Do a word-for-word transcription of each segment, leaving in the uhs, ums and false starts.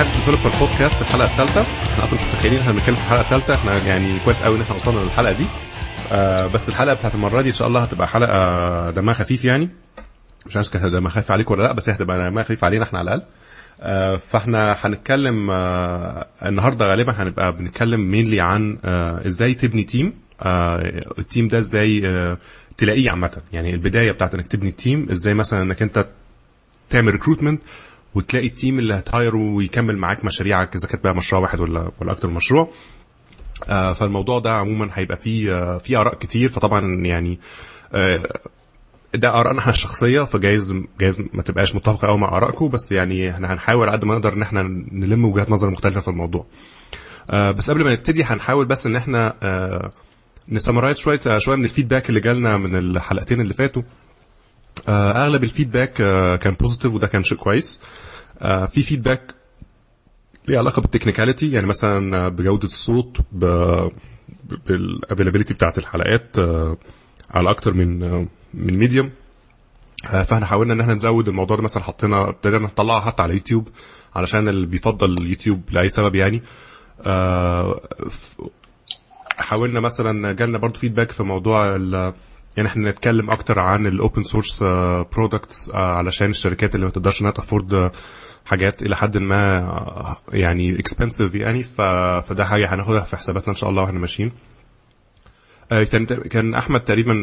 اسف ديفلوبر بودكاست الحلقه الثالثه. احنا اصلا مش متخيلين احنا بنتكلم في الحلقه الثالثه، احنا يعني كويس قوي ان احنا وصلنا للحلقه دي. آه بس الحلقه بتاعت المره دي ان شاء الله هتبقى حلقه دمها خفيف، يعني مش عارف كده دمها خفيف عليك ولا لا، بس هي هتبقى دمها خفيف علينا احنا على الاقل. آه فاحنا هنتكلم آه النهارده غالبا هنبقى بنتكلم مينلي عن آه ازاي تبني تيم. آه التيم ده ازاي آه تلاقيه عامه، يعني البدايه بتاعت انك تبني تيم ازاي، مثلا انك انت تعمل ريكروتمنت وتلاقي التيم اللي هتهايره ويكمل معاك مشاريعك، اذا كانت بقى مشروع واحد ولا ولا اكتر من مشروع. آه فالموضوع ده عموما هيبقى فيه آه فيه اراء كتير، فطبعا يعني آه ده ارائنا احنا الشخصيه، فجايز جايز ما تبقاش متفقه قوي مع ارائكم، بس يعني احنا هنحاول قد ما نقدر ان احنا نلم وجهات نظر مختلفه في الموضوع. آه بس قبل ما نبتدي هنحاول بس ان احنا آه نسمرايز شويه شويه من الفيدباك اللي جالنا من الحلقتين اللي فاتوا. آه اغلب الفيدباك آه كان بوزيتيف، وده كان شيء كويس. آه في فيدباك ليه علاقه بالتكنيكاليتي، يعني مثلا بجوده الصوت، بالافيلابيلتي بتاعه الحلقات آه على اكتر من آه من ميديوم. آه فاحنا حاولنا ان احنا نزود الموضوع ده، مثلا حطينا ابتدينا نطلعها حتى على يوتيوب علشان اللي بيفضل اليوتيوب لاي سبب يعني. آه حاولنا مثلا جالنا برضو فيدباك في موضوع يعني احنا نتكلم اكتر عن الاوبن سورس برودكتس علشان الشركات اللي ما تقدرش انها تفورد حاجات الى حد ما يعني اكسبنسيف يعني، فده حاجه هناخدها في حساباتنا ان شاء الله واحنا ماشيين. كان كان احمد تقريبا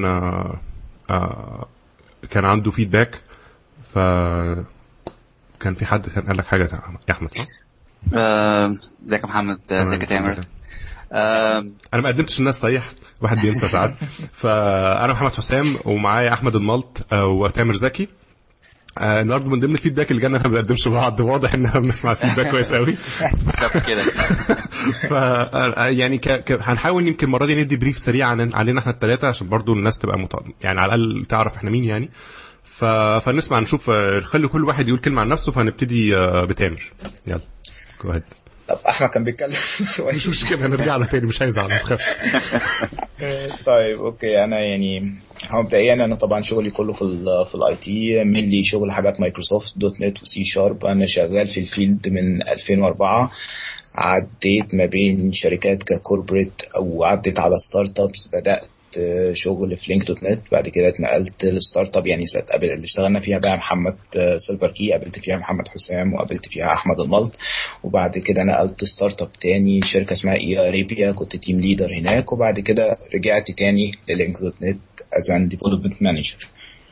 كان عنده فيدباك، ف كان في حد كان قال لك حاجه يا احمد صح؟ ازيك يا محمد؟ ازيك يا تامر؟ انا ما قدمتش الناس صحيح، واحد بينسى ساعات. فانا محمد حسام ومعايا احمد الملط وتامر زكي. آه النهارده من ضمن الفيدباك اللي جانا احنا ما بنقدمش بعض، واضح ان احنا بنسمع فيدباك كويس قوي. كده ف يعني ك... ك... هنحاول يمكن المره دي ندي بريف سريع عن علينا احنا الثلاثه، عشان برضو الناس تبقى مت... يعني على الاقل تعرف احنا مين يعني. ف... فنسمع نشوف، خلي كل واحد يقول كلمه عن نفسه، فهنبتدي بتامر. يلا جو اهيد. طب احمد كان بيتكلم شويه، مش مشكله هنرجع له تاني، مش هيزعل ما تخافش. طيب اوكي. انا يعني هو مبدئيا انا طبعا شغلي كله في ال في الاي تي، مينلي شغل حاجات مايكروسوفت دوت نت وسي شارب. انا شغال في الفيلد من ألفين وأربعة، عديت ما بين شركات ككوربريت او عديت على ستارت ابس. بدات شغل في لينك دوت نت، بعد كده اتنقلت للستارت اب يعني اللي اشتغلنا فيها بقى محمد سيلفر كي، قابلت فيها محمد حسام وقابلت فيها احمد الملط. وبعد كده نقلت ستارت اب تاني شركه اسمها اي اريبيا، كنت تيم ليدر هناك. وبعد كده رجعت تاني للينك دوت نت از ان ديفلوبمنت مانجر.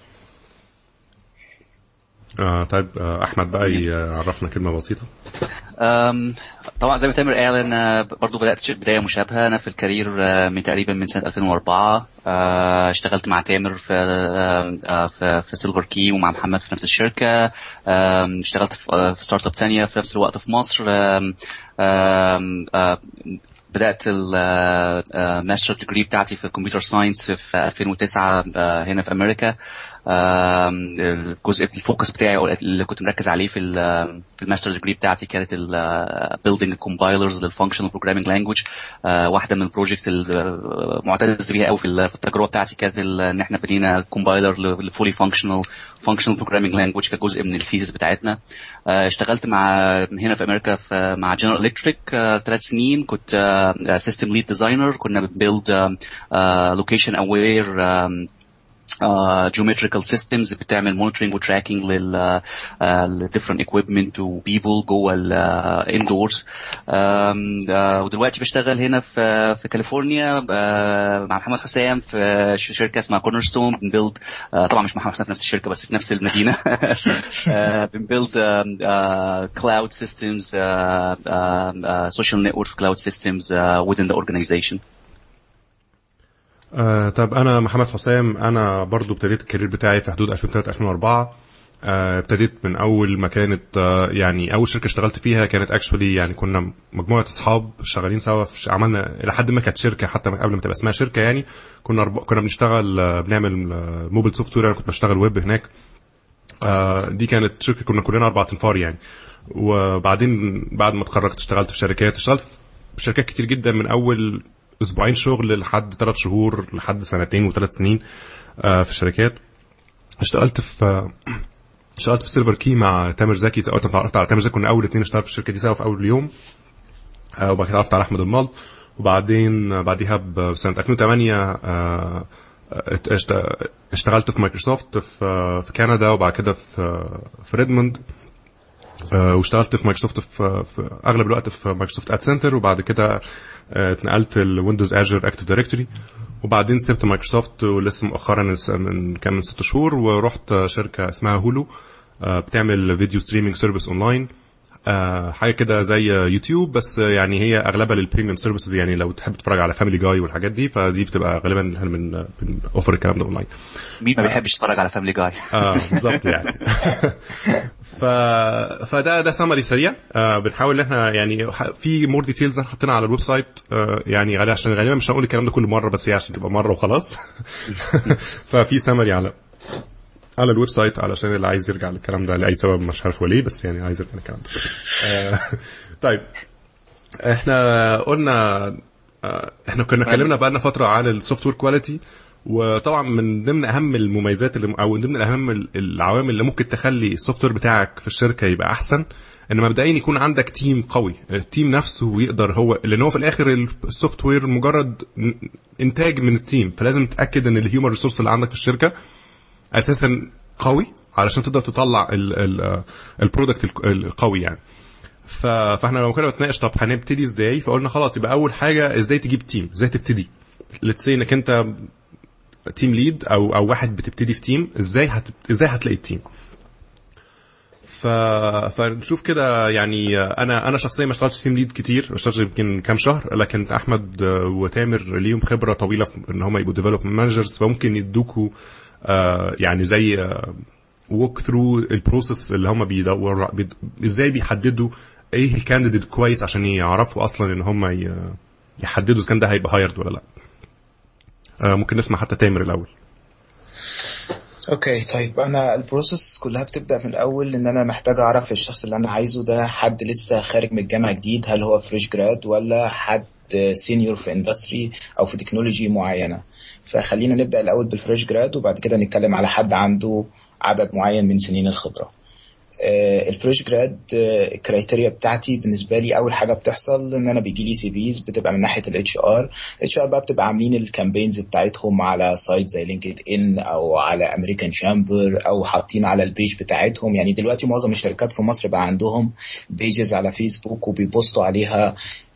آه طيب آه احمد بقى يعرفنا كلمه بسيطه. أم طبعا زي ما تامر قال انا برضو بدات بدايه مشابهه. انا في الكارير من تقريبا من سنه ألفين وأربعة اشتغلت مع تامر في في في سيلفر كي ومع محمد في نفس الشركه. اشتغلت في ستارت اب ثانيه في نفس الوقت في مصر. بدأت الماستر ديجري بتاعتي في الكمبيوتر ساينس في ألفين وتسعة هنا في أمريكا. الجزء الفوكس بتاعي اللي كنت مركز عليه في في الماستر ديجري بتاعتي كانت building compilers للfunctional programming language. واحدة من البروجكت المعتز بيها قوي في التجربة بتاعتي كانت ان احنا بنينا compiler لفولي functional functional programming language كجزء من السيزس بتاعتنا. اشتغلت مع هنا في أمريكا في مع General Electric ثلاث سنين، كنت system lead designer. كنا بنبيلد location aware Uh, geometrical systems بتعمل monitoring و tracking لل uh, different equipment و people جوه ال uh, indoors. um, uh, ودلوقتي بشتغل هنا في في كاليفورنيا uh, مع محمد حسام في شركة اسمها كورنرستون. بنبيلد uh, طبعا مش محمد حسام في نفس الشركة بس في نفس المدينة. uh, بنبيلد uh, uh, cloud systems, uh, uh, uh, social network cloud systems uh, within the organization. آه طب انا محمد حسام، انا برضو ابتديت الكارير بتاعي في حدود ألفين وثلاثة ألفين وأربعة. آه ابتديت من اول ما كانت آه يعني اول شركه اشتغلت فيها كانت اكشولي يعني كنا مجموعه اصحاب شغالين سوا، عملنا الى حد ما كانت شركه حتى قبل ما تبقى اسمها شركه يعني. كنا رب... كنا بنشتغل آه بنعمل موبايل سوفت وير. انا كنت بشتغل ويب هناك. آه دي كانت شركه كنا كلنا اربع تنفار يعني. وبعدين بعد ما اتخرجت اشتغلت في شركات اشتغلت في شركات كتير جدا، من اول اسبوعين شغل لحد ثلاث شهور لحد سنتين وثلاث سنين في الشركات. اشتغلت في اشتغلت في سيلفر كي مع تامر زكي. اول ما اتعرفت على تامر زكي كنا اول اتنين اشتغلنا في الشركه دي سوا في اول يوم. آه وبعد كده اتعرفت على احمد المال، وبعدين بعديها بسنه ألفين وثمانية آه اشتغلت في مايكروسوفت في في كندا، وبعد كده في في ريدموند. آه واشتغلت في مايكروسوفت في, في اغلب الوقت في مايكروسوفت اد سنتر، وبعد كده آه اتنقلت الويندوز اجر اكتيف دايركتوري، وبعدين سبت مايكروسوفت ولسه مؤخرا من كان من ست شهور ورحت شركه اسمها هولو آه بتعمل فيديو ستريمينج سيرفيس اونلاين، آه حاجه كده زي يوتيوب بس يعني هي اغلبها للبريميوم سيرفيسز. يعني لو تحب تتفرج على فاميلي جاي والحاجات دي فدي بتبقى غالبا من اوفر الكلام ده اونلاين. مين ما بيحبش يتفرج على فاميلي جاي؟ اه بالظبط يعني. ف فده ده سمري سريع. آه بنحاول ان احنا يعني في مور ديتيلز حاطينها على الويب سايت، آه يعني غالبا عشان غالبا مش هنقول الكلام ده كل مره، بس هي عشان تبقى مره وخلاص. ففي سمري على على الويب سايت علشان اللي عايز يرجع للكلام ده لاي سبب مش عارف ليه، بس يعني عايز يرجع للكلام ده. آه طيب احنا قلنا آه احنا كنا اتكلمنا بقى لنا فتره عن السوفت وير كواليتي، وطبعا من ضمن اهم المميزات اللي او من ضمن اهم العوامل اللي ممكن تخلي السوفت وير بتاعك في الشركه يبقى احسن ان مبدئيا يكون عندك تيم قوي. التيم نفسه يقدر هو لان هو في الاخر السوفت وير مجرد انتاج من التيم، فلازم تتاكد ان الهيومن ريسورس اللي عندك في الشركه اساسا قوي علشان تقدر تطلع البرودكت القوي يعني. فاحنا لو كنا بنتناقش طب هنبتدي ازاي، فقلنا خلاص يبقى اول حاجه ازاي تجيب تيم، ازاي تبتدي. ليتس سي انك انت تيم ليد او او واحد بتبتدي في تيم، ازاي هت... ازاي هتلاقي التيم. ف فنشوف كده يعني. انا انا شخصيا ما اشتغلتش تيم ليد كتير، اشتغلت يمكن كام شهر، لكن احمد وتامر ليهم خبره طويله في ان هم يبقوا ديفلوبمنت مانجرز، فممكن يدوكوا آه يعني زي ووك ثرو البروسيس اللي هم بيدوروا بيد... ازاي بيحددوا ايه الكانديديت كويس عشان يعرفوا اصلا ان هم ي... يحددوا اذا كان ده هيبقى هايرد ولا لا. آه ممكن نسمع حتى تامر الاول. اوكي طيب انا البروسيس كلها بتبدا من الاول ان انا محتاج اعرف الشخص اللي انا عايزه ده حد لسه خارج من الجامعه جديد، هل هو فريش جراد ولا حد سينيور في اندستري او في تكنولوجي معينه. فخلينا نبدا الاول بالفريش جراد وبعد كده نتكلم على حد عنده عدد معين من سنين الخبره. الفريش جراد الكرايتيريا بتاعتي بالنسبه لي اول حاجه بتحصل ان انا بيجي لي سي فيز بتبقى من ناحيه الاتش ار. الاتش ار بقى بتبقى عاملين الكامبينز بتاعتهم على سايت زي لينكد ان او على امريكان شامبر او حاطين على البيج بتاعتهم. يعني دلوقتي معظم الشركات في مصر بقى عندهم بيجز على فيسبوك وبيبوستوا عليها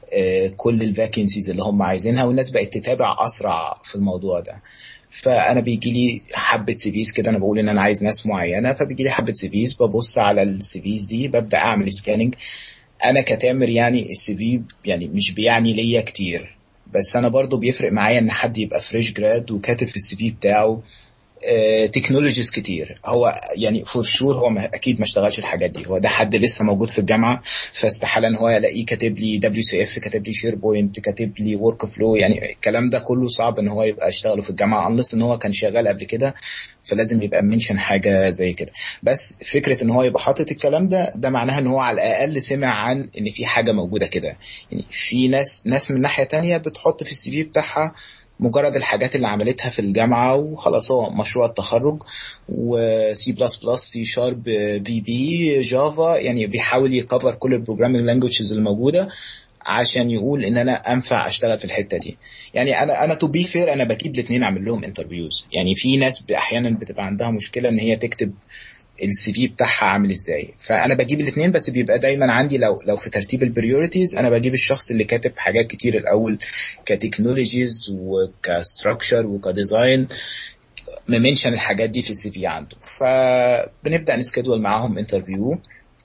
كل الفاكنسيز اللي هم عايزينها، والناس بقت تتابع اسرع في الموضوع ده. فانا بيجي لي حبه سيفيز كده، انا بقول ان انا عايز ناس معينه، فبيجي لي حبه سيفيز ببص على السيفيز دي ببدا اعمل سكاننج. انا كتامر يعني السي في يعني مش بيعني ليا كتير، بس انا برضو بيفرق معايا ان حد يبقى فريش جراد وكاتب في السي في بتاعه تكنولوجيز كتير. هو يعني فور شور هو اكيد ما اشتغلش الحاجات دي، هو ده حد لسه موجود في الجامعه، فاستحاله ان هو يلاقيه كاتب لي دبليو سي اف، كاتب لي شير بوينت، كاتب لي ورك فلو. يعني الكلام ده كله صعب ان هو يبقى اشتغله في الجامعه انلس ان هو كان شغال قبل كده، فلازم يبقى منشن حاجه زي كده. بس فكره ان هو يبقى حاطط الكلام ده ده معناها ان هو على الاقل سمع عن ان في حاجه موجوده كده. يعني في ناس ناس من ناحيه تانية بتحط في السي في بتاعها مجرد الحاجات اللي عملتها في الجامعة وخلاص، هو مشروع التخرج وسي بلس بلس سي شارب في بي جافا، يعني بيحاول يكفر كل البروجرامينج لانجويجز الموجودة عشان يقول ان انا انفع اشتغل في الحتة دي. يعني انا انا تو بي فير انا بجيب الاثنين اعمل لهم انترفيوز. يعني في ناس احيانا بتبقى عندها مشكلة ان هي تكتب السي في بتاعها عامل ازاي، فانا بجيب الاثنين، بس بيبقى دايما عندي لو لو في ترتيب البريوريتيز انا بجيب الشخص اللي كاتب حاجات كتير الاول كتكنولوجيز وكستراكشر وكديزاين، ممنشن الحاجات دي في السي في عنده. فبنبدا نسكيدول معاهم انترفيو.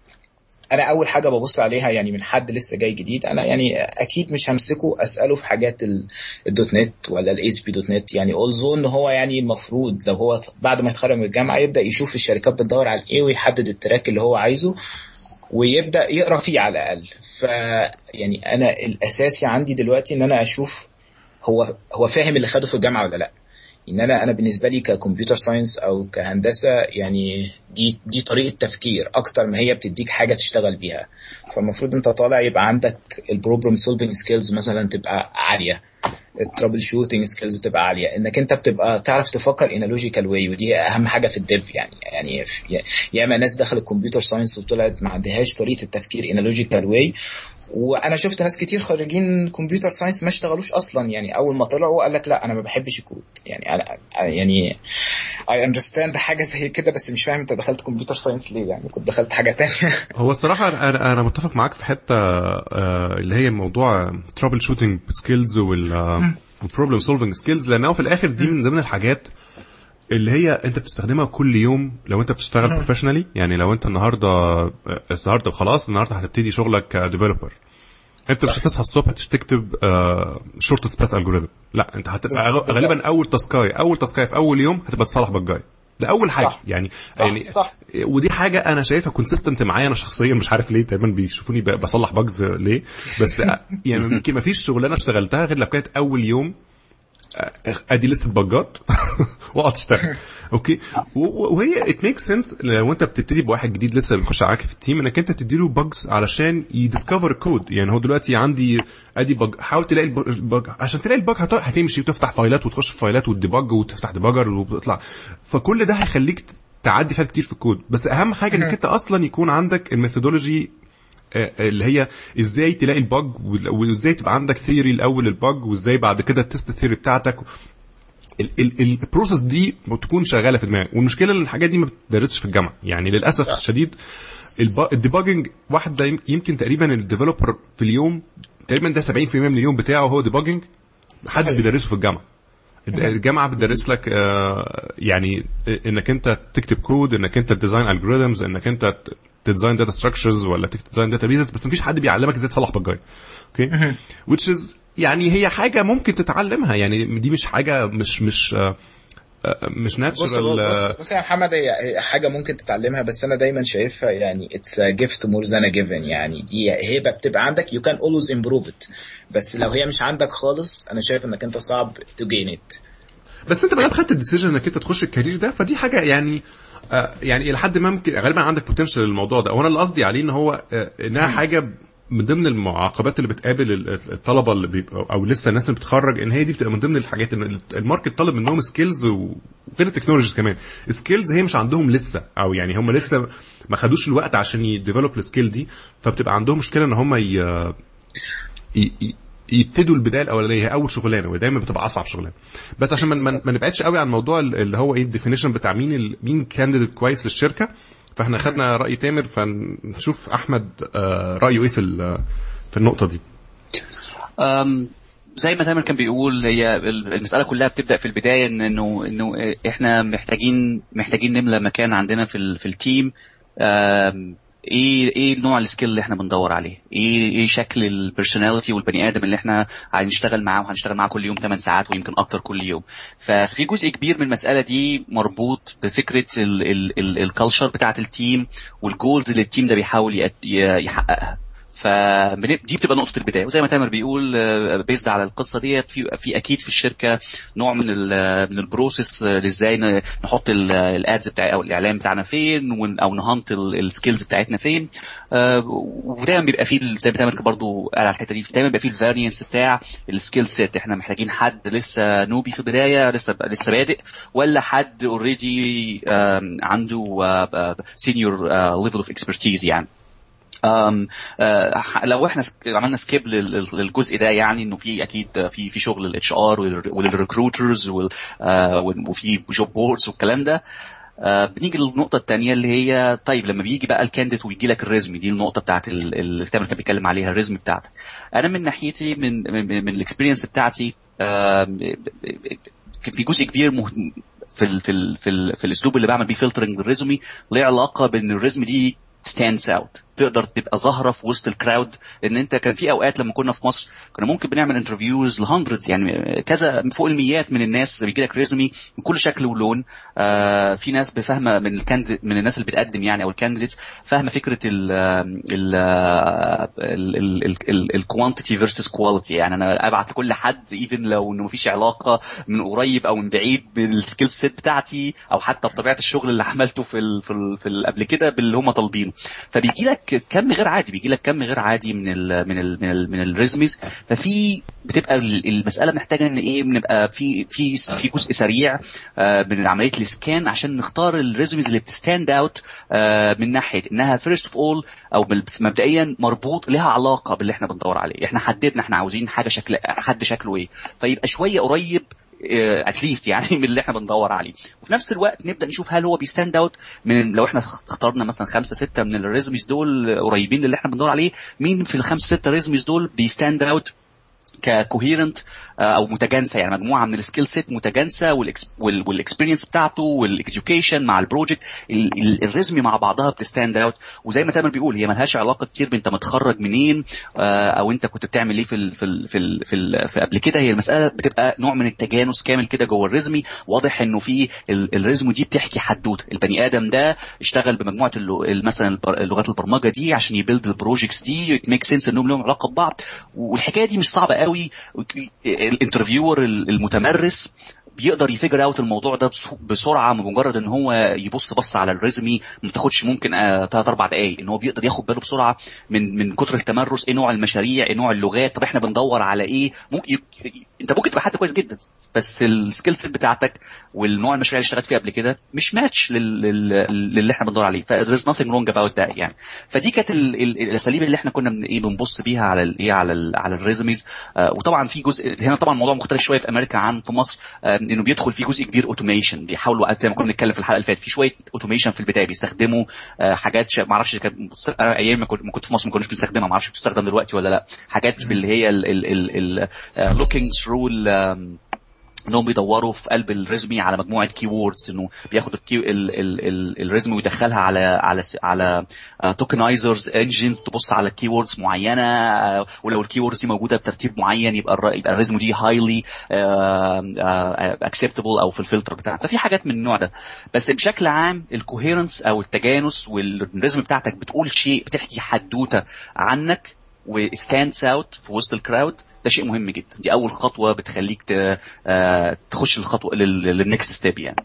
انا اول حاجه ببص عليها يعني من حد لسه جاي جديد، انا يعني اكيد مش همسكه اساله في حاجات الدوت نت ولا الاس بي دوت نت، يعني اولزو ان هو يعني المفروض لو هو بعد ما يتخرج من الجامعه يبدا يشوف الشركات بتدور على ايه ويحدد التراك اللي هو عايزه ويبدا يقرا فيه على الاقل. ف يعني انا الاساسي عندي دلوقتي ان انا اشوف هو هو فاهم اللي خده في الجامعه ولا لا. ان انا انا بالنسبه لي ككمبيوتر ساينس او كهندسه يعني دي دي طريقه تفكير اكتر ما هي بتديك حاجه تشتغل بيها. فالمفروض انت طالع يبقى عندك البروبلم سولفينج سكيلز مثلا تبقى عاليه، الترابل شوتنج سكيلز تبقى عاليه، انك انت بتبقى تعرف تفكر ان لوجيكال واي، ودي اهم حاجه في الديف يعني. يعني ياما ناس دخلت كمبيوتر ساينس وطلعت ما عندهاش طريقه التفكير ان لوجيكال واي، وانا شفت ناس كتير خريجين كمبيوتر ساينس ما اشتغلوش اصلا، يعني اول ما طلعوا قال لك لا انا ما بحبش الكود. يعني انا يعني I understand حاجه زي كده، بس مش فاهم انت دخلت كمبيوتر ساينس ليه، يعني كنت دخلت حاجه تانية. هو الصراحه انا انا متفق معاك في حته اللي هي موضوع ترابل شوتنج سكيلز والبروبلم سولفنج سكيلز، لانه في الاخر دي من ضمن الحاجات اللي هي انت بتستخدمها كل يوم لو انت بتشتغل بروفيشنالي. يعني لو انت النهارده النهارده خلاص النهارده هتبتدي شغلك كديفلوبر، انت مش هتصحى الصبح تكتب شورت سباث الجوريثم، لا انت هتبقى غالبا اول تاسكاي اول تاسكاي في اول يوم هتبقى تصلح بجاي، ده اول حاجه. صح. يعني صح. يعني صح. ودي حاجه انا شايفها كونسيستنت معايا انا شخصيا، مش عارف ليه دايما بيشوفوني بصلح باجز ليه، بس يعني يمكن ما فيش شغلانه اشتغلتها غير لو كانت اول يوم ادي لسته باجات واقعد اشتغل. اوكي، وهي ات ميك سنس لو انت بتبتدي بواحد جديد لسه بيخش معاك في التيم انك انت تديله باجز علشان يديسكفر الكود. يعني هو دلوقتي عندي ادي باج، حاول تلاقي الباج، عشان تلاقي الباج هتمشي وتفتح فايلات وتخش في فايلات وتديباج وتفتح ديباجر وتطلع، فكل ده هيخليك تعدي فات كتير في الكود. بس اهم حاجه انك انت اصلا يكون عندك الميثودولوجي اللي هي ازاي تلاقي الباج، وازاي تبقى عندك ثيوري الاول الباج، وازاي بعد كده تست الثيوري بتاعتك. البروسيس دي تكون شغاله في دماغك. والمشكله ان الحاجات دي ما بتدرسش في الجامعه، يعني للاسف الشديد. الديباجنج واحد ده يمكن تقريبا الديفلوبر في اليوم تقريبا ده سبعين بالمية من اليوم بتاعه هو ديباجنج، محدش بيدرسه في الجامعه. الجامعه بتدرس لك يعني انك انت تكتب كود، انك انت تديزاين الجوريثمز، انك انت تديزاين داتا ستراكشرز ولا تديزاين داتا بيزز، بس مفيش حد بيعلمك ازاي تصلح بجاي. اوكي، which is يعني هي حاجه ممكن تتعلمها، يعني دي مش حاجه مش مش مش ناتشرال. بص, بص يا محمد، هي حاجه ممكن تتعلمها، بس انا دايما شايفها يعني it's a gift more than a given. يعني دي هبه بتبقى عندك you can always improve it، بس لو هي مش عندك خالص انا شايف انك انت صعب to gain it. بس انت بقى خدت الديسيجن انك انت تخش الكارير ده، فدي حاجه يعني آه يعني الى حد ما ممكن غالبا عندك بوتنشال للموضوع ده. وانا اللي قصدي عليه ان هو آه انها حاجه من ضمن المعاقبات اللي بتقابل الطلبه اللي بيبقوا او لسه الناس اللي بتتخرج، ان هي دي بتبقى من ضمن الحاجات ان الماركت طالب منهم سكيلز وغير التكنولوجيز كمان. سكيلز هي مش عندهم لسه، او يعني هم لسه ما خدوش الوقت عشان يديفلوب السكيل دي، فبتبقى عندهم مشكله ان هم ي... ي... يبتدوا البدايه الاولانيه، هي اول شغلانه ودايما بتبقى اصعب شغلانه. بس عشان ما, ما نبعدش قوي عن الموضوع اللي هو ايه الديفينيشن بتاع مين ال... مين كانديديت كويس للشركه، فاحنا خدنا راي تامر، فنشوف احمد رايه ايه في في النقطه دي. أم زي ما تامر كان بيقول، هي المساله كلها بتبدا في البدايه انه انه احنا محتاجين محتاجين نملى مكان عندنا في في التيم. ايه ايه نوع السكيل اللي احنا بندور عليه، ايه ايه شكل البيرسوناليتي والبني ادم اللي احنا هنشتغل معاه وهنشتغل معاه كل يوم ثمان ساعات ويمكن اكتر كل يوم. ففي جزء كبير من المساله دي مربوط بفكره الكالتشر بتاعه التيم والجولز اللي التيم ده بيحاول يحققها. فدي بتبقى نقطه البدايه. وزي ما تامر بيقول بيزد على القصه ديت، في في اكيد في الشركه نوع من من البروسيس ازاي نحط الادز بتاع او الاعلان بتاعنا فين، او نهانت السكيلز بتاعتنا فين. ودايما بيبقى فيه زي ما تامر برضو قال على الحته دي، دايما بيبقى فيه الفاريانس بتاع السكيل سيت. احنا محتاجين حد لسه نوبي في البدايه، لسه لسه بادئ، ولا حد اوريدي عنده سينيور ليفل اوف اكسبرتيز. يعني أم أه لو احنا عملنا سكيب للجزء ده، يعني انه في اكيد في في شغل الاتش ار والريكروترز وفي جوب بوردز والكلام ده. أه بنيجي للنقطه الثانيه اللي هي طيب لما بيجي بقى الكانديديت ويجي لك الريزمي، دي النقطه بتاعت اللي تامر كان بيتكلم عليها، الريزمي بتاعتك. انا من ناحيتي من من, من الاكسبيرينس بتاعتي أه كان في جزء كبير مهم في ال في ال في, ال في الاسلوب اللي بعمل بيه فلترنج للريزمي، له علاقه بان الريزمي دي stands out، تقدر تبقى ظاهره في وسط الكراود. ان انت كان في اوقات لما كنا في مصر كنا ممكن بنعمل انترفيوز لهندردز، يعني كذا فوق الميات من الناس بيجي لك ريزومي من كل شكل ولون. آه في ناس بفهمه من الكانديد من الناس اللي بتقدم يعني او الكانديديتس فاهمه فكره ال ال الكوانتيتي فيرسس كواليتي. يعني انا ابعت لكل حد ايفن لو انه مفيش علاقه من قريب او من بعيد بالسكيل سيت بتاعتي، او حتى بطبيعه الشغل اللي عملته في ال في, ال في ال قبل كده باللي هم طالبينه. فبيجي لك لك كم غير عادي بيجي لك كم غير عادي من ال من ال من ال من الريزميز. ففي بتبقى المساله محتاجه ان ايه بنبقى في في في جزء سريع من عمليه السكان عشان نختار الريزميز اللي بتستاند اوت من ناحيه انها فيرست اوف اول او مبدئيا مربوط لها علاقه باللي احنا بندور عليه. احنا حددنا احنا عاوزين حاجه شكل حد شكله ايه، فيبقى شويه قريب اتليست يعني من اللي احنا بندور عليه. وفي نفس الوقت نبدا نشوف هل هو بيستاند اوت من لو احنا اخترنا مثلا خمسة ستة من الريزميز دول قريبين للي احنا بندور عليه، مين في الخمسة ستة ريزميز دول بيستاند اوت ككوهيرنت او متجانسه، يعني مجموعه من السكيل سيت متجانسه والاكسبيرينس بتاعته والايديوكيشن مع البروجكت الريزمي مع بعضها بتستاند اوت. وزي ما تامر بيقول هي ملهاش علاقه كتير بانت متخرج منين او انت كنت بتعمل ايه في ال في ال في ال في, ال في قبل كده. هي المساله بتبقى نوع من التجانس كامل كده جوه الريزمي. واضح انه في الريزمو دي بتحكي حدوته، البني ادم ده اشتغل بمجموعه مثلا لغات البرمجه دي عشان يبيلد البروجكتس دي، ات ميك سنس انهم لهم علاقه ببعض. والحكايه دي مش صعبه قوي. الانترفيور المتمرس بيقدر يفيجر اوت الموضوع ده بسرعه بمجرد ان هو يبص بص على الريزمي. ما تاخدش ممكن ثلاث اربع دقائق ان هو بيقدر ياخد باله بسرعه من من كتر التمرس ايه نوع المشاريع ايه نوع اللغات، طب احنا بندور على ايه. ممكن ي... انت ممكن تبقى حد كويس جدا بس السكيل سيت بتاعتك والنوع المشاريع اللي اشتغلت فيها قبل كده مش ماتش لل... لل... للي احنا بندور عليه. ف there's nothing wrong about that يعني. فدي كانت ال... ال... الاساليب اللي احنا كنا من ايه بنبص بيها على الايه على ال... على الريزميز. آه وطبعا في جزء هنا طبعا الموضوع مختلف شويه في امريكا عن في مصر، آه انه بيدخل في جزء كبير اوتوميشن. بيحاولوا زي ما كنا بنتكلم في الحلقه اللي فاتت في شويه اوتوميشن في البدايه بيستخدموا آه حاجات ما اعرفش كانت ايام ما كنت في مصر ما كناش بنستخدمها، ما اعرفش بتستخدم دلوقتي ولا لا. حاجات اللي هي ال looking through انهم بيدوروا في قلب الريزمي على مجموعه كي ووردز، انه بياخد الكي الريزمي ويدخلها على على على توكنايزرز انجنز تبص على كي ووردز معينه، ولو الكي ووردز دي موجوده بترتيب معين يبقى يبقى الريزمي دي هايلي اكسبتبل او في الفلتر بتاعها. ففي حاجات من النوع ده. بس بشكل عام الكوهيرنس او التجانس والريزمي بتاعتك بتقول شيء بتحكي حدوته عنك وستاندز اوت في وسط الكراود، ده شيء مهم جدا. دي اول خطوه بتخليك تخش الخطوه للنكست ستيب يعني.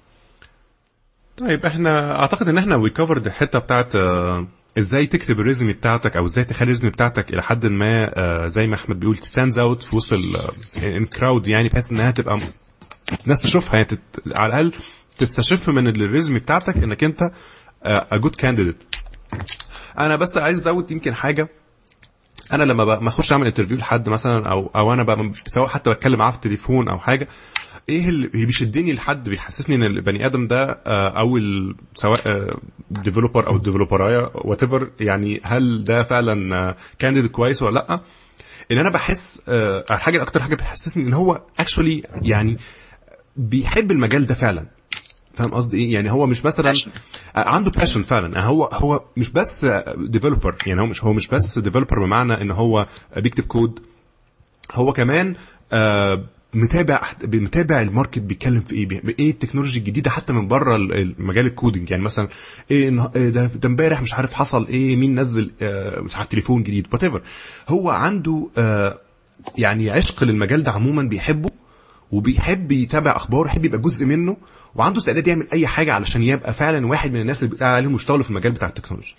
طيب احنا اعتقد ان احنا وي كفرد الحته بتاعت ازاي تكتب الريزمي بتاعتك او ازاي تخلي الريزمي بتاعتك الى حد ما زي ما احمد بيقول ستاندز اوت في وسط الكراود، يعني بحيث انها تبقى الناس تشوفها، يعني على الاقل تستشف من الريزمي بتاعتك انك انت ا جود كانديديت. انا بس عايز ازود يمكن حاجه. انا لما ما اخش اعمل انترفيو لحد مثلا او او انا بقى سواء حتى بتكلم معاه في التليفون او حاجه، ايه اللي بيشدني لحد بيحسسني ان البني ادم ده او سواء ديفلوبر او ديفلوبرايه وات ايفر، يعني هل ده فعلا كانديديت كويس ولا لا؟ ان انا بحس الحاجه اكتر حاجه بتحسسني ان هو اكشولي يعني بيحب المجال ده فعلا. فاهم قصدي ايه؟ يعني هو مش مثلا عنده باشن فعلا، هو هو مش بس ديفلوبر، يعني هو مش هو مش بس ديفلوبر بمعنى ان هو بيكتب كود، هو كمان متابع متابع الماركت بيتكلم في ايه، ايه التكنولوجيا الجديده حتى من بره المجال الكودينج. يعني مثلا ايه ده ده امبارح مش عارف حصل ايه، مين نزل مش عارف تليفون جديد وات ايفر. هو عنده يعني عشق للمجال ده عموما، بيحبه وبيحب يتابع اخباره، يحب يبقى جزء منه، وعنده استعداد يعمل اي حاجه علشان يبقى فعلا واحد من الناس اللي بيتقال عليهم يشتغلوا في المجال بتاع التكنولوجيا.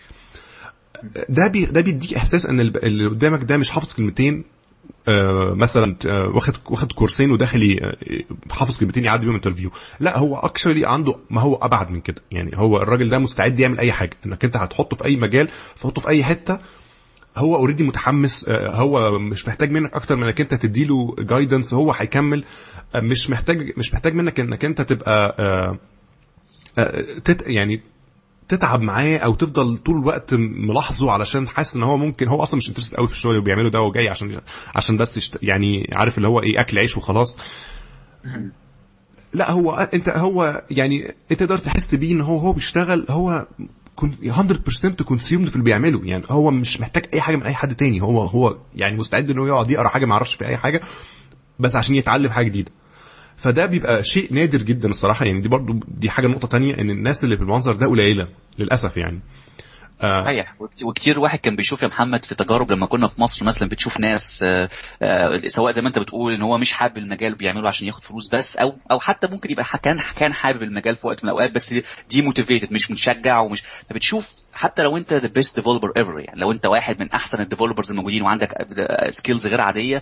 ده بي ده بيديك احساس ان اللي قدامك ده مش حافظ كلمتين، آه مثلا آه واخد واخد كورسين وداخل حافظ كلمتين يعدي بيهم انترفيو. لا، هو اكشلي عنده ما هو ابعد من كده. يعني هو الراجل ده مستعد يعمل اي حاجه، انك انت هتحطه في اي مجال فحطه في اي حته، هو اوريدي متحمس. هو مش محتاج منك اكتر من انك انت تديله جايدنس، هو هيكمل. مش محتاج مش محتاج منك انك انت تبقى تت يعني تتعب معاه او تفضل طول الوقت ملاحظه علشان حاسس ان هو ممكن هو اصلا مش انترست قوي في الشغل اللي بيعمله ده، وجاي عشان عشان بس يعني عارف اللي هو ايه، اكل عيش وخلاص. لا، هو انت هو يعني انت تقدر تحس بيه ان هو هو بيشتغل، هو مية بالمية كونسيومد في اللي بيعمله. يعني هو مش محتاج اي حاجه من اي حد تاني، هو هو يعني مستعد انه يقعد يقرا حاجه ما يعرفش في اي حاجه بس عشان يتعلم حاجه جديده. فده بيبقى شيء نادر جدا الصراحه. يعني دي برضو دي حاجه نقطه تانية، ان الناس اللي في المنظر ده قليله للاسف يعني. صحيح. وكتير واحد كان بيشوف يا محمد في تجارب لما كنا في مصر مثلا، بتشوف ناس آآ آآ سواء زي ما انت بتقول ان هو مش حابب المجال بيعمله عشان ياخد فلوس بس، او او حتى ممكن يبقى كان كان حابب المجال في وقت من الاوقات بس دي موتيفيتد مش متشجع ومش. فبتشوف حتى لو انت the best developer ever، يعني لو انت واحد من احسن الديفلوبرز الموجودين وعندك سكيلز غير عاديه،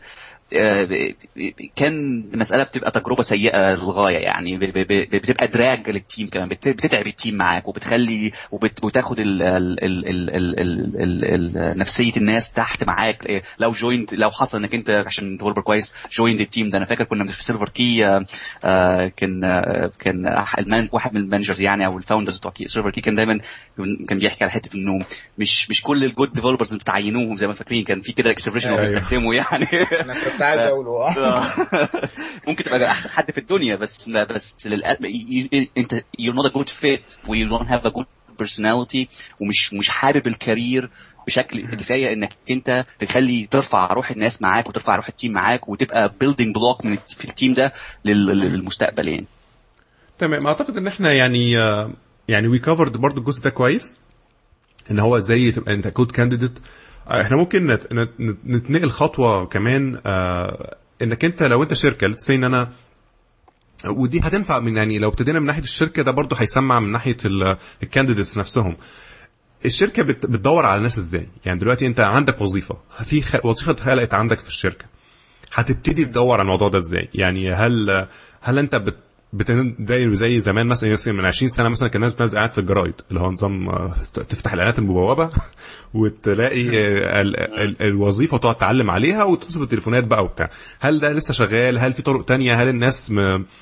كان المساله بتبقى تجربه سيئه للغايه، يعني بتبقى دراج للتيم كمان، بتتعب التيم معاك وبتخلي وبتاخد ال ال ال ال ال ال نفسيه الناس تحت معاك. لو جويند لو حصل انك انت عشان ديفلوبر كويس جويند التيم ده، انا فاكر كنا في سيلفر كي كان كان واحد من المانجرز يعني او الفاوندرز بتوع سيلفر كي كان دايما كان بيحكي على حته انه مش مش كل الجود ديفلوبرز اللي بتعينوهم زي ما فاكرين، كان في كده اكسبريشن بيستخدموا يعني انا كنت عايز اقوله ممكن تبقى احسن حد في الدنيا بس بس للاسف انت you're not a good fit و you don't have a good personality ومش مش حابب الكارير بشكل كفايه انك انت تخلي ترفع روح الناس معاك وترفع روح التيم معاك وتبقى building block من في التيم ده للمستقبل يعني. تمام. اعتقد ان احنا يعني يعني وي كفرد برضو الجزء ده كويس، ان هو ازاي تبقى انت كود كانديديت. احنا ممكن نتنقل خطوه كمان، آه انك انت لو انت شركه لسه ان انا ودي هتنفع من يعني لو ابتدينا من ناحيه الشركه ده برضو هيسمع من ناحيه الكانديديتس نفسهم. الشركه بتدور على ناس ازاي؟ يعني دلوقتي انت عندك وظيفه، في خ... وظيفه اتخلقت عندك في الشركه، هتبتدي تدور على الموضوع ده ازاي؟ يعني هل هل انت بت زي زي زمان مثلا من عشرين سنه مثلا كان الناس بتنزل قاعد في الجرايد اللي هو نظام تفتح الاعلانات المبوبه وتلاقي ال ال الوظيفه وتقعد تعلم عليها وتصل التليفونات بقى وبتاع. هل ده لسه شغال؟ هل في طرق تانية؟ هل الناس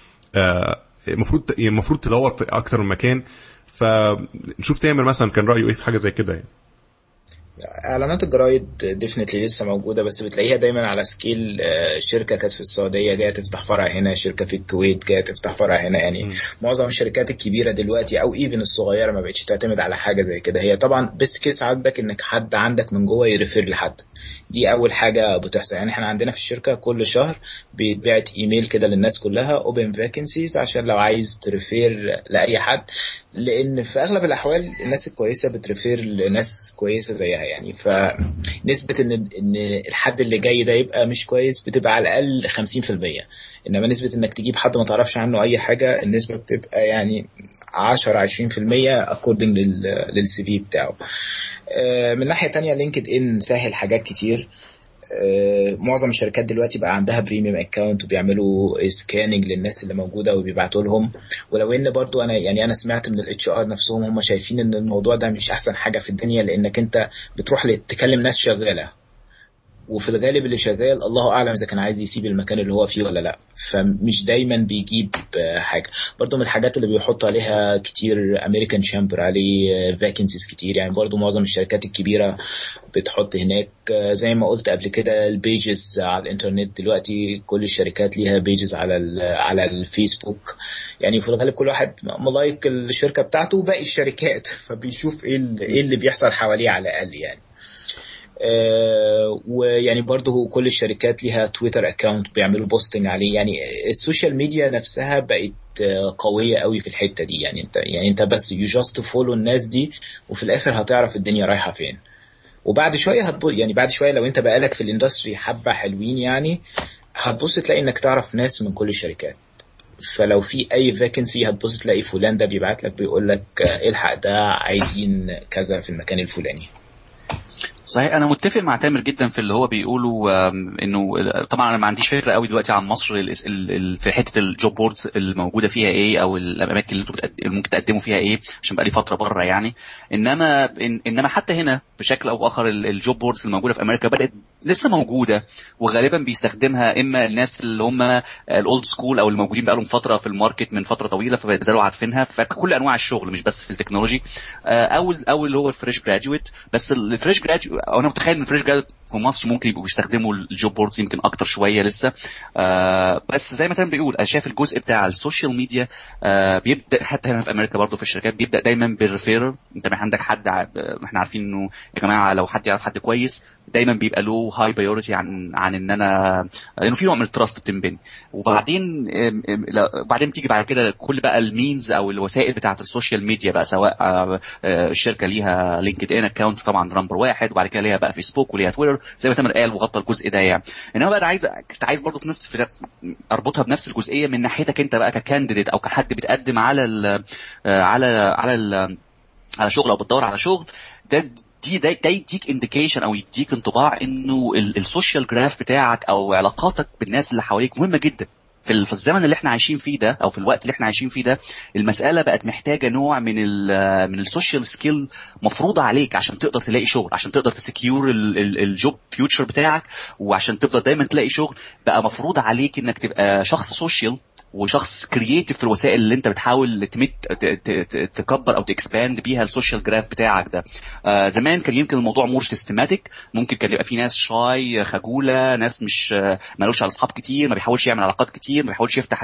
المفروض المفروض تدور في اكتر من مكان؟ فنشوف تامر مثلا كان رايه ايه في حاجه زي كده يعني. اعلانات الجرايد ديفنتلي لسه موجوده، بس بتلاقيها دايما على سكيل شركه كانت في السعوديه جايه تفتح فرع هنا، شركه في الكويت جايه تفتح فرع هنا. يعني م. معظم الشركات الكبيره دلوقتي او ايفن الصغيره ما بقتش تعتمد على حاجه زي كده. هي طبعا بس كيس عندك انك حد عندك من جوه يريفير لحد، دي اول حاجه بتحصل. يعني احنا عندنا في الشركه كل شهر بيتبعت ايميل كده للناس كلها اوبن فاكنسيز عشان لو عايز تريفير لاي حد، لان في اغلب الاحوال الناس الكويسه بتريفير لناس كويسه زيها. يعني فنسبه ان ان الحد اللي جاي ده يبقى مش كويس بتبقى على الاقل خمسين في المية، انما نسبه انك تجيب حد ما تعرفش عنه اي حاجه النسبه بتبقى يعني عشرة عشرين في المية according للسي في بتاعه. من ناحيه تانية لينكد ان سهل حاجات كتير. معظم الشركات دلوقتي بقى عندها بريميوم اكاونت وبيعملوا سكاننج للناس اللي موجوده وبيبعتوا لهم. ولو ان برضو انا يعني انا سمعت من الاتش ار نفسهم هم شايفين ان الموضوع ده مش احسن حاجه في الدنيا، لانك انت بتروح تكلم ناس شغاله وفي الغالب اللي شغال الله اعلم اذا كان عايز يسيب المكان اللي هو فيه ولا لا، فمش دايما بيجيب حاجه. برضو من الحاجات اللي بيحطوا عليها كتير امريكان شامبر عليه فاكنسيز كتير. يعني برضو معظم الشركات الكبيره بتحط هناك زي ما قلت قبل كده البيجز على الانترنت. دلوقتي كل الشركات ليها بيجز على على الفيسبوك، يعني في الغالب كل واحد ملايك الشركه بتاعته وباقي الشركات، فبيشوف ايه ايه اللي بيحصل حواليه على الاقل يعني. آه ويعني برضو كل الشركات ليها تويتر اكاونت بيعملوا بوستنج عليه. يعني السوشيال ميديا نفسها بقت قوية قوي في الحتة دي. يعني انت يعني انت بس يو جاست فولو الناس دي وفي الاخر هتعرف الدنيا رايحة فين. وبعد شوية هتبص يعني بعد شوية لو انت بقالك في الاندستري حبة حلوين يعني هتبص تلاقي انك تعرف ناس من كل الشركات. فلو في اي فاكنسي هتبص تلاقي فلان ده بيبعت لك بيقول لك الحق ده عايزين كذا في المكان الفلاني. صحيح. انا متفق مع تامر جدا في اللي هو بيقوله، انه طبعا انا ما عنديش فكره قوي دلوقتي عن مصر في حته الجوب بوردز الموجوده فيها ايه او الاماكن اللي انتوا ممكن تقدموا فيها ايه، عشان بقى لي فتره بره يعني. انما انما حتى هنا بشكل او باخر الجوب بوردز الموجوده في امريكا بدات لسه موجوده، وغالبا بيستخدمها اما الناس اللي هم الاولد سكول او الموجودين بقى لهم فتره في الماركت من فتره طويله فبيزالوا عارفينها في كل انواع الشغل مش بس في التكنولوجي، او او اللي هو الفريش جراجويت. بس الفريش جراجويت انا متخيل ان فريش جراد في مصر ممكن يبقوا بيستخدموا الجوب بوردز يمكن اكتر شويه لسه. آه بس زي ما تم بيقول انا شايف الجزء بتاع السوشيال ميديا آه بيبدا حتى هنا في امريكا برضو في الشركات بيبدا دايما بالريفيرال. انت ما عندك حد، احنا عارفين انه يا جماعه لو حد يعرف حد كويس دايما بيبقى له هاي بايورتي عن عن ان انا لانه في نوع من التراست بتنبني. وبعدين بعدين بتيجي بعد كده كل بقى المينز او الوسائل بتاعه السوشيال ميديا بقى، سواء الشركه ليها لينكد ان اكونت طبعا نمبر واحد، وبعد كده ليها بقى فيسبوك وليها تويتر زي ما تامر قال وغطى الجزء ده يعني. انما بقى انا عايز كنت عايز برضه في نفس اربطها بنفس الجزئيه من ناحيتك انت بقى ككانديديت او كحد بتقدم على ال على على ال على شغل او بتدور على شغل. ده دي ده يديك انديكيشن او يديك انطباع انه السوشيال جراف بتاعك او علاقاتك بالناس اللي حواليك مهمه جدا. في الزمن اللي احنا عايشين فيه ده او في الوقت اللي احنا عايشين فيه ده المساله بقت محتاجه نوع من ال من السوشيال سكيل مفروضه عليك عشان تقدر تلاقي شغل، عشان تقدر تسكيور الجوب فيوتشر بتاعك، وعشان تفضل دايما تلاقي شغل. بقى مفروض عليك انك تبقى شخص سوشيال وشخص كرييتيف في الوسائل اللي انت بتحاول تمت تكبر او تكسباند بيها السوشيال جراف بتاعك ده. آه زمان كان يمكن الموضوع مور سيستماتيك، ممكن كان يبقى في ناس شاي خجوله، ناس مش مالوش على اصحاب كتير، ما بيحاولش يعمل علاقات كتير، ما بيحاولش يفتح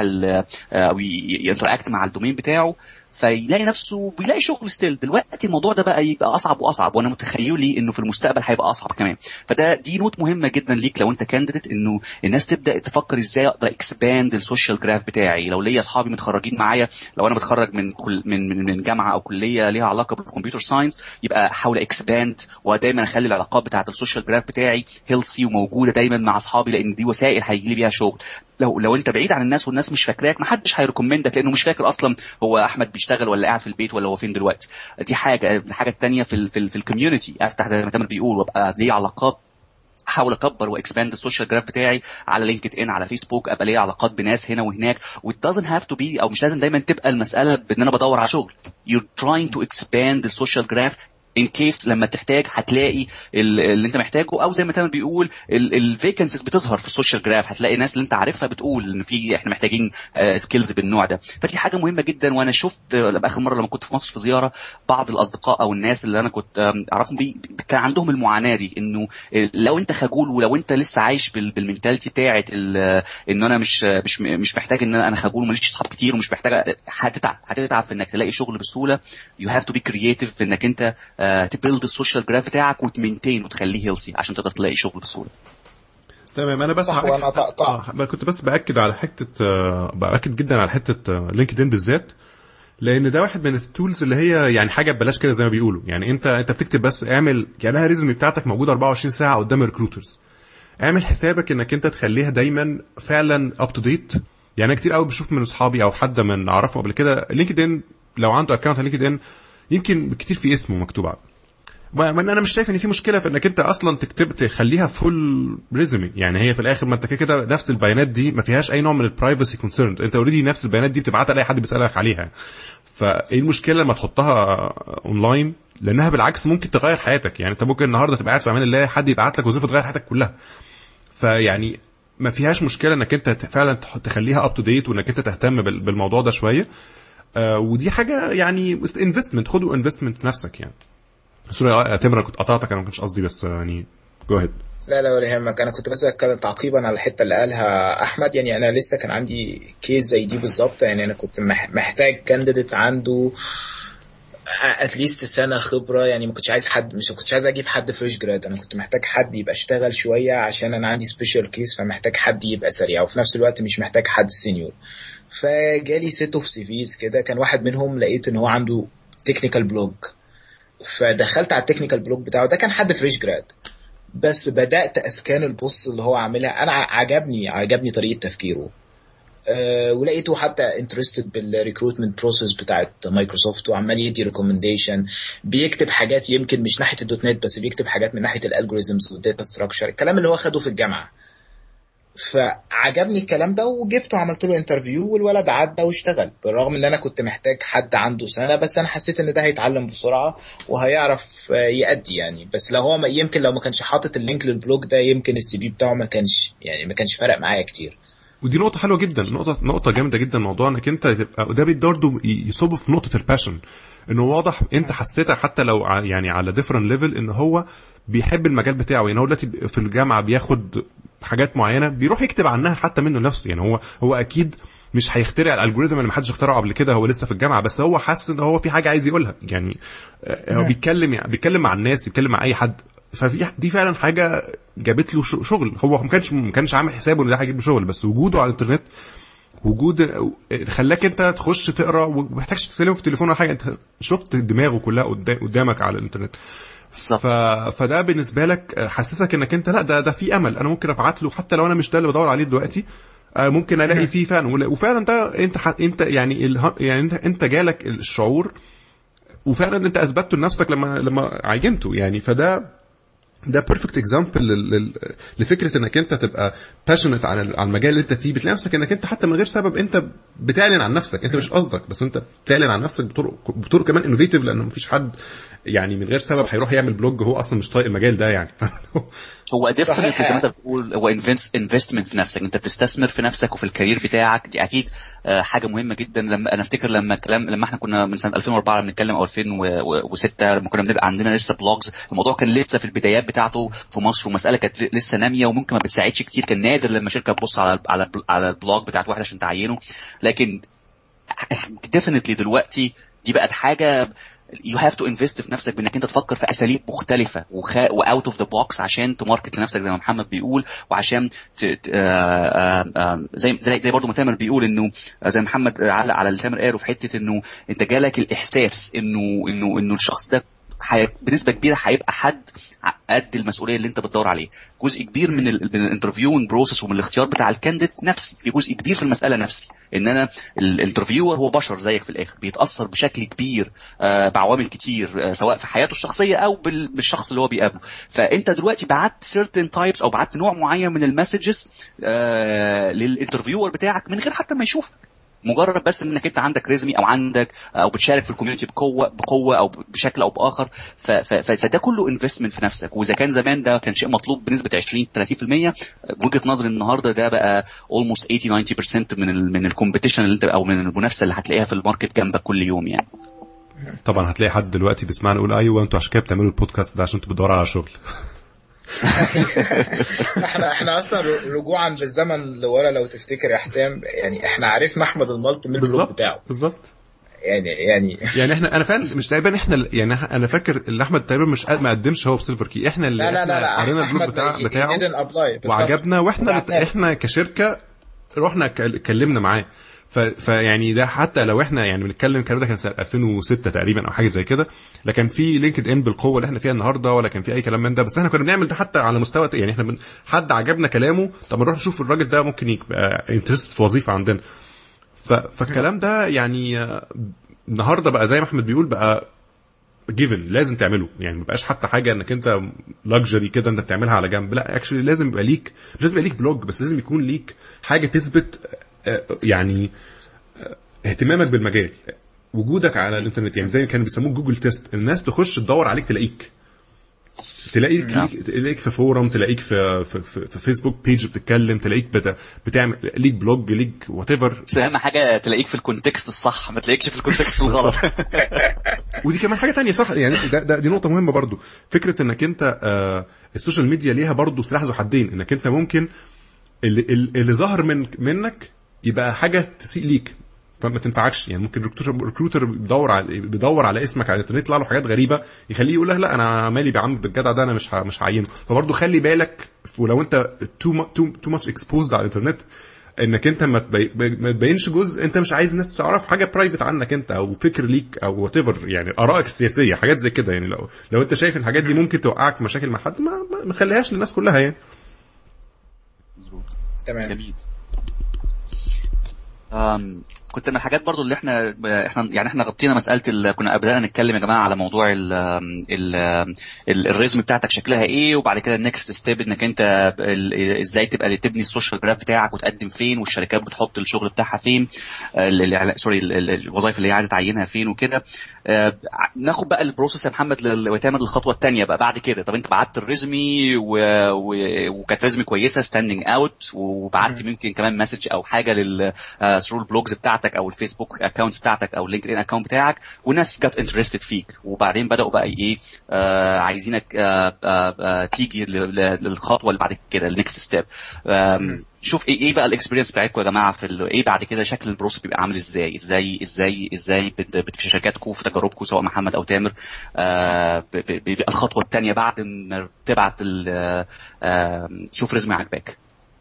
او ينتراكت مع الدومين بتاعه، فيلاقي نفسه بيلاقي شغل ستيل. دلوقتي الموضوع ده بقى يبقى اصعب واصعب، وانا متخيلي انه في المستقبل هيبقى اصعب كمان. فده دي نوت مهمه جدا ليك لو انت كانديديت، انه الناس تبدا تفكر ازاي اقدر اكسباند السوشيال جراف بتاعي. لو ليا اصحابي متخرجين معايا، لو انا متخرج من كل من من, من جامعه او كليه ليها علاقه بالكمبيوتر ساينس، يبقى احاول اكسباند ودايما اخلي العلاقات بتاعه السوشيال جراف بتاعي هيلثي وموجوده دايما مع اصحابي، لان دي وسائل هيجي لي بيها شغل. لو لو انت بعيد عن الناس والناس مش فاكراك، ما حدش هيريكومندك لانه مش فاكر اصلا هو احمد بيشتغل ولا قاعد في البيت ولا هو فين دلوقتي. دي حاجه. الحاجه الثانيه في ال في, ال في الكوميونتي، افتح زي ما تامر بيقول وابقى ليه علاقات، احاول اكبر واكسباند السوشيال جراف بتاعي على لينكد ان، على فيسبوك، ابقى ليه علاقات بناس هنا وهناك. وit doesn't have to be او مش لازم دايما تبقى المساله بان انا بدور على شغل. you're trying to expand the social graph in case لما تحتاج هتلاقي اللي انت محتاجه، او زي ما تامر بيقول الفيكنسيز بتظهر في السوشيال جراف، هتلاقي ناس اللي انت عارفها بتقول ان في احنا محتاجين سكيلز بالنوع ده. فدي حاجه مهمه جدا. وانا شفت اخر مره لما كنت في مصر في زياره، بعض الاصدقاء او الناس اللي انا كنت اعرفهم بي كان عندهم المعاناه دي، انه لو انت خجول ولو انت لسه عايش بالمنتاليتي بتاعه ان انا مش مش مش محتاج ان انا خجول وماليش اصحاب كتير ومش محتاج، هتتعب هتتعب في انك تلاقي شغل بسهوله. you have to be creative في انك انت تبيلد السوشيال جراف بتاعك وتمينتين وتخليه هيلثي عشان تقدر تلاقي شغل بسهوله. تمام. انا بس وانا طقطع آه كنت بس باكد على حته آه باكد جدا على حته آه لينكد ان بالذات، لان ده واحد من التولز اللي هي يعني حاجه ببلاش كده زي ما بيقولوا. يعني انت انت بتكتب بس اعمل كانها ريزومي بتاعتك موجوده أربعة وعشرين ساعه قدام الريكروترز. اعمل حسابك انك انت تخليها دايما فعلا اب تو ديت. يعني كتير قوي بشوف من اصحابي او حد من اعرفه قبل كده لينكد ان لو عنده اكونت على لينكد ان يمكن كتير في اسمه مكتوب عليه. ما انا مش شايف ان في مشكله في انك انت اصلا تكتب تخليها فول ريزومي. يعني هي في الاخر ما انت كده نفس البيانات دي ما فيهاش اي نوع من البرايفسي كونسيرنز، انت اوريدي نفس البيانات دي بتبعتها لاي حد بيسالك عليها. فايه المشكله لما تحطها اونلاين؟ لانها بالعكس ممكن تغير حياتك. يعني انت ممكن النهارده تبقى قاعد في امان الله حد يبعت لك وظيفه تغير حياتك كلها. فيعني ما فيهاش مشكله انك انت فعلا تخليها اب تو ديت وانك انت تهتم بالموضوع ده شويه. آه ودي حاجه يعني انفستمنت، خدوا انفستمنت في نفسك يعني. سوري تامر كنت قطعتك، انا ما كنتش قصدي بس يعني جو اهيد. لا لا ولا يهمك. انا كنت بس اتكلم تعقيبا على الحته اللي قالها احمد. يعني انا لسه كان عندي كيس زي دي بالظبط. يعني انا كنت محتاج كانديديت عنده اتليست سنه خبره. يعني ما كنتش عايز حد، مش كنتش عايز اجيب حد فريش جراد، انا كنت محتاج حد يبقى اشتغل شويه عشان انا عندي سبيشال كيس، فمحتاج حد يبقى سريع وفي نفس الوقت مش محتاج حد سينيور. فجالي سيت اوف سيفيز كده، كان واحد منهم لقيت ان هو عنده تكنيكال بلوج، فدخلت على التكنيكال بلوج بتاعه. ده كان حد فريش جراد، بس بدأت اسكان البوست اللي هو عاملها. انا عجبني عجبني طريقة تفكيره. أه ولقيته حتى انترستد بالريكروتمنت بروسيس بتاعت مايكروسوفت، وعمال يدي ريكومنديشن، بيكتب حاجات يمكن مش ناحية الدوت نت بس بيكتب حاجات من ناحية الالجوريزمز والداتا ستراكشر، الكلام اللي هو خده في الجامعة. فعجبني الكلام ده وجبته وعملت له انترفيو، والولد عدى واشتغل. بالرغم ان انا كنت محتاج حد عنده سنة، بس انا حسيت ان ده هيتعلم بسرعة وهيعرف يأدي يعني. بس لو هو يمكن لو ما كانش حاطط اللينك للبلوج ده، يمكن السي في بتاعه ما كانش يعني ما كانش فرق معايا كتير. ودي نقطه حلوه جدا, نقطه نقطه جامده جدا, موضوع انك انت تبقى وده برضه يصب في نقطه الباشن, انه واضح انت حسيتها حتى لو يعني على ديفرنت ليفل ان هو بيحب المجال بتاعه. يعني هو دلوقتي في الجامعه بياخد حاجات معينه بيروح يكتب عنها حتى منه نفسه. يعني هو هو اكيد مش هيخترع الالجوريزم اللي محدش اخترعه قبل كده, هو لسه في الجامعه, بس هو حاسس ان هو في حاجه عايز يقولها. يعني هو بيتكلم يعني بيتكلم مع الناس, بيتكلم مع اي حد, ففي دي فعلا حاجه جابت له شغل. هو ما كانش ما كانش عامل حسابه ان ده هيجيب له شغل, بس وجوده على الانترنت وجود خلاك انت تخش تقرا وما محتاجش تتكلم في التليفون ولا حاجه, انت شفت دماغه كلها قدامك على الانترنت. ف... فده بالنسبه لك حسسك انك انت لا ده ده في امل, انا ممكن ابعت له حتى لو انا مش ده اللي بدور عليه دلوقتي, ممكن الاقي فيه فعلا. وفعلا ده انت ح... انت يعني ال... يعني انت انت جالك الشعور, وفعلا انت اثبته لنفسك لما لما عينته. يعني فده ده بيرفكت اكزامبل لفكره انك انت تبقى باشنت عن على المجال اللي انت فيه, بتلاقي نفسك انك انت حتى من غير سبب انت بتعلن عن نفسك, انت مش قصدك بس انت بتعلن عن نفسك بطرق بطرق كمان انوفيتيف, لان مفيش حد يعني من غير سبب هيروح يعمل بلوج هو اصلا مش طايق المجال ده. يعني هو ديفنتلي زي ما انت بتقول, هو انفستمنت في نفسك, انت بتستثمر في نفسك وفي الكارير بتاعك. دي اكيد حاجه مهمه جدا. لما انا افتكر لما كلام لما احنا كنا من سنه ألفين وأربعة بنتكلم او ألفين وستة لما كنا بنبقى عندنا لسه بلوجز, الموضوع كان لسه في البدايات بتاعته في مصر, ومساله كانت لسه ناميه وممكن ما بتساعدش كتير. كان نادر لما شركه تبص على على على البلوج بتاعت واحد عشان تعينه, لكن ديفنتلي دلوقتي دي بقت حاجه you have to invest في نفسك, بانك انت تفكر في اساليب مختلفه وخ... واوت اوف ذا بوكس عشان تماركت لنفسك زي ما محمد بيقول, وعشان ت... آآ آآ زي زي, زي برضه تامر بيقول انه زي محمد علق على اللي تامر قاله في حته انه انت جالك الاحساس انه انه انه الشخص ده حي... بنسبه كبيره هيبقى حد قد المسؤوليه اللي انت بتدور عليه. جزء كبير من الانترفيوينج بروسيس ومن الاختيار بتاع الكانديديت نفسي, في جزء كبير في المساله نفسي, ان انا الانترفيور هو بشر زيك في الاخر, بيتاثر بشكل كبير آه بعوامل كتير آه سواء في حياته الشخصيه او بالشخص اللي هو بيقابله. فانت دلوقتي بعت certain types او بعت نوع معين من المسجز آه للانترفيور بتاعك من غير حتى ما يشوفك, مجرد بس انك انت عندك ريزمي او عندك او بتشارك في الكوميونتي بقوه بقوه او بشكل او باخر. فده كله انفستمنت في نفسك. واذا كان زمان ده كان شيء مطلوب بنسبه عشرين ثلاثين بالمية, بوجهه نظري النهارده ده بقى almost ثمانين تسعين بالمية من ال من الكومبيتيشن اللي انت او من المنافسه اللي هتلاقيها في الماركت جنبك كل يوم. يعني طبعا هتلاقي حد دلوقتي بيسمعنا يقول ايوه انتوا عشان كده بتعملوا البودكاست ده عشان انتوا بتدوروا على شغل. احنا احنا اصلا رجوعا بالزمن لورا لو تفتكر يا حسام, يعني احنا عرفنا احمد الملط من البلوج بتاعه بالظبط. يعني يعني يعني احنا انا فعلا مش تقريبا احنا يعني انا فاكر ان احمد تقريبا مش ما قدمش هو بسيلفر كي, احنا اللي لا لا لا, لا قرينا البلوج بتاع بتاعه وعجبنا, واحنا احنا كشركه رحنا اتكلمنا معاه. فيعني ده حتى لو احنا يعني بنتكلم الكلام ده كان سنه ألفين وستة تقريبا او حاجه زي كده, لا كان في لينكد ان بالقوه اللي احنا فيها النهارده ولا كان في اي كلام من ده, بس احنا كنا بنعمل ده حتى على مستوى يعني احنا بن... حد عجبنا كلامه, طب نروح نشوف الراجل ده ممكن يبقى انترست في وظيفه عندنا. ف... فالكلام ده يعني النهارده بقى زي ما احمد بيقول بقى جيفن, لازم تعمله. يعني ما بقاش حتى حاجه انك انت لاكجري كده انت بتعملها على جنب, لا اكشلي لازم يبقى ليك, مش لازم يبقى ليك بلوج بس لازم يكون ليك حاجه تثبت يعني اهتمامك بالمجال, وجودك على الانترنت. يعني زي ما كانوا بيسموه جوجل تيست, الناس تخش تدور عليك تلاقيك تلاقيك تلاقيك في فورم, تلاقيك في في, في فيسبوك بيج بتتكلم, تلاقيك بت... بتعمل ليك بلوج ليك وات ايفر. بس اهم حاجه تلاقيك في الكونتكست الصح, ما تلاقيكش في الكونتكست الغلط. ودي كمان حاجه تانية صح, يعني ده, ده دي نقطه مهمه برضو, فكره انك انت آه السوشيال ميديا ليها برضو سلاح ذو حدين, انك انت ممكن اللي, اللي ظهر من منك يبقى حاجه تسيء ليك فما تنفعكش. يعني ممكن ريكروتر بيدور على بيدور على اسمك على الانترنت يطلع له حاجات غريبه يخليه يقول لك لا انا مالي بعمل بالجدع ده, انا مش ه... مش هعينه. فبرضه خلي بالك, ولو انت تو تو تو ماتش اكسبوزد على الانترنت انك انت ما تبي... ما تبينش جزء انت مش عايز الناس تعرف, حاجه برايفت عنك انت او فكر ليك او وات ايفر, يعني ارائك السياسيه حاجات زي كده. يعني لو لو انت شايف الحاجات دي ممكن توقعك في مشاكل مع حد, ما ما خليهاش للناس كلها. يعني مظبوط تمام. جميل. امم كنت من الحاجات برضو اللي احنا احنا يعني احنا غطينا مساله ال... كنا بدانا نتكلم يا جماعه على موضوع ال ال ال الريزم بتاعتك شكلها ايه, وبعد كده النكست ستيب انك انت ال... ازاي تبقى تبني السوشيال جراف بتاعك وتقدم فين, والشركات بتحط الشغل بتاعها فين. سوري الوظائف اللي هي عايزه تعينها فين وكده. ناخد بقى البروسيس يا محمد وتعمل الخطوه الثانيه بقى بعد كده. طب انت بعت الريزمي وكانت ريزمي كويسه ستاندينج اوت, وبعت ممكن كمان مسج او حاجه لل ثرو البلوجز بتاعتك او الفيسبوك اكونت بتاعتك او اللينكد ان اكونت بتاعك, والناس جت انترستد فيك, وبعدين بداوا بقى ايه آه عايزينك آه آه تيجي للخطوه اللي بعد كده النكست ستيب. شوف ايه ايه بقى الاكسبيرينس بتاعتكم يا جماعه في ايه بعد كده, شكل البروسيس بيبقى عامل ازاي ازاي ازاي ازاي في شركاتكم في تجاربكم سواء محمد او تامر, آه بيبقى الخطوه الثانيه بعد ما تبعت آه شوف ريزمي عجبك.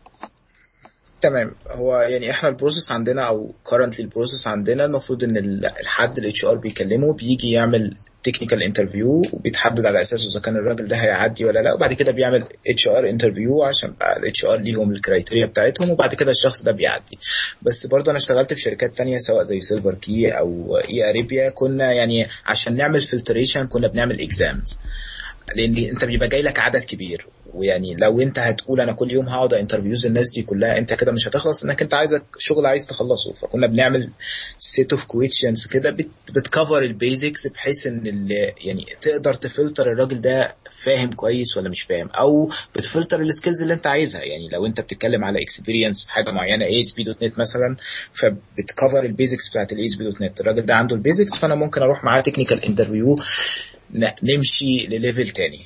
تمام. هو يعني احنا البروسيس عندنا او currently البروسيس عندنا المفروض ان الحد الاتش ار بيكلمه بيجي يعمل تكنيكال انترفيو, وبيتحدد على اساسه اذا كان الراجل ده هيعدي ولا لا, وبعد كده بيعمل اتش ار انترفيو عشان بقى الاتش ار ليهم الكرايتيريا بتاعتهم, وبعد كده الشخص ده بيعدي. بس برضه انا اشتغلت في شركات تانية سواء زي سيلفر كي او اي اريبيا, كنا يعني عشان نعمل فلتريشن كنا بنعمل اكزامز, لان انت بيبقى جاي لك عدد كبير, ويعني لو انت هتقول انا كل يوم هقعد انترفيوز الناس دي كلها انت كده مش هتخلص, انك انت عايزك شغل عايز تخلصه. فكنا بنعمل سيت اوف كويشنز كده بتكفر البيزكس بحيث ان يعني تقدر تفلتر الراجل ده فاهم كويس ولا مش فاهم, او بتفلتر السكيلز اللي انت عايزها. يعني لو انت بتتكلم على اكسبيرينس في حاجه معينه اي اس بي دوت نت مثلا, فبتكفر البيزكس بتاعت الاي اس بي دوت نت, الراجل ده عنده البيزكس, فانا ممكن اروح معاه تكنيكال انترفيو نمشي لليفل تاني.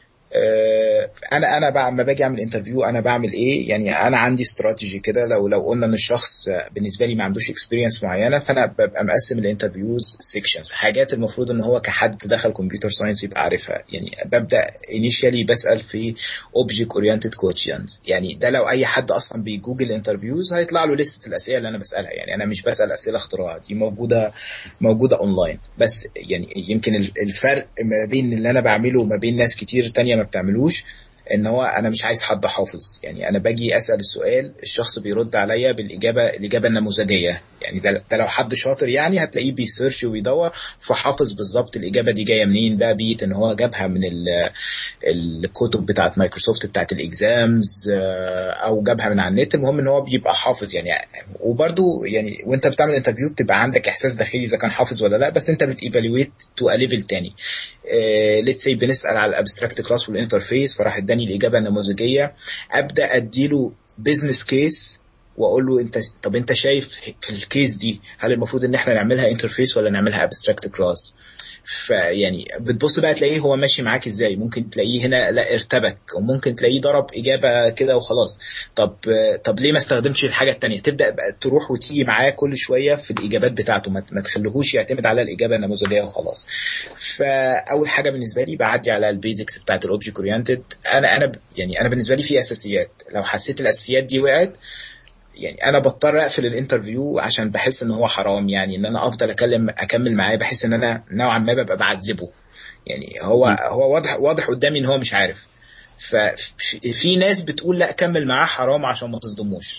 انا انا بقى لما باجي اعمل انترفيو انا بعمل ايه, يعني انا عندي استراتيجي كده. لو لو قلنا ان الشخص بالنسبه لي ما عندوش اكسبيرينس معينه, فانا ببقى مقسم الانترفيوز سيكشنز, حاجات المفروض ان هو كحد دخل كمبيوتر ساينس يبقى عارفها. يعني ببدا انيشيالي بسال في اوبجكت اورينتد كويشنز, يعني ده لو اي حد اصلا بيجوجل انترفيوز هيطلع له لسته الاسئله اللي انا بسالها. يعني انا مش بسال اسئله اختراع, دي موجوده موجوده اونلاين. بس يعني يمكن الفرق ما بين اللي انا بعمله وما بين ناس كتير تانية ما بتعملوش ان هو انا مش عايز حد حافظ. يعني انا باجي اسال السؤال, الشخص بيرد عليا بالاجابه الاجابه النموذجيه. يعني ده, ده لو حد شاطر يعني هتلاقيه بيسيرش ويدور فحافظ بالظبط الاجابه دي جايه منين بقى, بيت ان هو جابها من الكتب بتاعه مايكروسوفت بتاعه الاكزامز او جابها من على النت. المهم ان هو بيبقى حافظ يعني. وبرده يعني وانت بتعمل انترفيو بتبقى عندك احساس داخلي اذا كان حافظ ولا لا, بس انت بتيفالويت تو ا ليفل تاني. ليتس سي بنسال على الابستراكت كلاس والانترفيس, فراح اداني الاجابه النموذجيه. ابدا اديله بزنس كيس واقول له انت طب انت شايف في الكيس دي هل المفروض ان احنا نعملها انترفيس ولا نعملها ابستراكت كلاس. فيعني بتبص بقى تلاقيه هو ماشي معاك ازاي. ممكن تلاقيه هنا لا ارتبك, وممكن تلاقيه ضرب اجابه كده وخلاص. طب طب ليه ما استخدمش الحاجه الثانيه. تبدا بقى تروح وتيجي معاه كل شويه في الاجابات بتاعته, ما تخليهوش يعتمد على الاجابه النموذجيه وخلاص. فاول حاجه بالنسبه لي بعدي على البيزكس بتاعت الاوبجكت اورينتد. انا انا يعني انا بالنسبه لي في اساسيات, لو حسيت الاساسيات دي وقعت يعني انا بضطر اقفل الانترفيو عشان بحس ان هو حرام. يعني ان انا افضل اكلم اكمل معاه, بحس ان انا نوعا ما ببقى بعذبه. يعني هو هو واضح واضح قدامي ان هو مش عارف. ففي ناس بتقول لا كمل معاه حرام عشان ما تصدموش.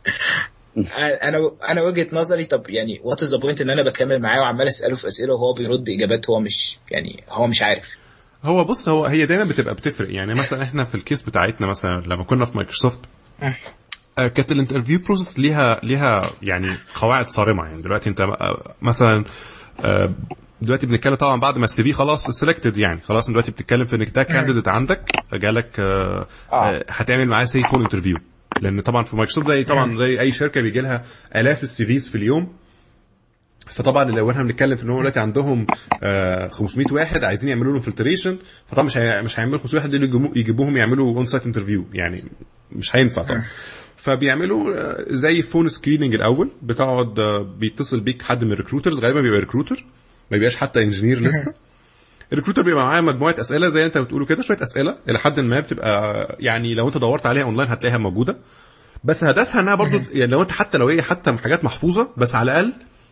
انا انا وجهة نظري طب يعني وات از ذا بوينت ان انا بكمل معاه وعمال اساله في اسئله وهو بيرد اجابات هو مش يعني هو مش عارف. هو بص, هو هي دايما بتبقى بتفرق. يعني مثلا احنا في الكيس بتاعتنا مثلا لما كنا في مايكروسوفت كانت الانترفيو بروسس ليها ليها يعني قواعد صارمه. يعني دلوقتي انت مثلا دلوقتي بنتكلم طبعا بعد ما السي في خلاص سيلكتد, يعني خلاص دلوقتي بتتكلم في انك ده كانديديت عندك جالك هتعمل معاه سي فون انترفيو. لان طبعا في مايكروسوفت زي طبعا زي اي شركه بيجي لها الاف السي فيز في اليوم. فطبعا لو احنا بنتكلم في ان هو دلوقتي عندهم خمسمية واحد عايزين يعملوا لهم فلتريشن, فطبعا مش مش هيعملوا خمسمية واحد دول يجيبوهم يعملوا اون سايت انترفيو, يعني مش هينفع طبعا. فبيعملوا زي فون سكريننج الاول, بتقعد بيتصل بيك حد من الريكروترز, غالبا بيبقى ريكروتر ما بيبقاش حتى انجينير لسه. الريكروتر بيبقى معاه مجموعه اسئله زي انت بتقولوا كده, شويه اسئله الى حد ما بتبقى يعني لو انت دورت عليها اونلاين هتلاقيها موجوده, بس هدفها انها برضو يعني لو انت حتى لو هي حتى حاجات محفوظه بس على الاقل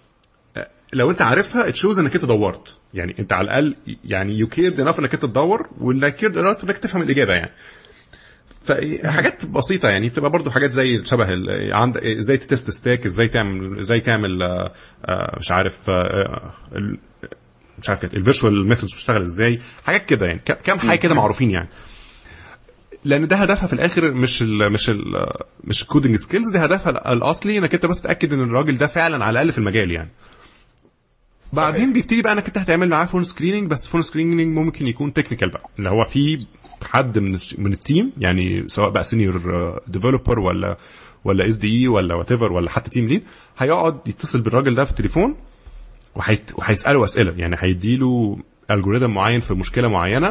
لو انت عارفها تشوز انك انت دورت. يعني انت على الاقل يعني يو كيرد انف انك انت تدور, ولا كيرد انف انك تفهم الاجابه. يعني فحاجات بسيطه يعني بتبقى برضو حاجات زي شبه عند ازاي تست ستاك, ازاي تعمل ازاي تعمل مش عارف مش عارف كده الفيرتشوال ميثودز بتشتغل ازاي, حاجات كده يعني كام حاجه كده معروفين. يعني لان ده هدفها في الاخر مش ال مش ال مش الكودينج سكيلز، ده هدفها الاصلي انك انت بس تاكد ان الراجل ده فعلا على الاقل في المجال يعني. بعدين بيبتدي بقى انك انت هتعمل معاه فون سكريننج، بس فون سكريننج ممكن يكون تكنيكال بقى، اللي هو في حد من من التيم يعني سواء بقى سينيور ديفلوبر ولا ولا اس دي اي ولا وات ايفر ولا حتى تيم ليد، هيقعد يتصل بالراجل ده في التليفون وهيت... وهيساله اسئله، يعني هيديله الجوريثم معين في مشكله معينه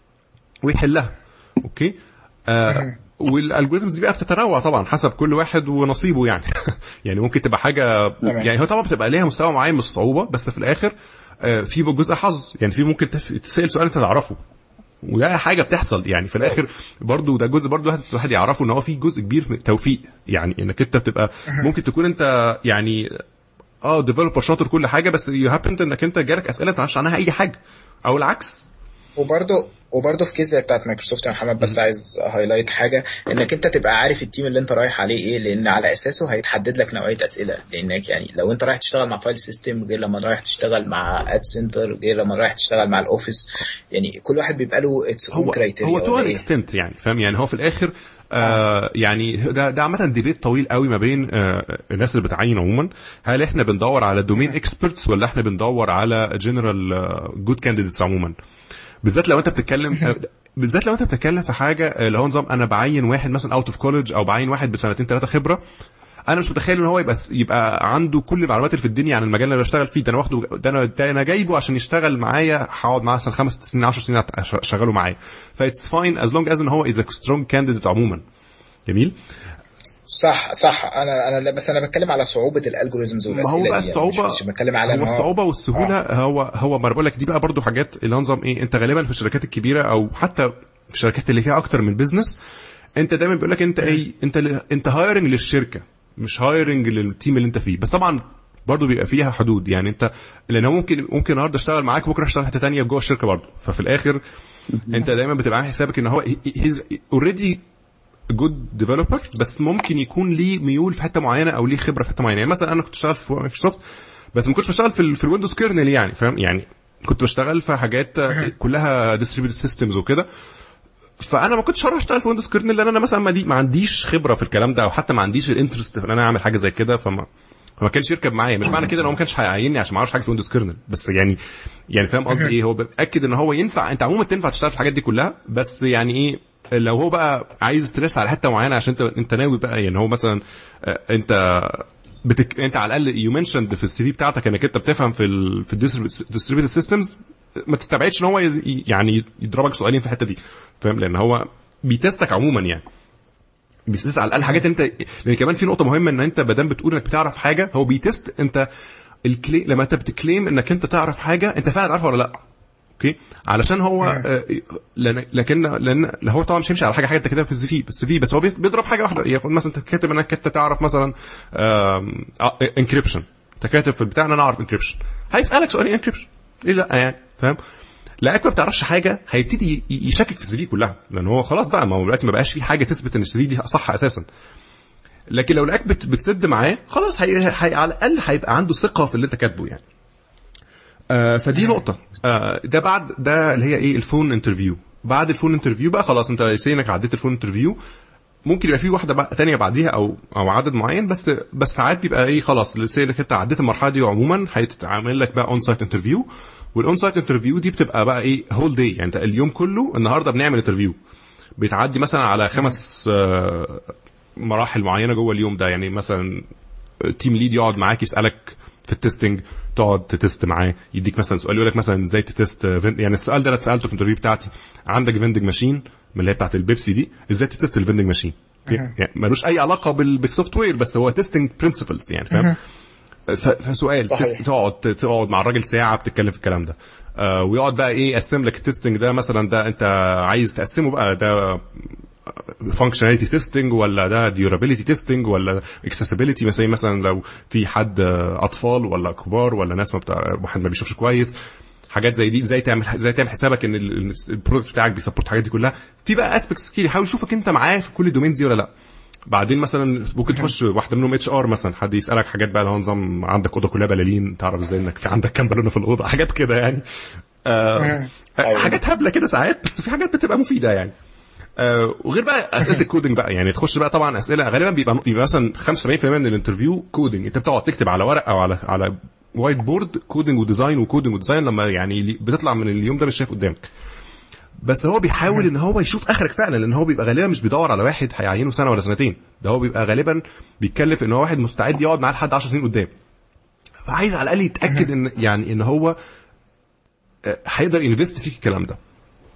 ويحلها. اوكي آه والالجوريثمز دي بقى بتتنوع طبعا حسب كل واحد ونصيبه يعني. يعني ممكن تبقى حاجه يعني هو طبعا بتبقى ليها مستوى معين من الصعوبه، بس في الاخر آه في جزء حظ، يعني في ممكن تسال سؤال انت تعرفه وده حاجه بتحصل يعني في الاخر برضو، ده جزء برضو واحد يعرفه ان هو في جزء كبير من التوفيق، يعني انك انت بتبقى ممكن تكون انت يعني اه ديفلوبر شاطر كل حاجه، بس يو هابند انك انت جالك اسئله ما تعرفش عنها اي حاجه او العكس. وبرضه وبرضه في كيس بتاعت مايكروسوفت يا محمد، بس عايز هايلايت حاجه، انك انت تبقى عارف التيم اللي انت رايح عليه ايه، لان على اساسه هيتحدد لك نوعيه اسئله. لانك يعني لو انت رايح تشتغل مع فايل سيستم غير لما رايح تشتغل مع اد سنتر غير لما رايح تشتغل مع الاوفيس، يعني كل واحد بيبقى له اتس اون كرايتيريا. هو تو اكستنت يعني فاهم، يعني هو في الاخر آه يعني ده ده عامه ديبيت طويل قوي ما بين آه الناس اللي بتعين عموما، هل احنا بندور على دومين اكسبرتس ولا احنا بندور على جنرال جود كانديديتس عموما، بالذات لو انت بتتكلم بالذات لو انت بتتكلم في حاجه اللي هو نظام انا بعين واحد مثلا اوت اوف كوليدج او بعين واحد بسنتين ثلاثه خبره، انا مش متخيل ان هو يبقى يبقى عنده كل المعلومات اللي في الدنيا عن المجال اللي بشتغل فيه. ده انا واخده، ده انا ده انا جايبه عشان يشتغل معايا، هقعد معاه مثلا خمس سنين عشر سنين اشغله معايا، فايتس فاين از لونج از ان هو از ا سترونج كانديديت عموما. جميل صح صح. انا انا بس انا بتكلم على صعوبه الالجوريزمز والاسئله دي، هو الصعوبه مش بتكلم على هو الصعوبه والسهوله. آه. هو هو ما بقول لك دي بقى برضو حاجات اللي نظام ايه، انت غالبا في الشركات الكبيره او حتى في الشركات اللي فيها اكتر من بيزنس، انت دايما بيقول لك انت ايه، انت انت هايرنج للشركه مش هايرنج للتيم اللي انت فيه. بس طبعا برضو بيبقى فيها حدود، يعني انت لانه ممكن ممكن النهارده اشتغل معاك بكره اشتغل حته ثانيه جوه الشركه برضو، ففي الاخر انت دايما بتبقى عامل حسابك ان هو هيز اوريدي جود ديفلوبر، بس ممكن يكون ليه ميول في حته معينه او ليه خبره في حته معينه. يعني مثلا انا كنت اشتغل في مايكروسوفت بس ما كنتش بشتغل في في الويندوز كيرنل يعني فاهم، يعني كنت بشتغل في حاجات كلها ديستريبيوتد سيستمز وكده، فانا ما كنتش هروح اشتغل في ويندوز كيرنل لان انا مثلا ما, ما عنديش خبره في الكلام ده، او حتى ما عنديش الانترست في ان انا اعمل حاجه زي كده، فما فما كانش يركب معايا. مش معنى كده ان هو ما كانش هيعيني عشان ما اعرفش حاجه في ويندوز كيرنل، بس يعني يعني فاهم قصدي ايه، هو بياكد ان هو ينفع، انت عموما تنفع تشتغل في الحاجات دي كلها، بس يعني ايه لو هو بقى عايز ستريس على حته معينه عشان انت انت ناوي بقى، يعني هو مثلا انت بتك... انت على الاقل يو منشند في السي في بتاعتك انك انت بتفهم في ال... في الديستريبيوتد سيستمز، ما تستبعدش ان هو ي... يعني يضربك سؤالين في الحته دي فاهم، لان هو بيتستك عموما، يعني بيتست على الاقل حاجات انت. لان كمان في نقطه مهمه ان انت بدل بتقول انك بتعرف حاجه، هو بيتست انت الكلي... لما انت بتكليم انك انت تعرف حاجه انت فعلا عارفها ولا لا. اوكي علشان هو آه لكن لان هو طبعا مش هيمشي على حاجه حاجه انت كده في السي في بس في بس هو بيضرب حاجه واحده، ياخد مثلا انت كاتب انك انت تعرف مثلا انكريبشن، انت كاتب في البتاع ان انا اعرف انكريبشن، هيسالك سؤال انكريبشن ايه لا يعني فاهم، لانك ما بتعرفش حاجه هيبتدي يشكك في السي في كلها، لان هو خلاص بقى ما هو دلوقتي ما بقاش في حاجه تثبت ان السي في دي صح اساسا. لكن لو لقاك بتسد معاه خلاص هي... هي... على الاقل هيبقى عنده ثقه في اللي انت كاتبه يعني. آه فدي نقطه. آه ده بعد ده اللي هي ايه الفون انترفيو. بعد الفون انترفيو بقى خلاص انت سينك عديت الفون انترفيو، ممكن يبقى في واحده بقى تانية بعديها او او عدد معين، بس بس ساعات بيبقى ايه خلاص سينك انت عديت المرحله دي، وعموما هيتعمل لك بقى اون سايت انترفيو. والاون سايت انترفيو دي بتبقى بقى ايه هول داي، يعني انت اليوم كله النهارده بنعمل انترفيو، بيتعدي مثلا على خمس آه مراحل معينه جوه اليوم ده. يعني مثلا تيم ليد يقعد معاك يسالك في التستنج، تقعد تتست معاه، يديك مثلا سؤال يقول لك مثلا ازاي تتست، يعني السؤال ده انا اتسالته في الانترفيو بتاعتي، عندك فيندنج ماشين من اللي هي بتاعه البيبسي دي، ازاي تتست الفيندنج ماشين، يعني ملوش اي علاقه بالسوفت وير بس هو تيستنج برينسيبلز يعني فاهم. فسؤال تقعد تقعد مع الراجل ساعه بتتكلم في الكلام ده، آه ويقعد بقى ايه يقسم لك التستنج ده، مثلا ده انت عايز تقسمه بقى ده functionality testing ولا ده durability testing ولا accessibility، مثلا مثلا لو في حد اطفال ولا كبار ولا ناس ما بتاع واحد ما بيشوفش كويس، حاجات زي دي ازاي تعمل ازاي تعمل حسابك ان البرودكت بتاعك بيسبورت الحاجات دي كلها. في بقى اسبكتس كتير يحاول يشوفك انت معاه في كل الدومينز دي ولا لا. بعدين مثلا ممكن تخش واحده منهم اتش ار مثلا، حد يسالك حاجات بقى لو نظام عندك اوضه كلها بلالين، تعرف ازاي انك في عندك كام بالونه في الاوضه، حاجات كده يعني. آه حاجات هبله كده ساعات، بس في حاجات بتبقى مفيده يعني. آه وغير بقى اسئله الكودينج بقى، يعني تخش بقى طبعا اسئله غالبا بيبقى بيبقى مثلا خمسة وسبعين بالمية من الانترفيو كودينج، انت بتقعد تكتب على ورق او على على وايت بورد كودينج وديزاين وكودينج وديزاين، لما يعني بتطلع من اليوم ده مش شايف قدامك. بس هو بيحاول ان هو يشوف اخرك فعلا، لان هو بيبقى غالبا مش بيدور على واحد هيعينه سنه ولا سنتين، ده هو بيبقى غالبا بيتكلف ان هو واحد مستعد يقعد معاه لحد عشر سنين قدام. فعايز على الاقل يتاكد ان يعني ان هو هيقدر ينفست فيك الكلام ده.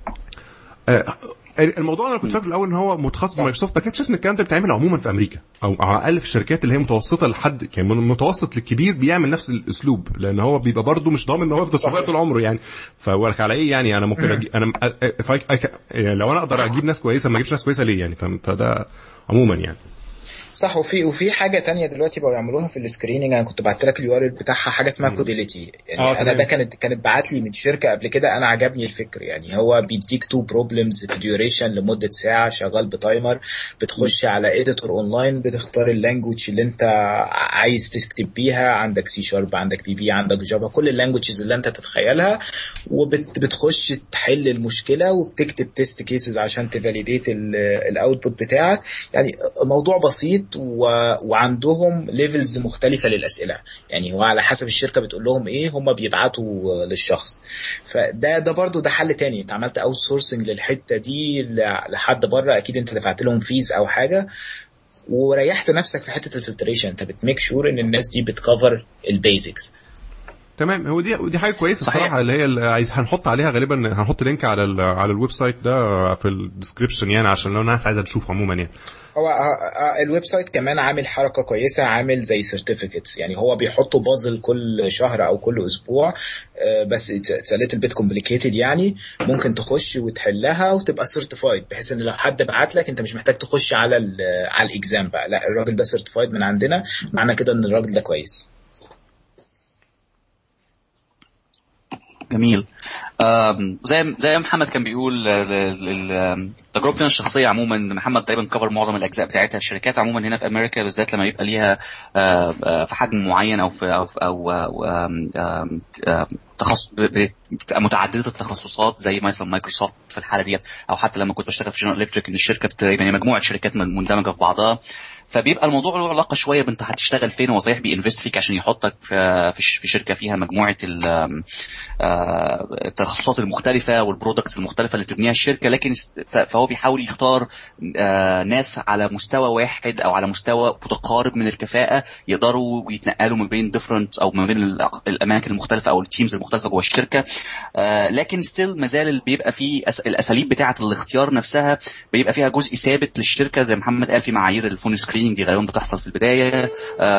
الموضوع انا كنت فاكر الاول ان هو متخصص في مايكروسوفت، ما كنتش ان الكلام ده بيتعمل عموما في امريكا او على الاقل في الشركات اللي هي متوسطه لحد يعني من المتوسط للكبير بيعمل نفس الاسلوب، لان هو بيبقى برضه مش ضامن ان هو يفضل صغير طول عمره يعني. فورك على ايه يعني انا ممكن أجي انا يعني لو انا اقدر اجيب ناس كويسه ما اجيبش ناس كويسه ليه يعني، فده عموما يعني صح. وفي وفي حاجه تانية دلوقتي بقوا يعملوها في السكريننج، انا كنت بعت لك اليو ار ال بتاعها، حاجه اسمها كوديليتي يعني. آه انا ده كانت كانت بعت لي من شركه قبل كده، انا عجبني الفكر يعني. هو بيديك تو بروبلمز في ديوريشن لمده ساعه شغال بتايمر، بتخش على اديتور اونلاين، بتختار اللانجويج اللي انت عايز تكتب بيها، عندك سي شارب، عندك بي بي، عندك جافا، كل اللانجويجز اللي انت تتخيلها، وبتخش تحل المشكله وبتكتب تيست كيسز عشان تفاليديت الاوتبوت بتاعك. يعني موضوع بسيط و... وعندهم ليفلز مختلفة للأسئلة، يعني هو على حسب الشركة بتقول لهم ايه هم بيبعتوا للشخص. فده ده برضو ده حل تاني، انت عملت اوت سورسنج للحتة دي لحد بره، اكيد انت دفعت لهم فيز او حاجة وريحت نفسك في حتة الفلتريشن، انت بتميك شور ان الناس دي بتكفر البيزكس. تمام. هو دي ودي حاجه كويسه الصراحه، اللي هي اللي عايز هنحط عليها غالبا هنحط لينك على ال على الويب سايت ده في الديسكريبشن يعني، عشان لو الناس عايزه تشوف عموما يعني. هو الويب سايت كمان عامل حركه كويسه، عامل زي سيرتيفيكتس، يعني هو بيحطوا بازل كل شهر او كل اسبوع، بس اتس ا ليتل بيت كومبليكيتد يعني، ممكن تخش وتحلها وتبقى سيرتيفايد، بحيث ان لو حد بعت لك انت مش محتاج تخش على على الاكزام بقى، لا الراجل ده سيرتيفايد من عندنا، معنى كده ان الراجل ده كويس. جميل. زي زي محمد كان بيقول تجربتنا الشخصيه عموما، محمد تقريبا كفر معظم الاجزاء بتاعتها. الشركات عموما هنا في امريكا بالذات لما يبقى ليها في حجم معين او في او او, أو تخصص بتبقى متعدده التخصصات زي مثلا مايكروسوفت في الحاله ديت، او حتى لما كنت بشتغل في جنرال الكتريك ان الشركه بتبقى يعني مجموعه شركات مندمجه في بعضها، فبيبقى الموضوع له علاقه شويه بانت هتشتغل فين. هو صحيح بينفست فيك عشان يحطك في في شركه فيها مجموعه التخصصات المختلفه والبرودكتس المختلفه اللي بتبنيها الشركه، لكن فهو بيحاول يختار ناس على مستوى واحد او على مستوى متقارب من الكفاءه، يقدروا يتنقلوا ما بين ديفرنت او ما بين الاماكن المختلفه او التيمز المختلفه جوه الشركه. لكن ستيل مازال بيبقى فيه الاساليب بتاعه الاختيار نفسها بيبقى فيها جزء ثابت للشركه، زي محمد قال في معايير الفون سكريننج دي غالبا بتحصل في البدايه،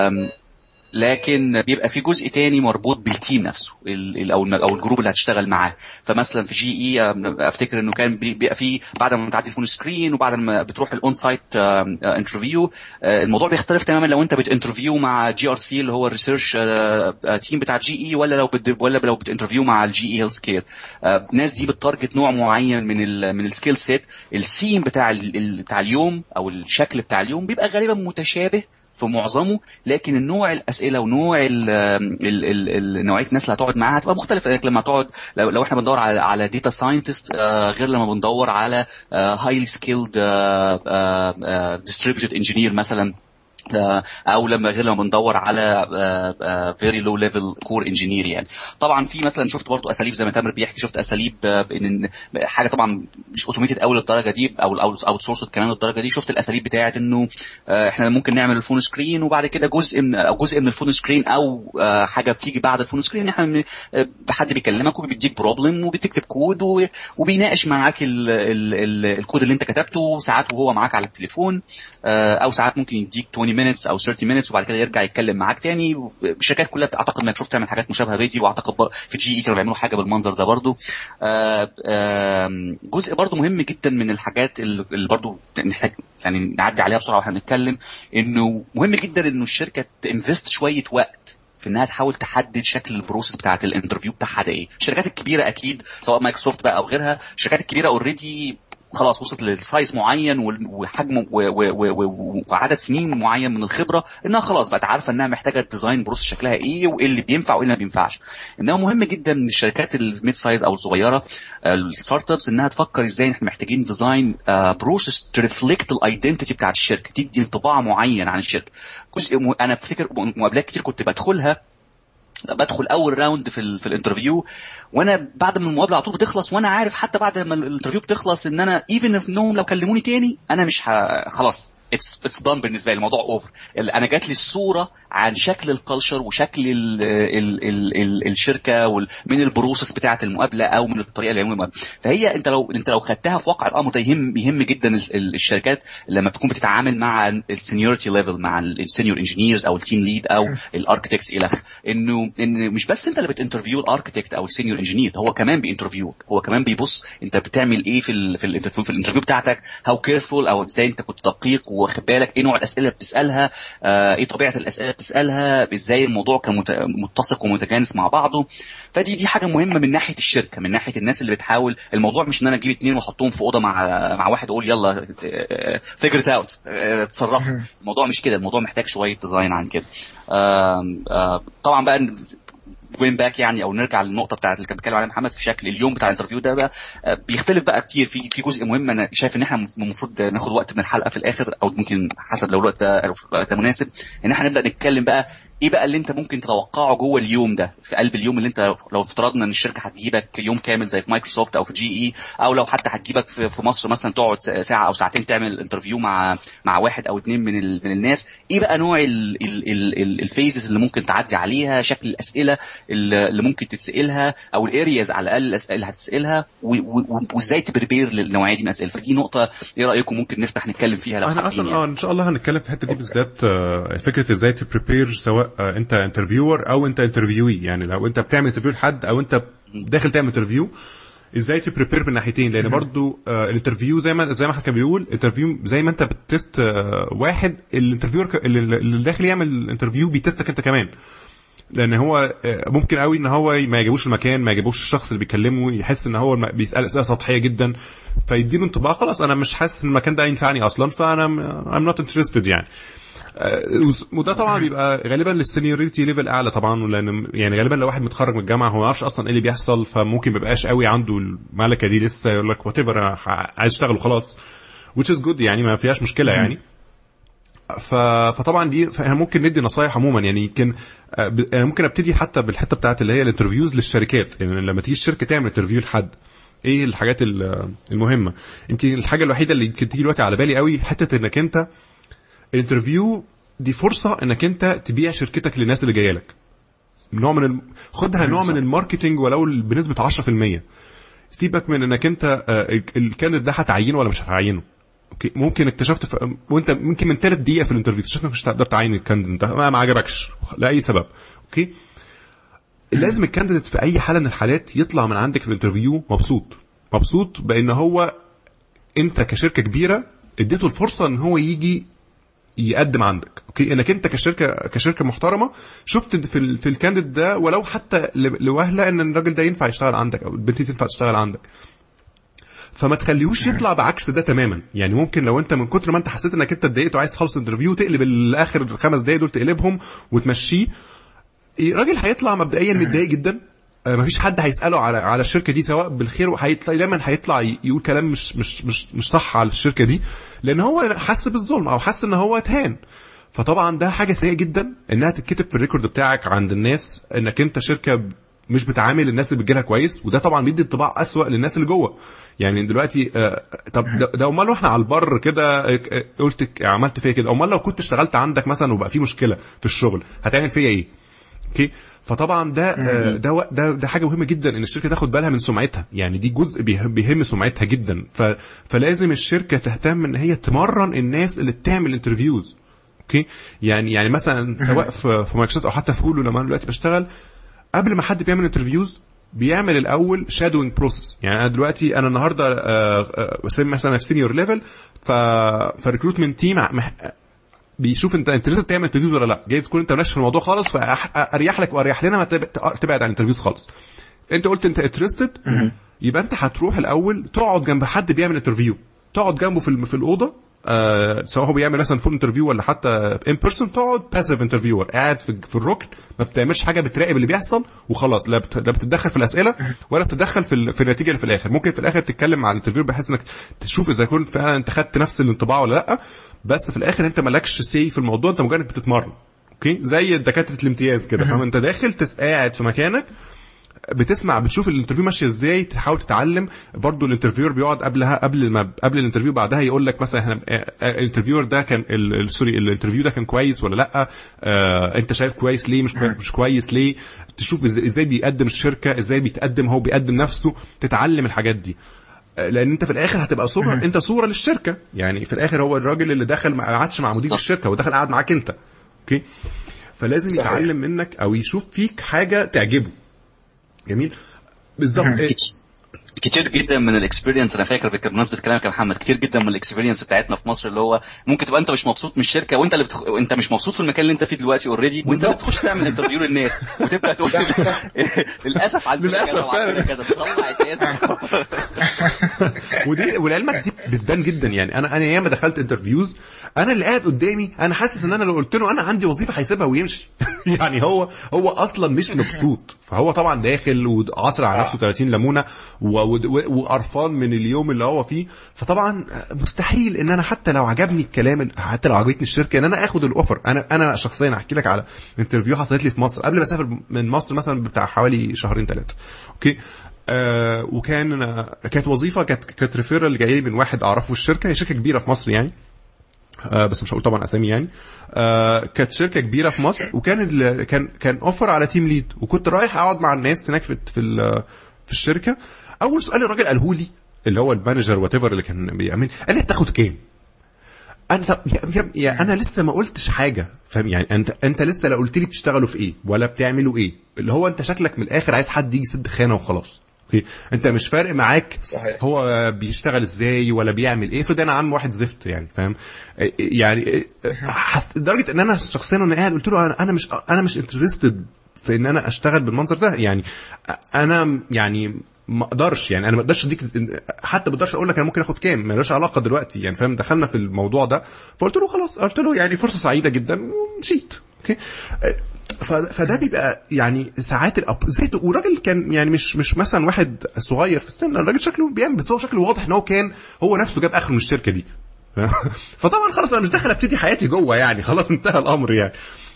لكن بيبقى في جزء تاني مربوط بالتيم نفسه او او الجروب اللي هتشتغل معاه. فمثلا في جي اي افتكر انه كان بيبقى في بعد ما بتعدي الفون سكرين وبعد ما بتروح الاون سايت انترفيو، الموضوع بيختلف تماما لو انت بتانترفيو مع جي ار سي اللي هو الريسيرش تيم بتاع جي اي، ولا لو بت ولا لو بتانترفيو مع الجي اي هيلث كير. الناس دي بتارجت نوع معين من ال من السكيل سيت. السيم بتاع بتاع اليوم او الشكل بتاع اليوم بيبقى غالبا متشابه في معظمه، لكن النوع الاسئله ونوع ال ال ال نوعيه الناس اللي هتقعد معاها هتبقى مختلفه. يعني لما تقعد لو, لو احنا بندور على على داتا ساينتست غير لما بندور على هايلي سكيلد ديستريبيوتد انجينير مثلا، او لما غير لما بندور على فيري لو ليفل كور انجينير. يعني طبعا في مثلا شفت برضو اساليب زي ما تامر بيحكي، شفت اساليب ان حاجه طبعا مش اوتوميتد قوي للدرجه دي او اوت سورس كمان للدرجه دي. شفت الاساليب بتاعه انه احنا ممكن نعمل الفون سكرين وبعد كده جزء من او جزء من الفون سكرين او حاجه بتيجي بعد الفون سكرين، احنا حد بيكلمك وبيديك بروبلم وبتكتب كود وبيناقش معاك ال ال ال الكود اللي انت كتبته، ساعات وهو معاك على التليفون، او ساعات ممكن يديك عشرين minutes او ثلاثين minutes وبعد كده يرجع يتكلم معاك تاني. الشركات كلها اعتقد انك شفت تعمل حاجات مشابهه فيديو، واعتقد في جي اي كانوا بيعملوا حاجه بالمنظر ده برضو. جزء برضو مهم جدا من الحاجات اللي برضو نحتاج يعني نعدي عليها بسرعه واحنا بنتكلم، انه مهم جدا انه الشركه تنفست شويه وقت في انها تحاول تحدد شكل البروسيس بتاعه الانترفيو بتاعها ده ايه. الشركات الكبيره اكيد سواء مايكروسوفت بقى او غيرها، الشركات الكبيره اوريدي خلاص وصلت للسايز معين وحجم وعدد سنين معين من الخبره انها خلاص بقت عارفه انها محتاجه ديزاين بروسس شكلها ايه وايه اللي بينفع وايه اللي ما بينفعش. انما مهم جدا من الشركات الميد سايز او الصغيره الستارت ابس انها تفكر ازاي احنا محتاجين ديزاين بروسس ترفلكت الايدنتيتي بتاعت الشركه، تدي انطباع معين عن الشركه. انا بفتكر مقابلات كتير كنت بدخلها، بدخل اول راوند في ال في الانترفيو وانا بعد ما المقابله على طول بتخلص وانا عارف حتى بعد ما الانترفيو بتخلص ان انا ايفن اف انهم لو كلموني تاني انا مش ه... خلاص اتس اتس دون بالنسبه لي، الموضوع اوفر. انا جات لي الصوره عن شكل الكالتشر وشكل ال ال ال ال الشركه من البروسس بتاعه المقابله او من الطريقه اللي المقابله. فهي انت لو انت لو خدتها في واقع الامر ده يهم يهم جدا الشركات لما بتكون بتتعامل مع السينيورتي ليفل مع السينيور انجينيرز او التيم ليد او الاركتكتس الى اخره، انه ان مش بس انت اللي بتانترفيو الاركتكت او السينيور انجينير، هو كمان بينترفيوك، هو كمان بيبص انت بتعمل ايه في ال في الانترفيو في الانترفيو بتاعتك، هاو كيرفول او ازاي انت كنت دقيق واخد بالك ايه نوع الاسئله اللي بتسالها، آه ايه طبيعه الاسئله اللي بتسالها، ازاي الموضوع كان متسق ومتجانس مع بعضه. فدي دي حاجه مهمه من ناحيه الشركه، من ناحيه الناس اللي بتحاول. الموضوع مش ان انا اجيب اتنين واحطهم في اوضه مع مع واحد اقول يلا فيجر ات اوت اتصرفوا. الموضوع مش كده، الموضوع محتاج شويه ديزاين عن كده. آه آه طبعا بقى وين باك يعني او نرجع للنقطه بتاعه اللي كان بيتكلم عليها محمد في شكل اليوم بتاع الانترفيو ده بقى بيختلف بقى كتير. في في جزء مهم انا شايف ان احنا المفروض ناخد وقت من الحلقه في الاخر او ممكن حسب لو الوقت ده الوقت مناسب ان احنا نبدا نتكلم بقى ايه بقى اللي انت ممكن تتوقعه جوه اليوم ده في قلب اليوم اللي انت لو افترضنا ان الشركه هتجيبك يوم كامل زي في مايكروسوفت او في جي اي، او لو حتى هتجيبك في, في مصر مثلا تقعد ساعه او ساعتين تعمل انترفيو مع مع واحد او اتنين من ال من الناس، ايه بقى نوع الفيزز اللي ممكن تعدي عليها، شكل الاسئله اللي ممكن تتسالها او الارياز على الاقل الاسئله اللي هتسالها، وازاي تبريبير للنوعيه دي من الاسئله. فدي نقطه ايه رايكم ممكن نفتح نتكلم فيها لو انا اصلا يعني. اه ان شاء الله هنتكلم في الحته دي بالذات، فكره ازاي تبريبير سواء انت انترفيور او انت انترفيوي. يعني لو انت بتعمل انترفيو لحد او انت داخل تعمل انترفيو ازاي تبريبير من ناحيتين، لان برضو الانترفيو زي ما زي ما حكى بيقول انترفيو زي ما انت بتست واحد، الانترفيور اللي داخل يعمل انترفيو بيتستك انت كمان، لان هو ممكن قوي ان هو ما يجيبوش المكان، ما يجيبوش الشخص اللي بيكلمه، يحس ان هو بيسال اسئله سطحيه جدا فيديله انطباع خلاص انا مش حاسس ان المكان ده ينفعني اصلا فانا I'm not interested يعني. وده طبعا بيبقى غالبا للسينيوريتي ليفل اعلى طبعا، لان يعني غالبا لو واحد متخرج من الجامعه هو ما يعرفش اصلا ايه اللي بيحصل، فممكن ما يبقاش قوي عنده الملكه دي لسه، يقول لك وات ايفر عايز اشتغل وخلاص which is good يعني ما فيهاش مشكله يعني. ف... فطبعا دي ممكن ندي نصايح عموما يعني. يمكن ممكن ابتدي حتى بالحته بتاعت اللي هي الانترفيوز للشركات، يعني لما تيجي الشركه تعمل انترفيو لحد ايه الحاجات المهمه. يمكن الحاجه الوحيده اللي يمكن تيجي دلوقتي على بالي قوي حته انك انت الانترفيو دي فرصه انك انت تبيع شركتك للناس اللي جايه لك، نوع من ال... خدها نوع من الماركتينج ولو بنسبه عشرة في المية. سيبك من انك انت الكانديديت ده هتعينه ولا مش هتعينه. اوكي ممكن اكتشفت ف... وانت ممكن من ثلاث دقيقه في الانترفيو اكتشفت انك مش هتقدر تعين الكانديديت ده، ما, ما عجبكش لاي سبب. اوكي لازم الكانديديت في اي حاله من الحالات يطلع من عندك في الانترفيو مبسوط مبسوط بان هو انت كشركه كبيره اديته الفرصه ان هو يجي يقدم عندك. اوكي انك انت كشركه كشركه محترمه شفت في ال... في الكانديديت ده ولو حتى لوهله ان الراجل ده ينفع يشتغل عندك او البنت دي تنفع تشتغل عندك، فما تخليهوش يطلع بعكس ده تماما. يعني ممكن لو انت من كتر ما انت حسيت انك انت اتضايقت وعايز تخلص الانترفيو تقلب الاخر الخمس دقايق دول تقلبهم وتمشيه، الراجل هيطلع مبدئيا متضايق جدا، مفيش حد هيساله على على الشركه دي سواء بالخير، وهيطلع دايما هيطلع يقول كلام مش مش مش مش صح على الشركه دي لان هو حس بالظلم او حس ان هو اتهان. فطبعا ده حاجه سيئه جدا انها تتكتب في الريكورد بتاعك عند الناس انك انت شركه مش بتعامل الناس اللي بتجيلها كويس، وده طبعا بيدي انطباع اسوأ للناس اللي جوه. يعني دلوقتي آه طب ده امال لو احنا على البر كده قلت عملت فيا كده، امال لو كنت اشتغلت عندك مثلا وبقى في مشكله في الشغل هتعمل فيا ايه؟ اوكي فطبعا ده آه ده ده ده حاجه مهمه جدا ان الشركه تاخد بالها من سمعتها، يعني دي جزء بيهم سمعتها جدا. فلازم الشركه تهتم ان هي تمرن الناس اللي بتعمل انترفيوز. اوكي يعني يعني مثلا سواء في في مايكروسوفت او حتى في هولو لما انا دلوقتي بشتغل، قبل ما حد بيعمل انترفيوز بيعمل الاول شادوينج بروسس. يعني انا دلوقتي انا النهارده بسمي مثلا في سينيور ليفل، ف فريكروتمنت تيم بيشوف انت انترست تعمل انترفيوز ولا لا، جاي تكون انت مالكش في الموضوع خالص، فاريح لك واريح لنا ما تبعد عن الانترفيوز خالص. انت قلت انت انترستد، يبقى انت هتروح الاول تقعد جنب حد بيعمل انترفيو، تقعد جنبه في في الاوضه، آه سواء هو بيعمل مثلا فول انترفيو ولا حتى ان بيرسون، تقعد باسيف انترفيور قاعد في, في الركن ما بتعملش حاجه، بتراقب اللي بيحصل وخلاص. لا, بت... لا بتتدخل في الاسئله ولا بتتدخل في, ال... في النتيجه اللي في الاخر. ممكن في الاخر تتكلم مع الانترفيور بحيث انك تشوف اذا كنت فعلا انت خدت نفس الانطباع ولا لا، بس في الاخر انت مالكش سي في الموضوع، انت مجرد بتتمرن. اوكي زي دكاتره الامتياز كده، فاهم؟ انت داخل تقعد في مكانك بتسمع بتشوف الانترفيو ماشي ازاي، تحاول تتعلم. برضو الانترفيور بيقعد قبلها قبل ما قبل الانترفيو بعدها يقول لك مثلا احنا الانترفيور ده كان سوري الانترفيو ده كان كويس ولا لا، اه انت شايف كويس ليه، مش مش كويس ليه، تشوف ازاي بيقدم الشركه، ازاي بيتقدم هو بيقدم نفسه، تتعلم الحاجات دي. لان انت في الاخر هتبقى صوره، انت صوره للشركه يعني. في الاخر هو الراجل اللي دخل ما قعدش مع مدير الشركه، ودخل قعد معاك انت. اوكي فلازم صحيح. يتعلم منك او يشوف فيك حاجه تعجبه. جميل بالظبط. كتير جدا من الاكسبيرينس، انا فاكر بالمناسبه كلامك يا محمد، كتير جدا من الاكسبيرينس بتاعتنا في مصر اللي هو ممكن تبقى انت مش مبسوط من الشركه، وانت اللي بتخ... انت مش مبسوط في المكان اللي انت فيه دلوقتي اوريدي، وانت اللي بتخش تعمل انترفيو للناس وتبدا تقول للاسف على للاسف كذا تطلع ودي ولعلمك دي بتبان جدا يعني. انا انا ياما دخلت انترفيوز، انا اللي قاعد قدامي انا حاسس ان انا لو قلت له انا عندي وظيفه هيسيبها ويمشي يعني هو هو اصلا مش مبسوط، فهو طبعا داخل وعصر على نفسه ثلاثين ليمونه وقرفان من اليوم اللي هو فيه. فطبعا مستحيل ان انا حتى لو عجبني الكلام، حتى لو عجبتني الشركه، ان انا اخد الاوفر. انا انا شخصيا احكي لك على انترفيو حصلت لي في مصر قبل ما اسافر من مصر مثلا بتاع حوالي شهرين ثلاثه. اوكي آه وكان كانت وظيفه كانت كانت ريفيرال جاي من واحد اعرفه في الشركه، هي شركه كبيره في مصر يعني، آه بس مش هقول طبعا اسامي يعني. آه كانت شركه كبيره في مصر، وكان كان كان اوفر على تيم ليد، وكنت رايح اقعد مع الناس هناك في في, في الشركه. اول سؤال الراجل قاله لي اللي هو المانجر وات ايفر اللي كان بيعمل، قال لي تاخد كام؟ انا يا, يا انا لسه ما قلتش حاجه، فاهم يعني؟ انت انت لسه لا قلت لي بتشتغلوا في ايه ولا بتعملوا ايه، اللي هو انت شكلك من الاخر عايز حد يجي يسد خانه وخلاص. اوكي انت مش فارق معاك صحيح. هو بيشتغل ازاي ولا بيعمل ايه، فده انا عم واحد زفت يعني، فاهم يعني؟ لدرجه ان انا شخصيا وانا قاعد قلت له انا مش انا مش انترستد في ان انا اشتغل بالمنظر ده يعني. انا يعني ما اقدرش يعني، انا ما اقدرش اديك حتى، ما اقدرش اقول لك انا ممكن اخد كام، ما لهاش علاقه دلوقتي يعني، فاهم؟ دخلنا في الموضوع ده فقلت له خلاص، قلت له يعني فرصه سعيده جدا ومشيت. اوكي فده بيبقى يعني ساعات الاب زيت. وراجل كان يعني مش مش مثلا واحد صغير في السن، الراجل شكله بيعمل، بس هو شكله واضح ان هو كان هو نفسه جاب اخر من الشركه دي فطبعا خلاص انا مش داخل ابتدي حياتي جوه يعني، خلاص انتهى الامر يعني.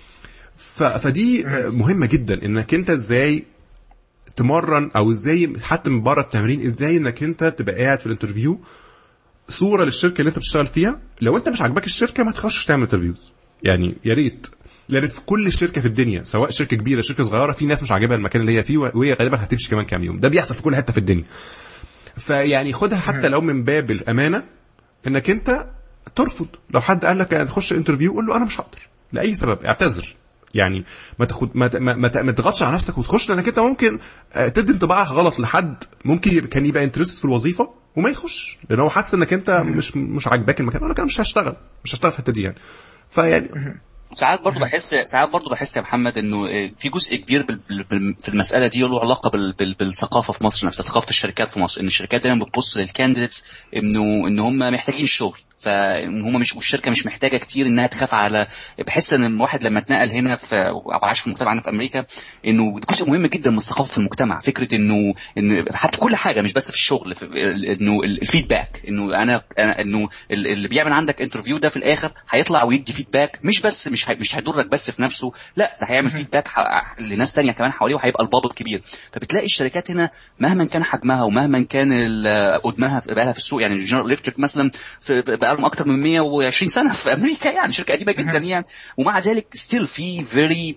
فدي مهمه جدا انك انت ازاي تمرن، او ازاي حتى من بره التمرين ازاي انك انت تبقى قاعد في الانترفيو صوره للشركه اللي انت بتشتغل فيها. لو انت مش عاجباك الشركه ما تخشش تعمل انترفيوز يعني، يا ريت. لان في كل شركه في الدنيا سواء شركه كبيره شركه صغيره في ناس مش عاجبها المكان اللي هي فيه، وهي غالبا هتمشي كمان كام يوم. ده بيحصل في كل حته في الدنيا. فيعني خدها حتى لو من باب الامانه انك انت ترفض. لو حد قال لك تخش انترفيو قول له انا مش هقدر لاي سبب، اعتذر يعني. ما تاخد ما ما, ما تضغطش على نفسك وتخش، لانك انت ممكن تدي انطباع غلط لحد ممكن كان يبقى انترست في الوظيفه وما يخش، لان هو حاسس انك انت مش مش عاجباك المكان، ولا كان مش هشتغل مش هشتغل في الحته دي يعني. فيعني ساعات برضو بحس ساعات برضو بحس يا محمد انه في جزء كبير في المساله دي له علاقه بالثقافه في مصر نفسها، ثقافه الشركات في مصر. ان الشركات دايما بتبص للكانديديتس انه ان هم محتاجين الشغل، فهم مش والشركه مش محتاجه كتير انها تخاف على. بحس ان الواحد لما اتنقل هنا في او عاش في المجتمع هنا في امريكا، انه جزء مهم جدا من ثقافه في المجتمع فكره انه ان حتى كل حاجه مش بس في الشغل، في انه الفيدباك، انه انا انه اللي بيعمل عندك انترفيو ده في الاخر هيطلع ويدي فيدباك، مش بس مش مش هيضرك بس في نفسه، لا ده هيعمل فيدباك لناس تانية كمان حواليه، وهيبقى البابل كبير. فبتلاقي الشركات هنا مهما كان حجمها ومهما كان قدمها بقى في السوق، يعني جنرال الكتريك مثلا بقى لهم اكتر من مية وعشرين سنه في امريكا، يعني شركه قديمه جدا يعني، ومع ذلك ستيل في فيري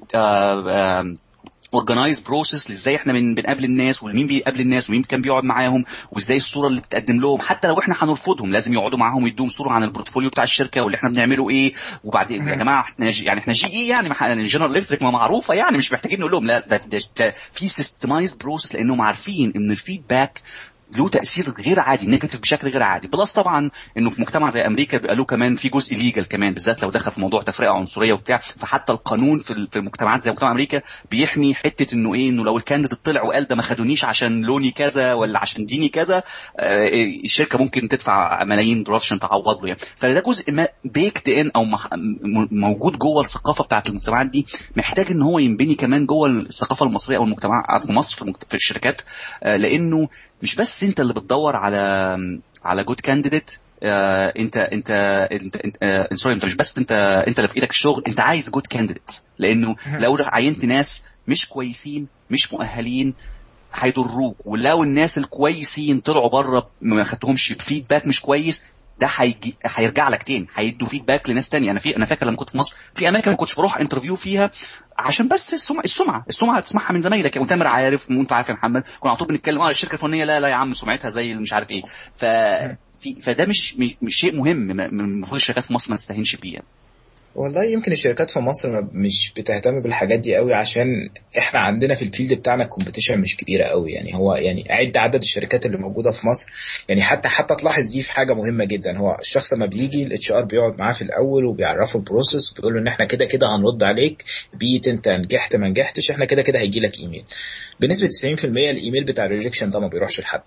organized process ازاي احنا من بنقابل الناس، ومين بيقابل الناس ومين كان بيقعد معاهم، وازاي الصوره اللي بتقدم لهم حتى لو احنا هنرفضهم لازم يقعدوا معاهم ويدوهم صوره عن البورتفوليو بتاع الشركه واللي احنا بنعمله ايه. وبعدين يا جماعه احنا يعني احنا جي اي يعني جنرال الكتريك ما معروفه يعني، مش محتاجين نقول لهم لا ده, ده, ده في systemized process، لانهم عارفين ان الفيدباك له تاثير غير عادي نيجاتيف بشكل غير عادي. بلس طبعا انه في مجتمع زي امريكا بيبقى له كمان في جزء ليجل كمان، بالذات لو دخل في موضوع تفرقه عنصريه وبتاع، فحتى القانون في في المجتمعات زي مجتمع امريكا بيحمي حته انه ايه، انه لو الكانديديت طلع وقال ده ما خدونيش عشان لوني كذا ولا عشان ديني كذا، آه الشركه ممكن تدفع ملايين دولار عشان تعوض له يعني. فده جزء ما بيكت ان او موجود جوه الثقافه بتاعه المجتمعات دي، محتاج ان هو ينبني كمان جوه الثقافه المصريه او المجتمع في مصر في الشركات، آه لانه مش بس انت اللي بتدور على على جود كانديديت، آه انت انت انت انت آه سوري انت مش بس انت انت اللي في ايدك الشغل، انت عايز جود كانديديت، لانه لو عينت ناس مش كويسين مش مؤهلين هيضروك، ولو الناس الكويسين طلعوا بره ما خدتهمش فيدباك مش كويس، ده هيجي هيرجع لك تاني، هيدوا فيدباك لناس تانية. انا في انا فاكر لما كنت في مصر في اماكن ما كنتش بروح انترفيو فيها عشان بس السمعه السمعه السمعه تسمعها من زمايلك يا متامر عارف وانت عارف يا محمد، كنا على طول بنتكلم اه الشركه الفلانيه لا لا يا عم سمعتها زي مش عارف ايه. ف في فده مش مش شيء مهم المفروض الشركات في مصر ما تستهينش بيه يعني. والله يمكن الشركات في مصر مش بتهتم بالحاجات دي قوي، عشان احنا عندنا في الفيلد بتاعنا الكومبيتيشن مش كبيره قوي يعني. هو يعني عد عدد الشركات اللي موجوده في مصر يعني، حتى حتى تلاحظ دي في حاجه مهمه جدا. هو الشخص لما بيجي الاتش ار بيقعد معاه في الاول وبيعرفه البروسيس وبيقول له ان احنا كده كده هنرد عليك بيت انت نجحت ما نجحتش، احنا كده كده هيجي لك ايميل. بنسبه تسعين في المية الايميل بتاع الريجكشن ده ما بيروحش لحد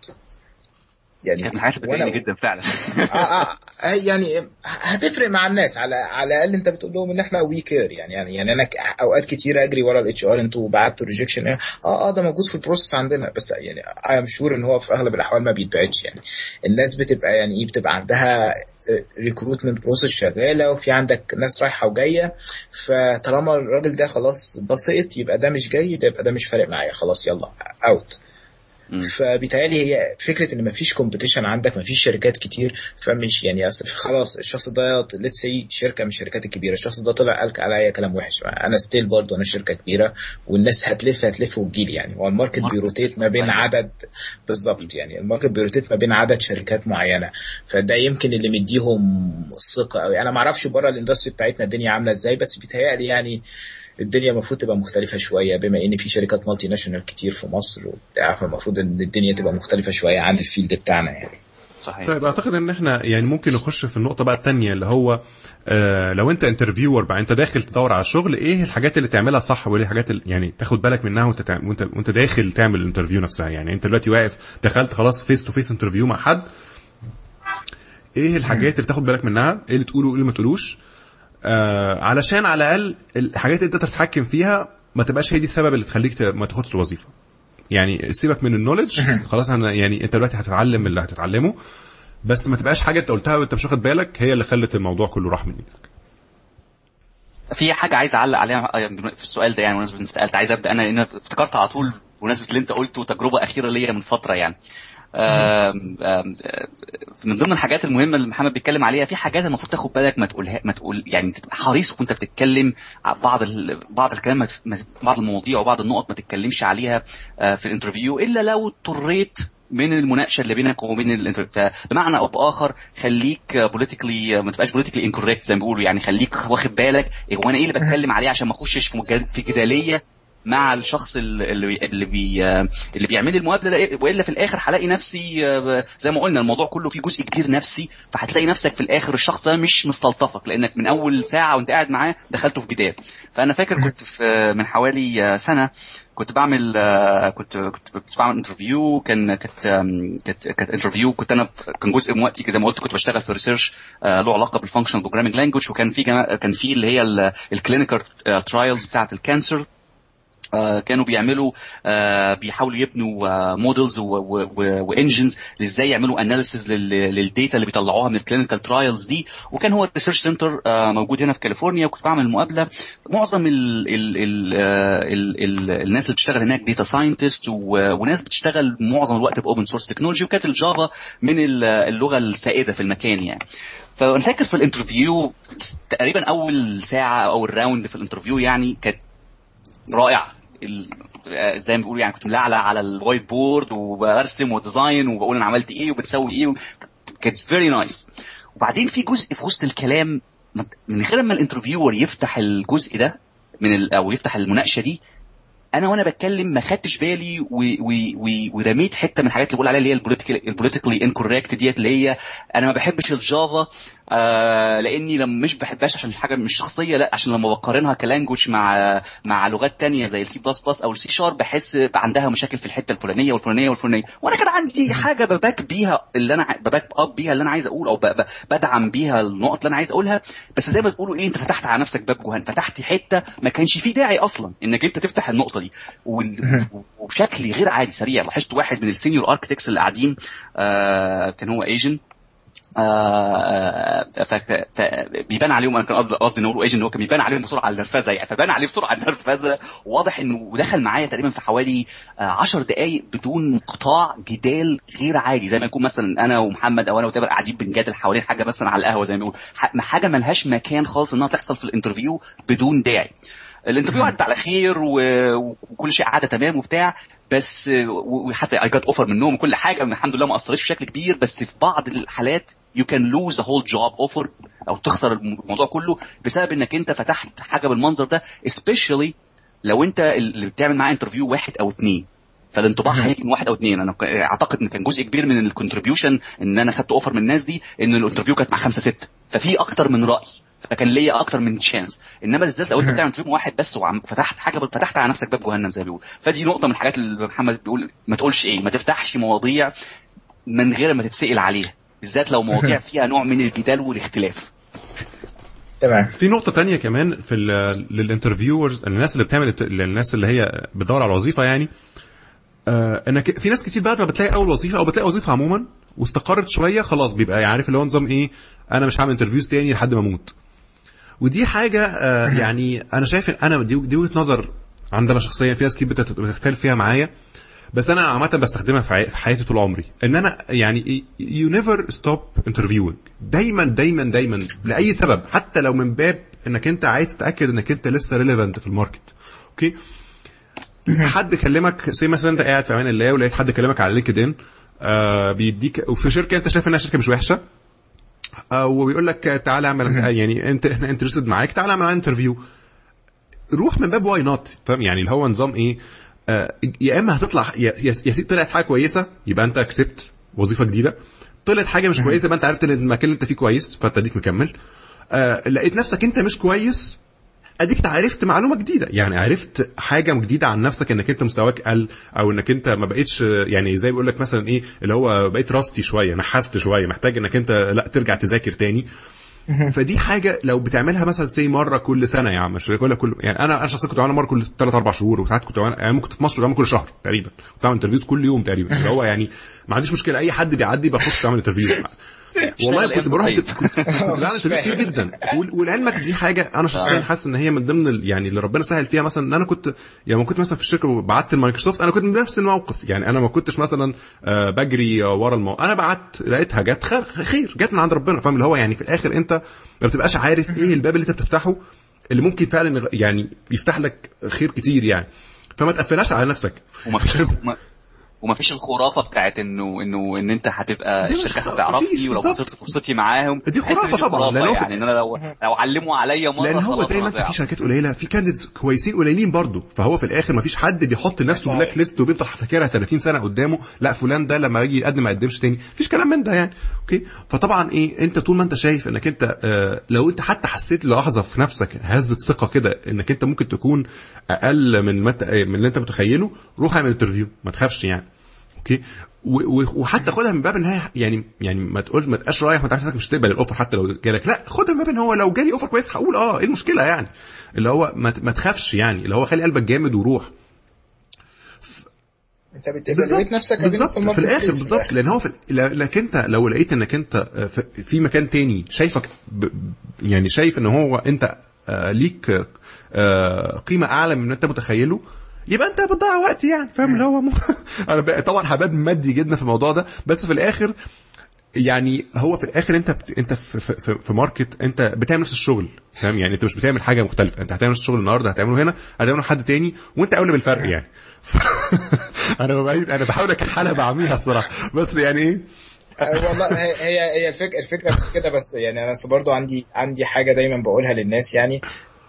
يعني. كانت حاجه بتضايقني جدا فعلا. اه اه يعني هتفرق مع الناس، على على الاقل انت بتقول لهم ان احنا وي كير يعني يعني يعني انا اوقات كتير اجري ورا الاتش ار انتوا بعتوا ريجكشن اه اه ده موجود في البروسيس عندنا، بس يعني اي ام شور ان هو في اغلب الاحوال ما بيتبعتش يعني. الناس بتبقى يعني ايه بتبقى عندها ريكروتمنت بروسيس شغاله وفي عندك ناس رايحه وجايه، فطالما الراجل ده خلاص ده سقط يبقى ده مش جاي، ده يبقى ده مش فارق معايا خلاص يلا اوت. فبالتالي هي فكره ان مفيش كومبيتيشن عندك، مفيش شركات كتير، فمش يعني خلاص الشخص ده ليتس سي شركه من الشركات الكبيره، الشخص ده طلع قال عليا كلام وحش، انا ستيل برضه انا شركه كبيره والناس هتلف هتلف وتجيلي يعني. هو الماركت بيروتيت ما بين عدد بالظبط يعني الماركت بيروتيت ما بين عدد شركات معينه، فده يمكن اللي مديهم الثقه قوي. انا ما اعرفش بره الاندستري بتاعتنا الدنيا عامله ازاي، بس بيتهيألي يعني الدنيا المفروض تبقى مختلفة شوية بما ان في شركات مالتي ناشونال كتير في مصر وبتاع، فالمفروض ان الدنيا تبقى مختلفة شوية عن الفيلد بتاعنا يعني. صحيح. طيب اعتقد ان احنا يعني ممكن نخش في النقطة بقى التانية اللي هو آه لو انت انترفيور بقى انت داخل تدور على شغل، ايه الحاجات اللي تعملها صح وايه الحاجات اللي يعني تاخد بالك منها وانت تعمل وانت وانت داخل تعمل الانترفيو نفسها. يعني انت دلوقتي واقف دخلت خلاص فيس تو فيس انترفيو مع حد، ايه الحاجات اللي تاخد بالك منها، ايه اللي تقوله وايه اللي ما تقولوش، آه علشان على الاقل الحاجات اللي انت تتحكم فيها ما تبقاش هي دي السبب اللي تخليك ما تاخدش الوظيفه. يعني سيبك من النوليدج خلاص، انا يعني انت دلوقتي هتتعلم اللي هتتعلمه، بس ما تبقاش حاجه انت قلتها وانت مش واخد بالك هي اللي خلت الموضوع كله راح من ايدك. في حاجه عايز اعلق عليها في السؤال ده يعني، وانا سالت عايز ابدا انا لان افتكرت على طول بمناسبه اللي انت قلته تجربه اخيره ليا من فتره يعني. آم آم من ضمن الحاجات المهمه اللي محمد بيتكلم عليها، في حاجات المفروض تاخد بالك ما تقولها ما تقول يعني تبقى حريص وانت بتتكلم بعض بعض الكلام بعض المواضيع وبعض النقط ما تتكلمش عليها في الانترفيو الا لو اضطريت من المناقشه اللي بينك وبين الانترفيو. بمعنى او باخر خليك بوليتيكلي ما تبقاش بوليتيكلي انكوريكت زي ما بيقولوا يعني، خليك واخد بالك هو انا ايه اللي بتكلم عليه عشان ما اخشش في جداليه مع الشخص اللي اللي بي اللي بيعمل المقابله، والا في الاخر هلاقي نفسي زي ما قلنا الموضوع كله فيه جزء كبير نفسي، فهتلاقي نفسك في الاخر الشخص ده مش مستلطفك لانك من اول ساعه وانت قاعد معاه دخلته في جدال. فانا فاكر كنت في من حوالي سنه كنت بعمل كنت كنت, كنت بعمل انترفيو، كان كانت كانت كانت انترفيو كنت انا كان جزء من وقتي كده ما قلت كنت بشتغل في ريسيرش له علاقه بالفانكشنال بروجرامينج لانجويج، وكان في كان في اللي هي الكلينيكال ترايلز بتاعه الكانسر. آه كانوا بيعملوا آه بيحاولوا يبنوا آه مودلز وانجنز ازاي يعملوا اناليسيز للداتا اللي بيطلعوها من الكلينيكال ترايلز دي، وكان هو الريسيرش سنتر آه موجود هنا في كاليفورنيا، وكنت بعمل المقابله. معظم ال ال ال ال ال الناس اللي بتشتغل هناك داتا ساينتست وناس بتشتغل معظم الوقت باوبن سورس تكنولوجي، وكانت الجافا من اللغه السائده في المكان يعني. فانا فاكر في الانترفيو تقريبا اول ساعه او الراوند في الانترفيو يعني كانت رائعه، زي ما بيقولوا يعني كنت ملعلع على الوايت بورد وبرسم وديزاين وبقول انا عملت ايه وبتسوي ايه، كانت فيري نايس. وبعدين في جزء في وسط الكلام من غير ما الانترفيور يفتح الجزء ده من او يفتح المناقشه دي انا وانا بتكلم ما خدتش بالي ورميت حته من الحاجات اللي بقول عليها اللي هي البوليتيكال البوليتيكالي انكوريكت ديت اللي هي انا ما بحبش الجافا آه لاني لما مش بحبهاش عشان حاجه مش شخصيه، لا عشان لما بقارنها كلانجوج مع مع لغات تانية زي السي بلس بلس او السي شارب بحس عندها مشاكل في الحته الفلانيه والفلانيه والفلانيه، وانا كان عندي حاجه بباك بيها اللي انا بباك اب بيها اللي انا عايز اقول او بدعم بيها النقط اللي انا عايز اقولها. بس زي ما تقولوا ايه، انت فتحت على نفسك باب جهنم، فتحت حته ما كانش فيه داعي اصلا انك انت تفتح النقطه دي. وبشكل غير عادي سريع لاحظت واحد من السينيور اركتكتس اللي قاعدين آه كان هو ايجن آه فبيبان عليهم، انا كان قصدي نقول ايجن هو كان بيبان عليهم بسرعه على النرفزه يعني، فبان عليه بسرعه على النرفزه. واضح انه دخل معايا تقريبا في حوالي عشر دقائق بدون انقطاع جدال غير عادي، زي ما يكون مثلا انا ومحمد او انا وتامر قاعدين بنجادل حوالين حاجه مثلا على القهوه زي ما بيقول، حاجه ملهاش مكان خالص انها تحصل في الانترفيو بدون داعي. الانترفيو عدت على خير وكل شيء عادة تمام وبتاع، بس وحتى اي جات اوفر منهم كل حاجه الحمد لله ما اثرتش بشكل كبير. بس في بعض الحالات you can lose the whole job offer او تخسر الموضوع كله بسبب انك انت فتحت حاجه بالمنظر ده، especially لو انت اللي بتعمل معاه انترفيو واحد او اتنين، فالانطباع هيجي من واحد او اتنين. انا اعتقد ان كان جزء كبير من الكونتريبيوشن ان انا خدت اوفر من الناس دي ان الانترفيو كانت مع خمسة ستة، ففي اكتر من راي، فكان ليا اكتر من تشانس. انما بالذات لو انت بتعمل انترفيو واحد بس وفتحت حاجه فتحت على نفسك باب جهنم زي ما بيقول. فدي نقطه من الحاجات اللي محمد بيقول ما تقولش ايه، ما تفتحش مواضيع من غير ما تتسأل عليها، بالذات لو مواضيع فيها نوع من الجدال والاختلاف. تمام. في نقطه تانية كمان في للانترفيورز، الناس اللي بتعمل الناس اللي هي بتدور على وظيفه يعني آه انك في ناس كتير بعد ما بتلاقي اول وظيفه او بتلاقي وظيفه عموما واستقرت شويه خلاص بيبقى عارف اللي هو نظام ايه، انا مش هعمل انترفيوز تاني لحد ما اموت. ودي حاجه آه يعني انا شايف ان انا دي, دي وجهه نظر عندنا شخصيا، في ناس كتير بتختلف فيها معايا، بس انا عامه بستخدمها في حياتي طول عمري، ان انا يعني you never stop interviewing، دايما دايما دايما لاي سبب، حتى لو من باب انك انت عايز تتاكد انك انت لسه relevant في الماركت. اوكي، حد كلمك زي مثلا انت قاعد في امان الله ولقيت حد كلمك على لينكدين آه بيديك وفي شركه انت شايف انها شركه مش وحشه آه وبيقول لك تعالى اعمل يعني انت احنا انترستد معاك، تعالى اعمل انترفيو، روح من باب واي نوت، فاهم يعني اللي هو نظام ايه آه يا اما هتطلع يا سيدي طلعت حاجه كويسه يبقى انت اكسبت وظيفه جديده، طلعت حاجه مش كويسه يبقى انت عرفت ان المكان اللي انت فيه كويس فانت اديك مكمل، آه لقيت نفسك انت مش كويس اديك عرفت معلومه جديده، يعني عرفت حاجه جديده عن نفسك انك انت مستواك قل او انك انت ما بقيتش يعني زي بيقول لك مثلا ايه اللي هو بقيت راستي شويه نحست شويه محتاج انك انت لا ترجع تذاكر تاني. فدي حاجه لو بتعملها مثلا زي مره كل سنه يا عم مش كل كل يعني انا انا شخصيا كنت بعملها مره كل ثلاثة أربعة شهور، وساعات كنت يعني ممكن في مصر بعمل كل شهر تقريبا، كنت بعمل انترفيوز كل يوم تقريبا، اللي هو يعني ما عنديش مشكله اي حد بيعدي بخش اعمل انترفيو والله كنت بروح بعمل انترفيو كتير جدا. ولعلمك دي حاجه انا شخصيا حاسس ان هي من ضمن يعني اللي ربنا سهل فيها، مثلا ان انا كنت يعني كنت مثلا في الشركه وبعت المايكروسوفت انا كنت بنفس الموقف، يعني انا ما كنتش مثلا بجري ورا الموقف، انا بعت لقيتها جت خير جت من عند ربنا، فاهم اللي هو يعني في الاخر انت ما بتبقاش عارف ايه الباب اللي انت بتفتحه اللي ممكن فعلا يعني يفتح لك خير كتير يعني، فما تقفلهاش على نفسك. وما فيش وما فيش الخرافه بتاعت انه انه ان انت هتبقى الشركه هتعرفني ولو خسرت فرصتي معاهم، دي خرافه طبعا، لأنه يعني ان انا لو لو علموا عليا مره لان هو زي ما انت في شركات قليله في كانديدز كويسين قليلين برضو، فهو في الاخر ما فيش حد بيحط لنفسه بلاك ليست وبيفضل فاكرها ثلاثين سنه قدامه، لا فلان ده لما يجي يقدم ما يقدمش تاني، مفيش كلام من ده يعني. اوكي، فطبعا ايه انت طول ما انت شايف انك انت آه لو انت حتى حسيت لحظه في نفسك هزه ثقه كده انك انت ممكن تكون اقل من مت... من اللي انت متخيله، روح اعمل انترفيو ما تخافش يعني. اوكي، وحتى خدها من باب انها يعني يعني ما تقولش ما تبقاش رايح وانت عارف مش تقبل الاوفر حتى لو جالك، لا خدها من باب ان هو لو جالي اوفر كويس هقول اه ايه المشكله يعني، اللي هو ما ما تخافش يعني، اللي هو خلي قلبك جامد وروح. انت بتقبل نفسك في الاخر بالظبط، لان هو في لكن انت لو لقيت انك انت في مكان تاني شايفك يعني شايف ان هو انت ليك قيمه اعلى من انت متخيله، يبقى انت بتضيع وقت يعني، فاهم اللي هو م... انا طبعا هباد مادي جدا في الموضوع ده، بس في الاخر يعني هو في الاخر انت بت... انت في في, في ماركت انت بتعمل نفس الشغل، فاهم يعني انت مش بتعمل حاجه مختلفه، انت هتعمل نفس الشغل النهارده هتعمله هنا هتعمله حد تاني وانت اولى بالفرق يعني. انا بعيد انا بحاول اكحلها بعميها الصراحه، بس يعني ايه والله هي هي الفكره الفكره مش كده، بس يعني انا برضو عندي عندي حاجه دايما بقولها للناس، يعني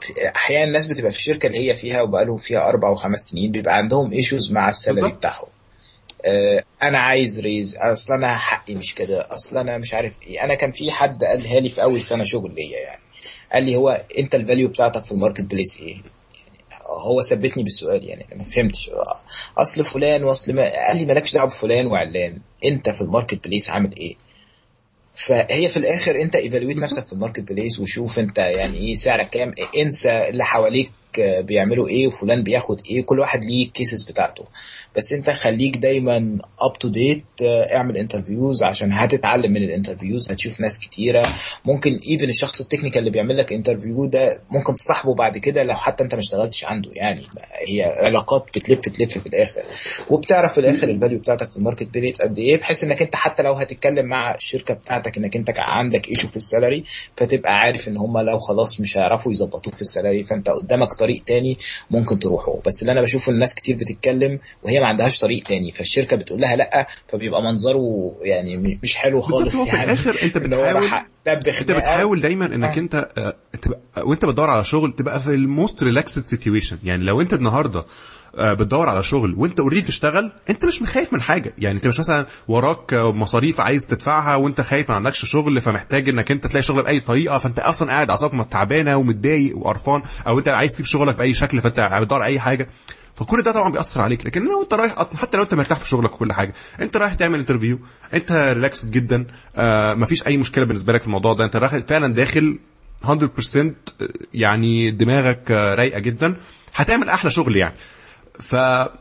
احيانا الناس بتبقى في الشركه اللي هي فيها وبقالهم فيها اربع وخمس سنين بيبقى عندهم ايشوز مع السالري بتاعهم. آه انا عايز ريز، اصلا انا حقي مش كده، اصلا انا مش عارف ايه. انا كان في حد قالها لي في اول سنه شغل ليا يعني، قال لي هو انت الفاليو بتاعتك في الماركت بليس ايه؟ يعني هو ثبتني بالسؤال يعني انا ما فهمتش اصل فلان واصل ما. قال لي مالكش دعوه بفلان وعلان، انت في الماركت بليس عامل ايه؟ فهي في الاخر انت ايفالويت نفسك في الماركت بليس وشوف انت يعني ايه سعرك كام، انسى اللي حواليك بيعملوا ايه وفلان بياخد ايه، كل واحد ليه الكيسز بتاعته. بس انت خليك دايما اب تو ديت، اعمل انترفيوز عشان هتتعلم من الانترفيوز، هتشوف ناس كتيره. ممكن ايفن الشخص التكنيكال اللي بيعمل لك انترفيو ده ممكن تصاحبه بعد كده لو حتى انت ما اشتغلتش عنده. يعني هي علاقات بتلف تلف في الاخر، وبتعرف في الاخر الفاليو بتاعتك في الماركت بليس قد ايه، بحيث انك انت حتى لو هتتكلم مع الشركه بتاعتك انك انت عندك ايشو في السالري، فتبقى عارف ان هم لو خلاص مش هيعرفوا يظبطوك في السالري فانت قدامك طريق تاني ممكن تروحه. بس اللي انا بشوفه الناس كتير بتتكلم وهي ما عندهاش طريق تاني، فالشركه بتقول لها لا، فبيبقى منظره يعني مش حلو خالص. يعني في الاخر انت بتحاول انت بتحاول دايما انك آه. انت تبقى وانت بتدور على شغل تبقى في الموست ريلاكسد سيتويشن. يعني لو انت النهارده بتدور على شغل وانت اوريدي بتشتغل، انت مش خايف من حاجه. يعني انت مش مثلا وراك مصاريف عايز تدفعها وانت خايف ما عندكش شغل فمحتاج انك انت تلاقي شغل باي طريقه، فانت اصلا قاعد اعصابك تعبانه ومتضايق وقرفان، او انت عايز تسيب شغلك باي شكل فانت بتدور اي حاجه. فكل ده طبعا بيأثر عليك. لكن لو انت رايح حتى لو انت مرتاح في شغلك وكل حاجه، انت رايح تعمل انترفيو، انت ريلاكسد جدا، آه مفيش اي مشكله بالنسبه لك في الموضوع ده، انت فعلا داخل مية بالمية، يعني دماغك رايقه جدا، هتعمل احلى شغل يعني. ف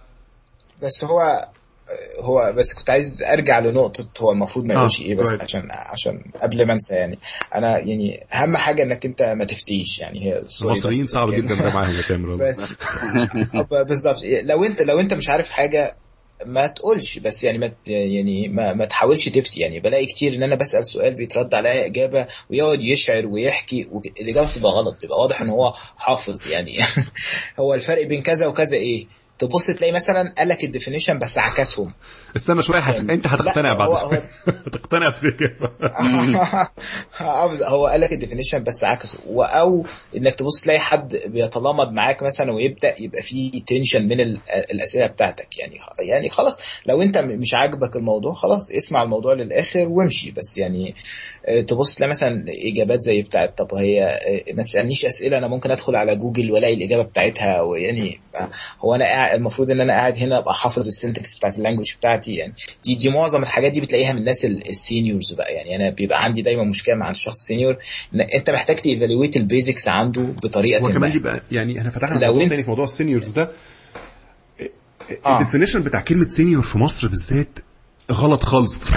بس هو هو بس كنت عايز ارجع لنقطه هو المفروض ما يقولش آه. ايه بس right. عشان عشان قبل ما انسى يعني، انا يعني اهم حاجه انك انت ما تفتيش. يعني هي المصريين صعب جدا ده معاهم تعمل بس بالظبط. لو انت لو انت مش عارف حاجه ما تقولش، بس يعني ما يعني ما, ما تحاولش تفتي. يعني بلاقي كتير ان انا بسال سؤال بيترد عليا اجابه ويقعد يشعر ويحكي والاجابه تبقى غلط، بيبقى واضح ان هو حافظ يعني. هو الفرق بين كذا وكذا ايه؟ تبص تلاقي مثلا قال لك الديفينيشن بس عكسهم. استنى شويه حت... يعني انت هتقتنع بعد هو... هتقتنع بالاجابه. هو قال لك الديفينيشن بس عكسه، او انك تبص تلاقي حد بيتلامض معاك مثلا ويبدا يبقى فيه تنشن من الاسئله بتاعتك. يعني يعني خلاص لو انت مش عاجبك الموضوع خلاص اسمع الموضوع للاخر وامشي. بس يعني تبص تلاقي مثلا اجابات زي بتاعت طب هي ما تسالنيش اسئله، انا ممكن ادخل على جوجل والاقي الاجابه بتاعتها. ويعني هو انا المفروض ان انا قاعد هنا ابقى حافظ السنتكس بتاعت اللانجويج بتاعتي؟ يعني دي دي معظم الحاجات دي بتلاقيها من الناس السينيورز بقى. يعني انا بيبقى عندي دايما مشكله مع الشخص السينيور ان انت محتاج تيفالويت البيزكس عنده بطريقه ما. وكمان يبقى يعني احنا فتحنا موضوع تاني في موضوع السينيورز ده. آه. الديفينيشن بتاع كلمه سينيور في مصر بالذات غلط خالص.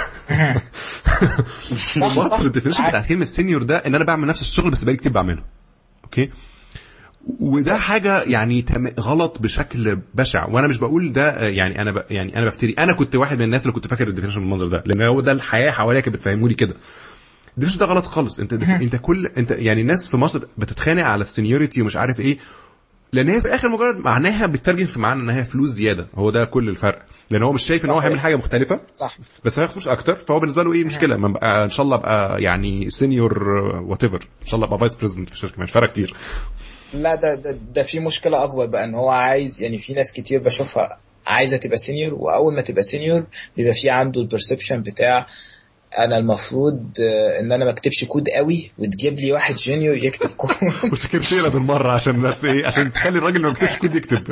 في مصر الديفينيشن بتاع كلمه سينيور ده ان انا بعمل نفس الشغل بس بقالي كتير بعمله. اوكي، وده حاجه يعني غلط بشكل بشع. وانا مش بقول ده يعني انا ب... يعني انا بفتري. انا كنت واحد من الناس اللي كنت فاكر الديفينيشن بالمنظر ده، لان هو ده الحياه حواليك بتفهموني كده. الديفينيشن ده غلط خالص. انت دف... انت كل انت يعني الناس في مصر بتتخانق على السينيوريتي ومش عارف ايه، لان هي في الاخر مجرد معناها بتترجم في معنى انها فلوس زياده. هو ده كل الفرق، لان هو مش شايف ان هو هيعمل حاجه مختلفه صح، بس هياخد فلوس اكتر. فهو بالنسبه له ايه مشكله ما بقى ان شاء الله ابقى يعني سينيور وات ايفر، ان شاء الله ابقى فايس بريزيدنت في الشركه، مش فارق كتير. لا ده, ده ده في مشكله اكبر بقى، ان هو عايز يعني في ناس كتير بشوفها عايزه تبقى سينيور، واول ما تبقى سينيور بيبقى في عنده البرسبشن بتاع انا المفروض ان انا ما اكتبش كود قوي وتجيب لي واحد جونيور يكتب كود وسكرتيره بالمره عشان الناس ايه، عشان تخلي الراجل ما يكتبش كود يكتب.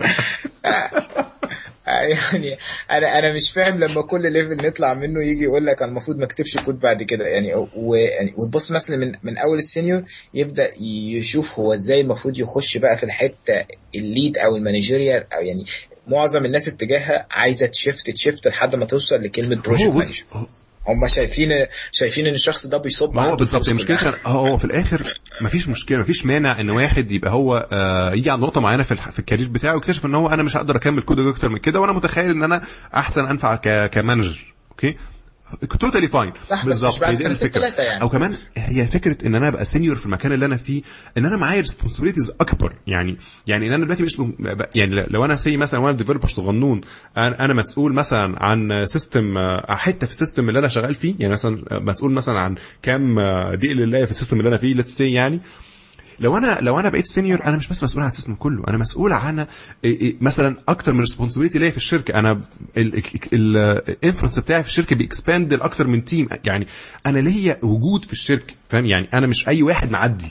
يعني انا انا مش فاهم لما كل ليفل نطلع منه يجي يقول لك انا المفروض ما اكتبش كود بعد كده. يعني ويعني وتبص مثلا من من اول السينيور يبدا يشوف هو ازاي المفروض يخش بقى في الحته الليد او المانجيريال، او يعني معظم الناس اتجاهها عايزه تشفت تشفت لحد ما توصل لكلمه بروجكت مانجر. هم شايفين شايفين ان الشخص ده بيصب. هو بالظبط المشكله هو في الاخر مفيش مشكله، مفيش مانع ان واحد يبقى هو آه يجي عند نقطه معينه في في الكارير بتاعه ويكتشف ان هو انا مش هقدر اكمل كود اكتر من كده، وانا متخيل ان انا احسن انفع كمانجر. اوكي توتالي فاين بالظبط. هي دي الفكره يعني. او كمان هي فكره ان انا ابقى سينيور في المكان اللي انا فيه، ان انا معايا ريسبونسابيلتيز اكبر. يعني يعني ان انا دلوقتي مش يعني لو انا سي مثلا وانا ديفلوبر صغنون، انا مسؤول مثلا عن سيستم حته في السيستم اللي انا شغال فيه، يعني مثلا مسؤول مثلا عن كام دي ال في السيستم اللي انا فيه ليتس سي يعني. لو انا لو انا بقيت سينيور انا مش بس مسؤول عن السيستم كله, انا مسؤول عن مثلا اكتر من ريسبونسبيلتي ليا في الشركه. انا الانفلونس بتاعي في الشركه بيكسباند لاكتر من تيم, يعني انا ليا وجود في الشركه, فاهم يعني انا مش اي واحد معدي.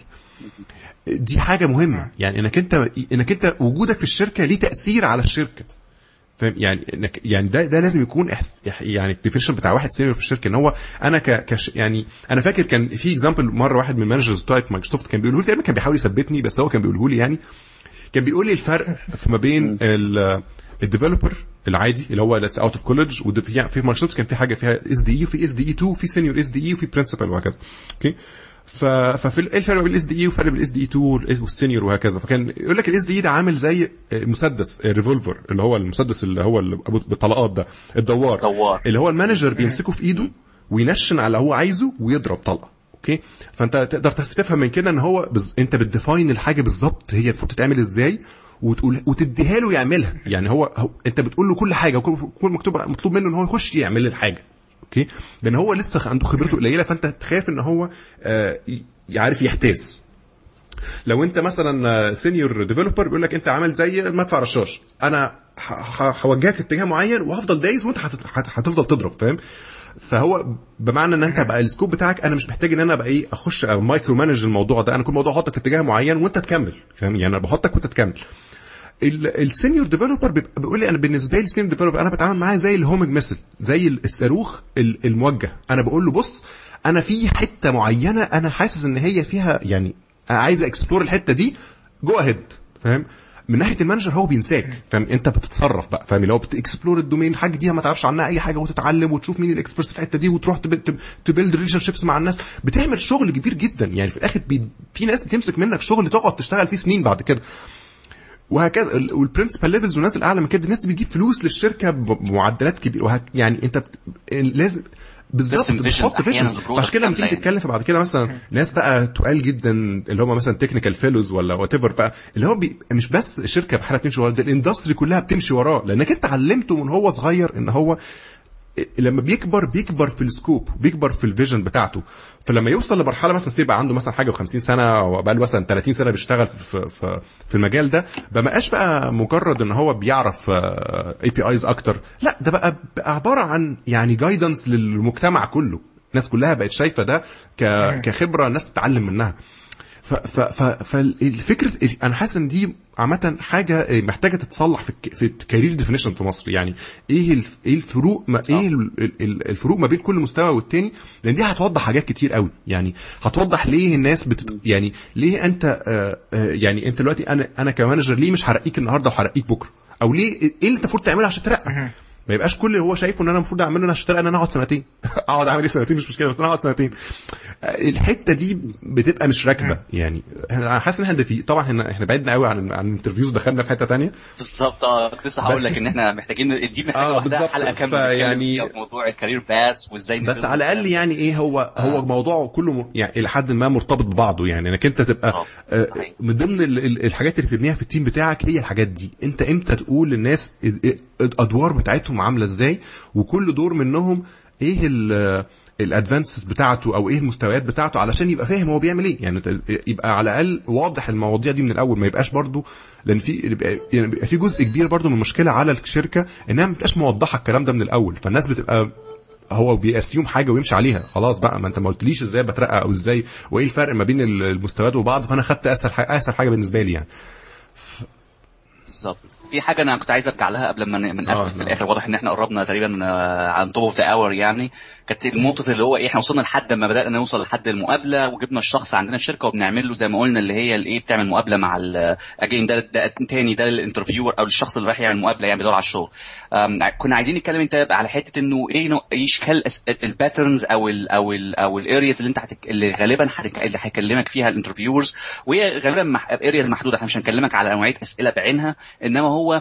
دي حاجه مهمه, يعني انك انت انك انت وجودك في الشركه ليه تاثير على الشركه, فاهم يعني انك يعني ده ده لازم يكون يعني الديفينيشن بتاع واحد سينيور في الشركه, ان هو انا ك كش يعني انا فاكر كان في اكزامبل مره واحد من المانجرز بتاع مايكروسوفت كان بيقوله لي, كان بيحاول يثبتني بس هو كان بيقوله لي, يعني كان بيقول لي الفرق ما بين الديفلوبر العادي اللي هو اوت اوف كوليدج, وفي مايكروسوفت كان في حاجه فيها اس دي اي وفي اس دي اي اتنين وفي سينيور اس دي اي وفي برنسبل وهكذا. اوكي, ففي الفرق بين الاس دي اي والفرق بين الاس دي اي اتنين والسينيور وهكذا. فكان يقول لك الاس دي اي ده عامل زي المسدس الريفولفر, اللي هو المسدس اللي هو بالطلقات ده, الدوار دوار. اللي هو المانجر بيمسكه في ايده وينشن على اللي هو عايزه ويضرب طلقه. اوكي, فانت تقدر تفهم من كده ان هو بز... انت بتديفاين الحاجه بالظبط هي المفروض تتعمل ازاي, وتقول وتديها له يعملها. يعني هو, هو انت بتقول له كل حاجه وكل مكتوب مطلوب منه ان هو يخش يعمل الحاجه. اوكي, لان هو لسه عنده خبرته قليله, فانت تخاف ان هو آه يعرف يحتاس. لو انت مثلا سينيور ديفلوبر بيقول لك انت عامل زي مدفع رشاش, انا هوجهك اتجاه معين وهفضل دايز وانت هتفضل تضرب, فاهم؟ فهو بمعنى ان انت بقى السكوب بتاعك, انا مش محتاج ان انا بقى ايه اخش مايكرو مانج الموضوع ده, انا كل موضوع احطك في اتجاه معين وانت تكمل, فاهم يعني انا بحطك وانت تكمل. السينيور ديفلوبر بيقول لي انا بالنسبه لي السينيور ديفلوبر انا بتعامل معاه زي الهومج ميسل, زي الصاروخ الموجه. انا بقول له بص انا في حته معينه انا حاسس ان هي فيها يعني عايز اكسبلور الحته دي, جو اهيد, فاهم؟ من ناحيه المانجر هو بينساك, فاهم؟ انت بتتصرف بقى, فاهم؟ لو بتكسبلور الدومين الحاجه دي ما تعرفش عنها اي حاجه, وتتعلم وتشوف مين الاكسبرتس في الحته دي, وتروح تبيلد ريليشن شيبس مع الناس, بتعمل شغل كبير جدا. يعني في الاخر بي... في ناس بتمسك منك شغل تقعد تشتغل فيه سنين بعد كده, وهكذا. والبرنسبل ليفلز والناس الاعلى من كده الناس بتجيب فلوس للشركه بمعدلات كبيره, وهك... يعني انت بت... لازم بالظبط بتحط فيجن. عشان كده لما تيجي تتكلم في بعد كده مثلا ناس بقى تقال جدا اللي هم مثلا تكنيكال فيلوز ولا وات ايفر بقى, اللي هو بي... مش بس الشركه بحالها بتمشي وراه, ده الاندستري كلها بتمشي وراه, لانك انت علمته من هو صغير ان هو لما بيكبر بيكبر في السكوب, بيكبر في الفيجن بتاعته. فلما يوصل لمرحله مثلا يبقى عنده مثلا حاجه وخمسين سنه او بقى له مثلا ثلاثين سنه بيشتغل في في في المجال ده, ما بقاش بقى مجرد ان هو بيعرف اي بي ايز اكتر, لا ده بقى, بقى عباره عن يعني جايدنس للمجتمع كله. الناس كلها بقت شايفه ده كخبره الناس تتعلم منها. فالفكره انا حاسس ان دي عامه حاجه محتاجه تتصلح في في الكارير ديفينيشن في مصر. يعني ايه ايه الفروق ما ايه الفروق ما بين كل مستوى والتاني, لان دي هتوضح حاجات كتير قوي. يعني هتوضح ليه الناس بت يعني ليه انت آآ آآ يعني انت دلوقتي انا انا كمانجر ليه مش هرقيك النهارده وهرقيك بكره, او ليه ايه اللي انت المفروض تعمله عشان ترقى. ما يبقاش كل اللي هو شايفه ان انا المفروض اعمله انا هشتغل ان انا اقعد سنتين اقعد اعمل ايه سنتين مش مشكله, بس انا اقعد سنتين. الحته دي بتبقى مش راكبه. يعني انا حاسس ان احنا في طبعا احنا احنا بعدنا قوي عن عن الانترفيوز ودخلنا في حته تانية بالظبط. اه كنت لسه هقول لك ان احنا محتاجين دي محتاجه آه واحده حلقه كامله يعني موضوع الكارير باس وازاي, بس على الاقل يعني ايه هو آه. هو موضوع كله م... يعني الى حد ما مرتبط ببعضه. يعني انك انت تبقى آه من ضمن الحاجات اللي بتبنيها في التيم بتاعك هي الحاجات دي. انت امتى تقول للناس الادوار بتاعتهم عامله ازاي, وكل دور منهم ايه الادفانسز بتاعته او ايه المستويات بتاعته, علشان يبقى فاهم هو بيعمل ايه. يعني يبقى على الاقل واضح المواضيع دي من الاول, ما يبقاش برضو لان في يعني بيبقى في جزء كبير برضو من المشكله على الشركه انها ما بتبقاش موضحه الكلام ده من الاول, فالناس بتبقى هو بيأسيوم حاجه ويمشي عليها خلاص بقى, ما انت ما قلتليش ازاي بترقى او ازاي وايه الفرق ما بين المستويات وبعض, فانا خدت اسهل حاجه اسهل حاجه بالنسبه لي يعني. ف... بالظبط. في حاجه انا كنت عايز ارجع لها قبل ما نقفل آه في الاخر, واضح ان احنا قربنا تقريبا عن توب اوف ذا اور. يعني كانت النقطه اللي هو ايه, احنا وصلنا لحد ما بدانا نوصل لحد المقابله, وجبنا الشخص عندنا الشركه وبنعمل له زي ما قلنا اللي هي الايه, بتعمل مقابله مع اجين ده, ده تاني ده الانترفيور او الشخص اللي رايح يعمل مقابله يعني بيدور على الشغل. كنا عايزين نتكلم انت على حته انه ايه ايه اشكال الباترنز او ال او ال او الارياز اللي انت حتك... اللي غالبا اللي هيكلمك فيها الانترفيورز, وهي غالبا ارياز محدوده. احنا مش هنكلمك على نوعيه اسئله بعينها, انما هو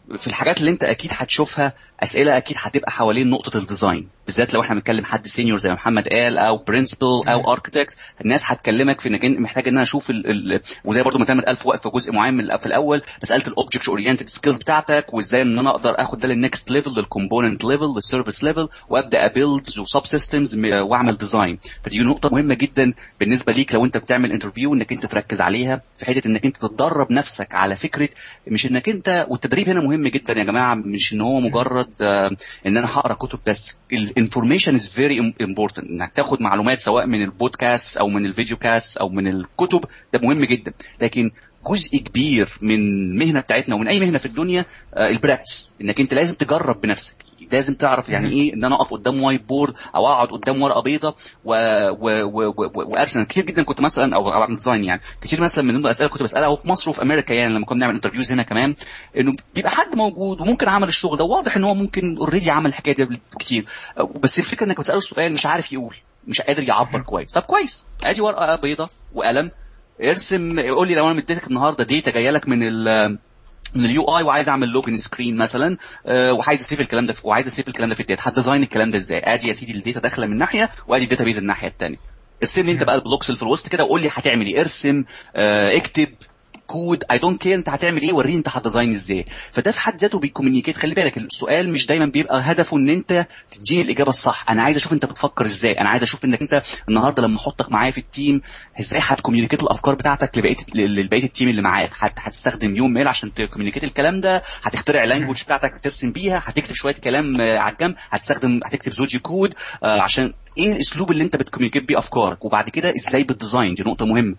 في الحاجات اللي انت اكيد هتشوفها اسئله اكيد هتبقى حوالين نقطه الديزاين، بالذات لو احنا بنتكلم حد سينيور زي محمد قال او برنسبل او اركتكت. الناس هتكلمك في انك انت محتاج ان انا اشوف ال ال وزي برضو ما تامر قال في وقت في جزء معين من في الاول مساله الاوبجكت اورينتد سكيلز بتاعتك، وازاي ان انا اقدر اخد ده للنكست ليفل، للكومبوننت ليفل، للسيرفيس ليفل، وابدا ابيلد وسب سيستمز واعمل ديزاين. فدي نقطه مهمه جدا بالنسبه ليك لو انت بتعمل انترفيو، انك انت تركز عليها في حته انك انت تتدرب نفسك على فكره، مش انك انت، والتدريب هنا مهم جدا يا جماعه، مش ان هو مجرد آه ان انا هقرا كتب بس. الانفورميشن از فيري امبورتنت، انك تاخد معلومات سواء من البودكاست او من الفيديو كاست او من الكتب، ده مهم جدا. لكن جزء كبير من المهنه بتاعتنا ومن اي مهنه في الدنيا آه البراكتس، انك انت لازم تجرب بنفسك، لازم تعرف يعني ايه ان انا اقف قدام وايت بورد او اقعد قدام ورقه بيضاء و... و... و... و... وارسم. كتير جدا كنت مثلا او اعمل ديزاين، يعني كتير مثلا من ضمن الاسئله كنت بسالها في مصر وفي امريكا، يعني لما كنا بنعمل انترفيوز هنا كمان، انه بيبقى حد موجود وممكن عمل الشغل ده، واضح ان هو ممكن اوريدي عمل الحكايه دي كتير، بس الفكره انك بتساله السؤال مش عارف يقول، مش قادر يعبر كويس. طب كويس، ادي ورقه بيضاء وقلم، ارسم، قول لي لو انا مديتك النهارده ديتا جايه لك من ال من اليو اي وعايز اعمل لوجن سكرين مثلا، أه وعايز اسيف الكلام ده وعايز اسيف الكلام ده في الداتا، هتديزاين الكلام ده ازاي؟ ادي يا سيدي الداتا داخله من ناحيه وادي الداتا بيز الناحيه الثانيه، ارسم لي انت بقى البلوكس اللي في الوسط كده وقول لي هتعمل ايه، ارسم أه اكتب كود، اي دونت كير انت هتعمل ايه، وريني انت هتديزاين ازاي. فده في حد ذاته بيكومينيكيت. خلي بالك السؤال مش دايما بيبقى هدفه ان انت تديني الاجابه الصح، انا عايز اشوف انت بتفكر ازاي، انا عايز اشوف انك انت النهارده لما احطك معايا في التيم ازاي هتكومينيكيت الافكار بتاعتك لبقيه لبقيه التيم اللي معاك، هتستخدم يوم ميل عشان تكومينيكيت الكلام ده، هتخترع لانجويج بتاعتك ترسم بيها، هتكتب شويه كلام على الجنب، هتستخدم هتكتب زوجي كود عشان ايه الاسلوب اللي انت بتكومينيكيت بيه افكارك، وبعد كده ازاي بالديزاين. دي نقطه مهمه.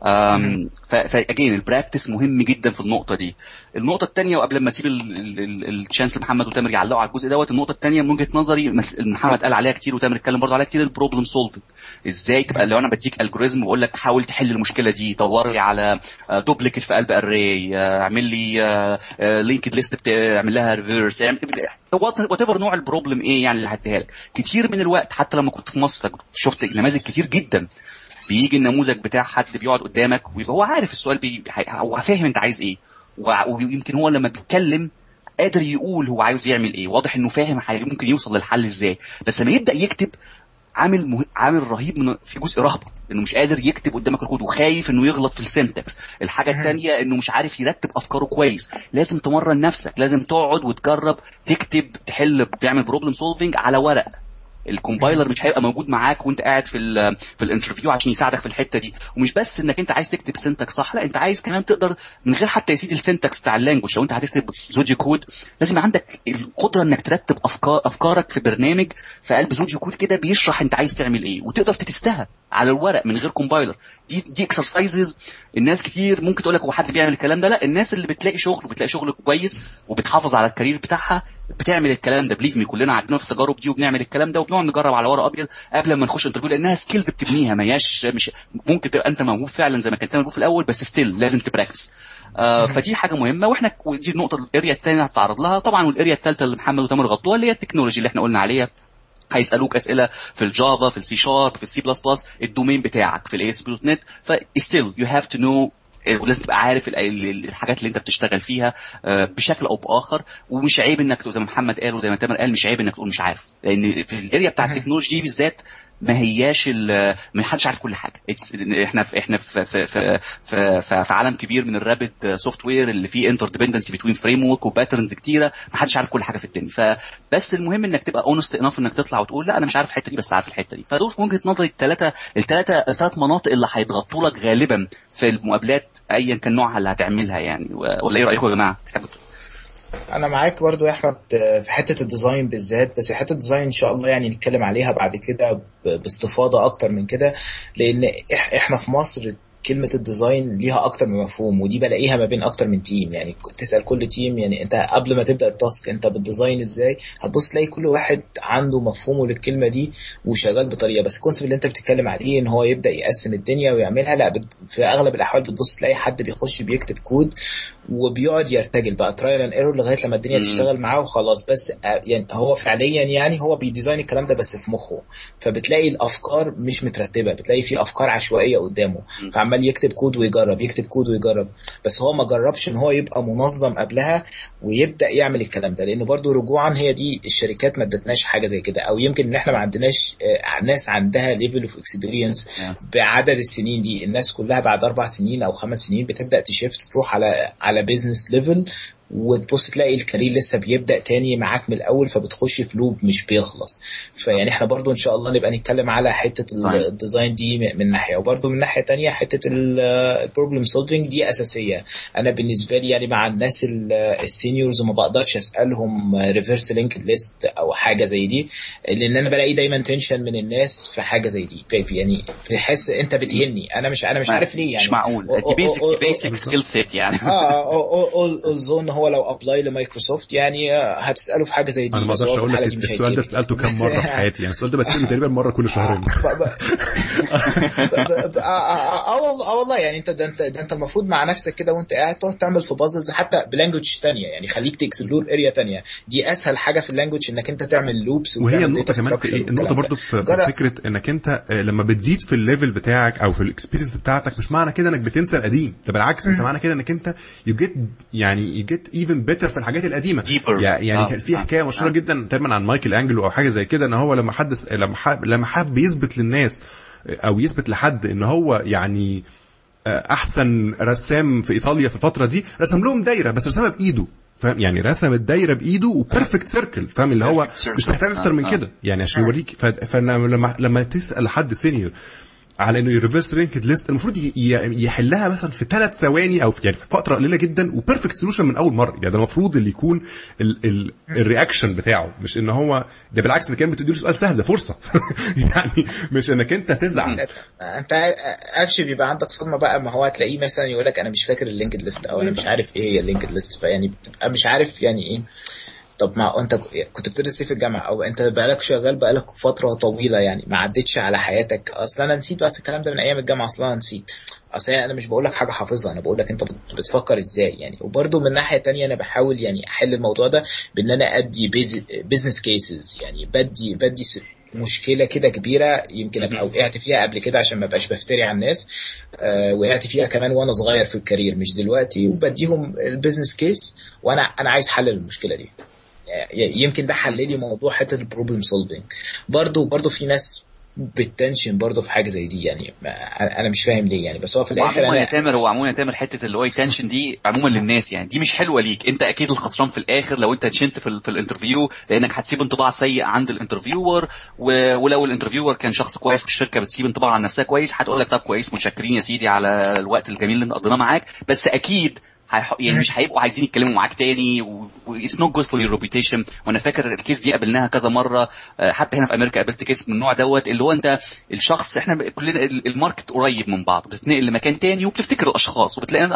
فاجين البراكتس مهم جدا في النقطه دي. النقطه الثانيه، وقبل ما اسيب الشانس محمد وتامر يعلقوا على الجزء دوت، النقطه الثانيه من وجهه نظري محمد قال عليها كتير وتامر اتكلم برضه عليها كتير، البروبلم سولفنج. ازاي تبقى لو انا بديك الجوريزم واقول لك حاول تحل المشكله دي، دور لي على دوبليكيت في قلب اري، اعمل لي لينكد ليست اعمل لها ريفيرس، وات ايفر نوع البروبلم ايه يعني اللي هديها لك. كتير من الوقت حتى لما كنت في مصر شفت نماذج كتير جدا، بيجي النموذج بتاع حد بيقعد قدامك ويبقى هو عارف السؤال، بي... هو فاهم انت عايز ايه، ويمكن هو لما بيتكلم قادر يقول هو عايز يعمل ايه، واضح انه فاهم ممكن يوصل للحل ازاي، بس لما يبدا يكتب عامل مه... عامل رهيب من في جزء رهبه، انه مش قادر يكتب قدامك الكود وخايف انه يغلط في السنتكس. الحاجه الثانيه انه مش عارف يرتب افكاره كويس. لازم تمرن نفسك، لازم تقعد وتجرب تكتب، تحل، تعمل بروبلم سولفينج على ورق. الكومبايلر مش هيبقى موجود معاك وانت قاعد في ال في الانترفيو عشان يساعدك في الحته دي. ومش بس انك انت عايز تكتب سنتكس صح، لا انت عايز كمان تقدر من غير حتى يا سيدي السنتكس بتاع اللانجوج، لو انت هتكتب زوديو كود لازم عندك القدره انك ترتب افكار افكارك في برنامج في قلب زوديو كود كده بيشرح انت عايز تعمل ايه، وتقدر تتستها على الورق من غير كومبايلر. دي دي اكسرسايزز الناس كتير ممكن تقول لك هو حد بيعمل الكلام ده، لا الناس اللي بتلاقي شغل وبتلاقي شغل كويس وبتحافظ على الكارير بتاعها بتعمل الكلام ده. بليف مي كلنا عندنا في التجارب دي وبنعمل الكلام ده وبنقعد نجرب على ورق ابيض قبل ما نخش انترفيو، لانها سكيلز بتبنيها، ما هياش مش ممكن تبقى انت موهوب فعلا زي ما كنت موهوب في الاول، بس ستيل لازم تبراكتس. آه فدي حاجه مهمه. واحنا دي النقطه الاريا الثانيه هتعرض لها طبعا، والاريا الثالثه اللي محمد وتامر غطوها اللي هي التكنولوجي اللي احنا قلنا عليها. هيسالوك اسئله في الجافا، في السي شارب، في السي بلس بلس، الدومين بتاعك في الاي اس بي دوت نت، فستيل يو هاف تو نو، ولازم تبقى عارف الحاجات اللي انت بتشتغل فيها بشكل او باخر. ومش عيب انك زي ما محمد قال وزي ما تامر قال مش عيب انك تقول مش عارف، لان في الاريا بتاعه التكنولوجي بالذات ما هياش ما حدش عارف كل حاجه. احنا في احنا في في في, في, في عالم كبير من الرابد سوفت وير اللي فيه انتر ديبندنسي بتوين فريم ورك وباترنز كتيره، ما حدش عارف كل حاجه في الدنيا. فبس المهم انك تبقى اونست انف انك تطلع وتقول لا انا مش عارف الحته دي بس عارف الحته دي. فدول من وجهه نظري الثلاثه الثلاثه الثلاث مناطق اللي هيتغطوا لك غالبا في المقابلات ايا كان نوعها اللي هتعملها يعني. ولا ايه رايكم يا جماعه؟ تحبوا؟ انا معاك برضو يا احمد في حته الديزاين بالذات، بس حته الديزاين ان شاء الله يعني نتكلم عليها بعد كده باستفاضه اكتر من كده، لان احنا في مصر كلمة الديزاين ليها أكتر من مفهوم، ودي بلاقيها ما بين أكتر من تيم. يعني تسأل كل تيم يعني أنت قبل ما تبدأ التاسك أنت بالديزاين إزاي، هتبص تلاقي كل واحد عنده مفهومه للكلمة دي وشغال بطريقة. بس الكونسيبت اللي أنت بتتكلم عليه إن هو يبدأ يقسم الدنيا ويعملها، لا في أغلب الأحوال بتبص تلاقي حد بيخش بيكتب كود وبيقعد يرتجل بقى ترايل اند ايرور لغايه لما الدنيا تشتغل معاه وخلاص. بس يعني هو فعليا يعني هو بيديزاين الكلام ده بس في مخه، فبتلاقي الافكار مش مترتبه، بتلاقي في افكار عشوائيه قدامه، فعمال عمال يكتب كود ويجرب يكتب كود ويجرب، بس هو ما جربش ان هو يبقى منظم قبلها ويبدا يعمل الكلام ده. لانه برضو رجوعا هي دي الشركات ما ادتناش حاجه زي كده، او يمكن ان احنا ما عندناش ناس عندها ليفل اوف اكسبيرينس بعدد السنين دي. الناس كلها بعد اربع سنين او خمس سنين بتبدا تشيفت تروح على على بيزنس ليفل، وتبص تلاقي الكارير لسه بيبدأ تاني معاك من الأول، فبتخش في لوب مش بيخلص. فيعني احنا برضو ان شاء الله نبقى نتكلم على حتة الديزاين دي من ناحية، وبرضو من ناحية تانية حتة البروبلم سولفينج دي أساسية. أنا بالنسبة لي يعني مع الناس السينيورز ما بقدرش أسألهم ريفرس لينك ليست أو حاجة زي دي، لأن أنا بلاقي دايما تنشن من الناس في حاجة زي دي. يعني بحس أنت بتهني، أنا مش أنا مش عارف ليه يعني. مش معقول دي بيسك بيسك سكيل سيت يعني. اه اظن هو لو ابلاي لمايكروسوفت يعني هتساله في حاجه زي دي. انا ما اقدرش اقول لك السؤال ده سالته كام مره في حياتي يعني. السؤال ده بتساله تقريبا مره كل شهرين. اه والله يعني انت ده انت ده انت المفروض مع نفسك كده وانت قاعد تقعد تعمل في بازلز حتى بلانجوج تانية، يعني خليك تكسبلور اريا تانية. دي اسهل حاجه في اللانجوج انك انت تعمل لوبس. وهي النقطه كمان في ايه، النقطه برضو في فكره انك انت لما بتزيد في الليفل بتاعك او في الاكسبيرينس بتاعتك، مش معنى كده انك بتنسى القديم، ده بالعكس انت معنى كده انك انت يو جيت يعني يو جيت ايفن بيتر في الحاجات القديمه. يعني آه. كان في حكايه مشهوره آه. جدا تقريبا عن مايكل انجلو او حاجه زي كده، ان هو لما حد لما حب لما حب يثبت للناس او يثبت لحد ان هو يعني احسن رسام في ايطاليا في الفتره دي، رسم لهم دايره بس رسمها بايده، فاهم يعني، رسم الدايره بايده وبيرفكت سيركل، فاهم اللي هو مش محتاج اكتر من كده يعني عشان يوريك. فلما لما تسال حد سينيور على انه يريفرس لينكد ليست، المفروض يحلها مثلا في ثلاث ثواني او في يعني في فتره قليله جدا وبيرفكت سولوشن من اول مره. يعني ده المفروض اللي يكون الرياكشن بتاعه، مش ان هو ده بالعكس اللي كان بتديله سؤال سهل، ده فرصه يعني مش انك انت تزعل. انت اكشلي بيبقى عندك صدمه بقى، ما هو هتلاقيه مثلا يقول لك انا مش فاكر اللينكد ليست او انا مش عارف ايه هي اللينكد ليست، فيعني بتبقى مش عارف يعني ايه. طب ما انت كنت بتدرس في الجامعه او انت بقالك شغال بقالك فتره طويله يعني ما عدتش على حياتك؟ اصلا انا نسيت بس الكلام ده من ايام الجامعه، اصلا نسيت. اصل انا مش بقول لك حاجه حافظها، انا بقول لك انت بتفكر ازاي يعني. وبرده من ناحيه تانية انا بحاول يعني احل الموضوع ده بان انا ادي بيزنس كيسز، يعني بدي بدي مشكله كده كبيره يمكن ابقى وقعت فيها قبل كده عشان ما بقاش بفتري على الناس. أه وقعت فيها كمان وانا صغير في الكارير مش دلوقتي، وبديهم البيزنس كيس وانا انا عايز حل المشكله دي. يمكن ده حل لي موضوع حته البروبلم سولفينج. برضو برضو في ناس بالتنشن برضو في حاجه زي دي يعني، انا مش فاهم ليه يعني. بس هو في الاخر انا تامر هو عموما تامر حته اللي هو التنشن دي عموما للناس يعني دي مش حلوه ليك انت، اكيد الخسران في الاخر لو انت تشنت في, في الانترفيو، لانك هتسيب انطباع سيء عند الانترفيور، ولو الانترفيور كان شخص كويس والشركه بتسيب انطباع عن نفسها كويس، هتقول لك طب كويس متشكرين يا سيدي على الوقت الجميل اللي قضيناه معاك، بس اكيد يعني مش هيبقوا عايزين يتكلموا معاك تاني و it's not good for your reputation. وانا فاكر الكيس دي قابلناها كذا مره، حتى هنا في امريكا قابلت كيس من النوع دوت، اللي هو انت الشخص احنا كلنا الماركت قريب من بعض، بتتنقل لمكان تاني وبتفتكر الاشخاص، وبتلاقي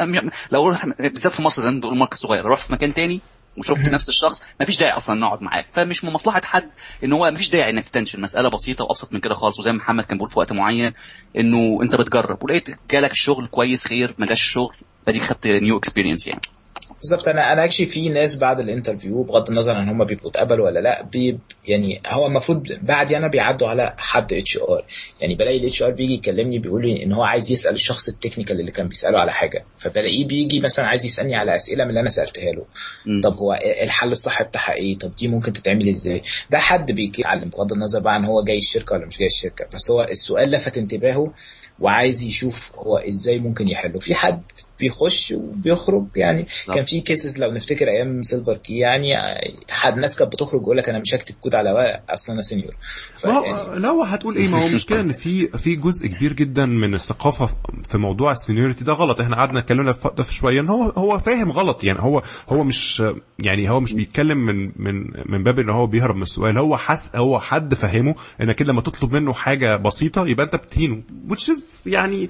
لو بالذات في مصر زي ما بنقول ماركت صغير، رحت في مكان تاني وشفت نفس الشخص مفيش داعي اصلا نقعد معاه. فمش من مصلحه حد ان هو مفيش داعي انك تتنشن، مساله بسيطه وابسط من كده خالص. وزي ما محمد كان بيقول في وقت معين انه انت بتجرب ولقيت جالك الشغل كويس خير، ما جاش الشغل فدي خدت نيو اكسبيرينس يعني. بالظبط. انا انا اكشلي في ناس بعد الانترفيو بغض النظر عن هم بيبقوا اتقبلوا ولا لا، بي يعني هو المفروض بعدي انا بيعدوا على حد اتش ار، يعني بلاقي الاتش ار بيجي يكلمني بيقول لي ان هو عايز يسال الشخص التكنيكال اللي كان بيساله على حاجه، فبلاقيه بيجي مثلا عايز يسالني على اسئله من اللي انا سالتها له. م. طب هو الحل الصح بتاعها ايه؟ طب دي ممكن تتعمل ازاي؟ ده حد بيتعلم بغض النظر بقى عن هو جاي الشركه ولا مش جاي الشركه، بس هو السؤال لفت انتباهه وعايز يشوف هو ازاي ممكن يحله. في حد بيخش وبيخرج يعني. لا. كان في كيسز لو نفتكر ايام سيلفر كي يعني حد ناس كانت بتخرج يقول لك انا مش هكتب كود على ورق اصلا انا سينيور. يعني لو هتقول ايه، ما هو مشكله ان في في جزء كبير جدا من الثقافه في موضوع السينيورتي ده غلط. احنا قعدنا اتكلمنا في في شويه ان هو هو فاهم غلط يعني. هو هو مش يعني هو مش بيتكلم من من من باب ان هو بيهرب من السؤال. هو حس هو حد فهمه انك لما تطلب منه حاجه بسيطه يبقى انت بتهينه، which is يعني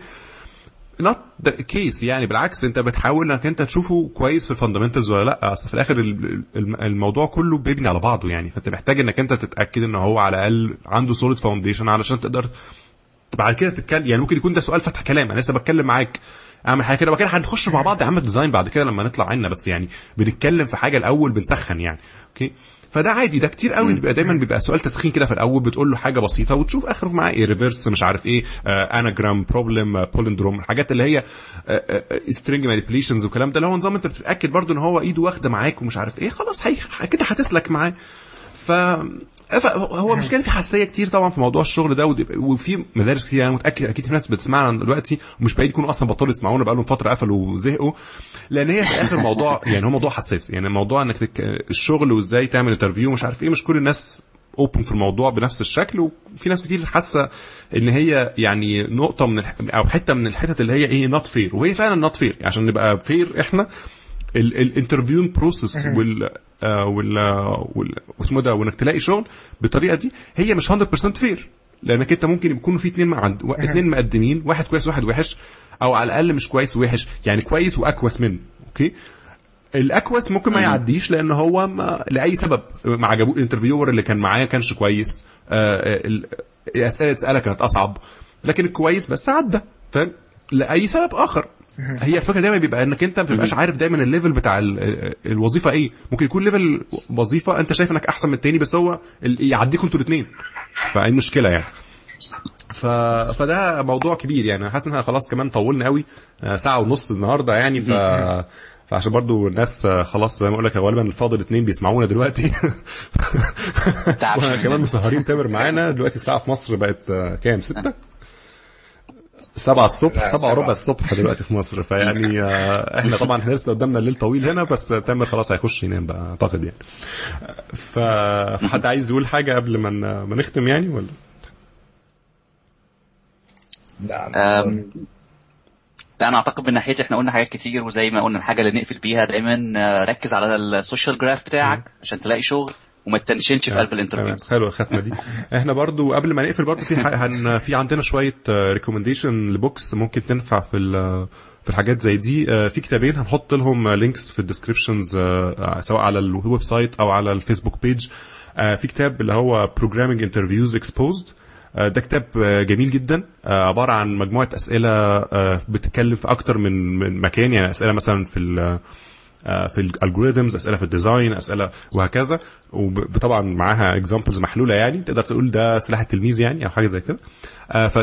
not the case يعني. بالعكس انت بتحاول انك انت تشوفه كويس في الفاندامنتالز ولا لا. اصل في الاخر الموضوع كله بيبني على بعضه يعني. فانت محتاج انك انت تتاكد ان هو على الاقل عنده solid foundation علشان تقدر بعد كده تتكلم يعني. ممكن يكون ده سؤال فتح كلام، انا لسه بتكلم معاك اعمل حاجه كده وكده هنخش مع بعض نعمل ديزاين بعد كده لما نطلع عنا، بس يعني بنتكلم في حاجه الاول بنسخن يعني. اوكي فده عادي، ده كتير قوي بيبقى دايما بيبقى سؤال تسخين كده في الاول، بتقول له حاجه بسيطه وتشوف اخره معاه ايه، ريفرس مش عارف ايه، اناجرام بروبلم بولندروم، الحاجات اللي هي سترينج مانيبيوليشنز والكلام ده اللي هو نظام انت بتتاكد برضو ان هو ايده واخده معاك ومش عارف ايه، خلاص هي كده هتسلك معاه. ف هو مش كان في حساسيه كتير طبعا في موضوع الشغل ده، وفي مدارس كتير انا متاكد اكيد في ناس بتسمعنا دلوقتي ومش بعيد يكونوا اصلا بطلوا يسمعونا بقى لهم فتره قفلوا وزهقوا، لان هي في اخر موضوع يعني هو موضوع حساس، يعني موضوع انك تك... الشغل وازاي تعمل انترفيو مش عارف ايه، مش كل الناس اوبن في الموضوع بنفس الشكل، وفي ناس كتير حاسه ان هي يعني نقطه من الح... او حته من الحتت اللي هي ايه نوت فير، وهي فعلا نوت فير. عشان نبقى فير احنا الانترفيو بروسيس وال وال واسمه ده وانك تلاقي شغل بالطريقه دي هي مش مية بالمية فير، لانك انت ممكن يكونوا في اتنين مع اتنين مقدمين، واحد كويس واحد وحش، او على الاقل مش كويس ووحش يعني كويس واكوس منه. اوكي الاكوس ممكن ما يعديش لان هو ما لاي سبب ما عجبوه الانترفيور اللي كان معاه كانش كويس، الاسئله تسالها كانت اصعب، لكن الكويس بس عدى فاهم لاي سبب اخر. هي الفكره دايما بيبقى انك انت ما بتبقاش عارف دايما الليفل بتاع الوظيفه ايه، ممكن يكون ليفل وظيفه انت شايف انك احسن من التاني بس هو يعديكم انتوا الاثنين، فاي مشكله يعني. ف... فده موضوع كبير يعني. انا حاسس ان احنا خلاص كمان طولنا قوي ساعه ونص النهارده يعني، ف فعشان برضو الناس خلاص زي ما اقول لك غالبا الفاضل اتنين بيسمعونا دلوقتي واحنا كمان مسهرين تامر معانا دلوقتي. الساعه في مصر بقت كام؟ ستة سبعة الصبح، سبعة وربع الصبح دلوقتي في مصر. فيعني احنا طبعا احنا لسه قدامنا الليل طويل هنا، بس تامر خلاص هيخش ينام بقى اعتقد يعني. فحد عايز يقول حاجه قبل ما ما نختم يعني ولا؟ لا لا انا اعتقد من ناحيتي احنا قلنا حاجات كتير، وزي ما قلنا الحاجه اللي نقفل بيها دايما ركز على السوشيال جراف بتاعك عشان تلاقي شغل وما تنشنش في قلب الانترفيو. حلو الختمه دي. احنا برضو قبل ما نقفل برضو في هن في عندنا شويه ريكومنديشن لبوكس ممكن تنفع في في الحاجات زي دي. في كتابين هنحط لهم لينكس في الديسكريبشنز سواء على الويب سايت او على الفيسبوك بيج. في كتاب اللي هو Programming Interviews Exposed، ده كتاب جميل جدا، عبارة عن مجموعة أسئلة بتتكلم في أكتر من من مكان، يعني أسئلة مثلا في ال في الالجوريثمز، أسئلة في الديزاين، أسئلة وهكذا، وطبعا معاها اكزامبلز محلولة يعني تقدر تقول ده سلاح التلميذ يعني أو حاجة زي كده. ف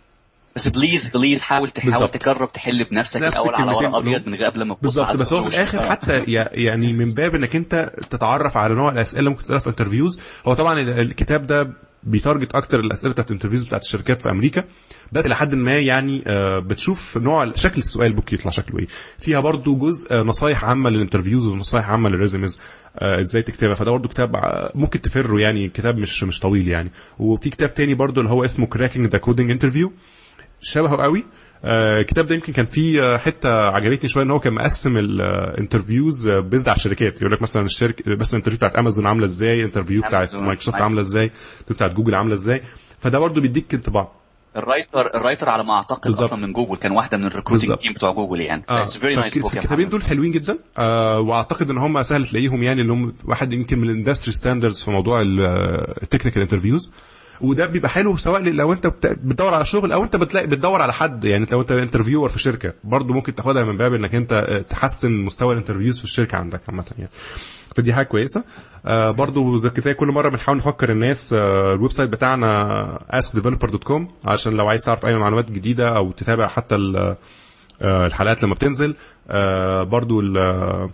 بس بليز بليز حاول تحاول تجرب تحل بنفسك الاول على ورق ابيض من غير قبل ما تبص على بس هو في الاخر حتى يعني من باب انك انت تتعرف على نوع الاسئله اللي ممكن تسالها في انترفيوز. هو طبعا الكتاب ده بيتارجت اكتر الاسئله بتاعت الانترفيوز بتاعت الشركات في امريكا، بس لحد ما يعني بتشوف نوع شكل السؤال ممكن يطلع شكله ايه. فيها برضو جزء نصايح عامه للانترفيوز ونصايح عامه للريزوميز ازاي تكتبها، فده برضو كتاب ممكن تفره يعني، كتاب مش مش طويل يعني. وفي كتاب تاني برضو اللي هو اسمه Cracking the Coding Interview، شبهه قوي. الكتاب ده يمكن كان فيه حته عجبتني شويه ان هو كان مقسم الانترفيوز بيزد على الشركات، يقول لك مثلا الشركه بس الانترفيو بتاعت امازون عامله ازاي، انترفيو بتاعت مايكروسوفت عامله ازاي، الانترفيو بتاعت جوجل عامله ازاي، فده برضو بيديك انطباع. الرايتر الرايتر على ما اعتقد بالزبط. اصلا من جوجل كان واحده من الريكروتنج تيم بتوع جوجل يعني. آه. الكتابين دول حلوين جدا، آه واعتقد ان هم سهل تلاقيهم يعني، انهم واحد يمكن من الاندستري ستاندردز في موضوع التكنيكال انترفيوز. وده بيبقى حلو سواء لو انت بتدور على شغل او انت بتلاقي بتدور على حد يعني، لو انت انترفيور في شركه برضو ممكن تاخدها من باب انك انت تحسن مستوى الانترفيوز في الشركه عندك عامه يعني. فدي حاجه كويسه. آه برضو زي كده كل مره بنحاول نفكر الناس، آه الويب سايت بتاعنا ask developer dot com عشان لو عايز تعرف اي معلومات جديده او تتابع حتى آه الحلقات لما بتنزل. آه برضو آه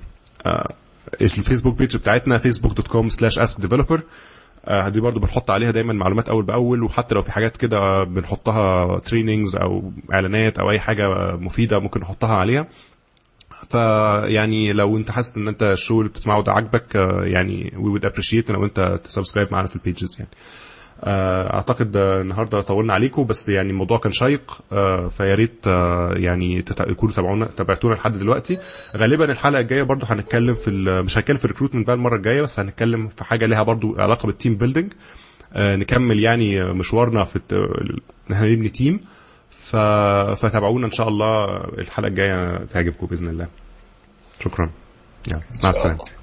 الفيسبوك بيج بتاعتنا facebook dot com slash ask developer، آه دي برضو بنحط عليها دايما معلومات اول باول، وحتى لو في حاجات كده بنحطها تريننجز او اعلانات او اي حاجه مفيده ممكن نحطها عليها. فيعني لو انت حاسس ان انت الشو اللي بتسمعه ده عاجبك، آه يعني we would appreciate لو انت تسبسكرايب معنا في البيجز يعني. آه اعتقد النهارده طولنا عليكم، بس يعني الموضوع كان شيق، آه فيا ريت آه يعني تكونوا تابعونا تابعتونا لحد دلوقتي. غالبا الحلقه الجايه برضو هنتكلم في مش هنتكلم في الريكروتمنت بقى المره الجايه، بس هنتكلم في حاجه ليها برضو علاقه بالتيم بيلدينج، آه نكمل يعني مشوارنا في ان احنا نبني تيم. فتابعونا ان شاء الله الحلقه الجايه تعجبكم باذن الله. شكرا، يلا مع السلامه.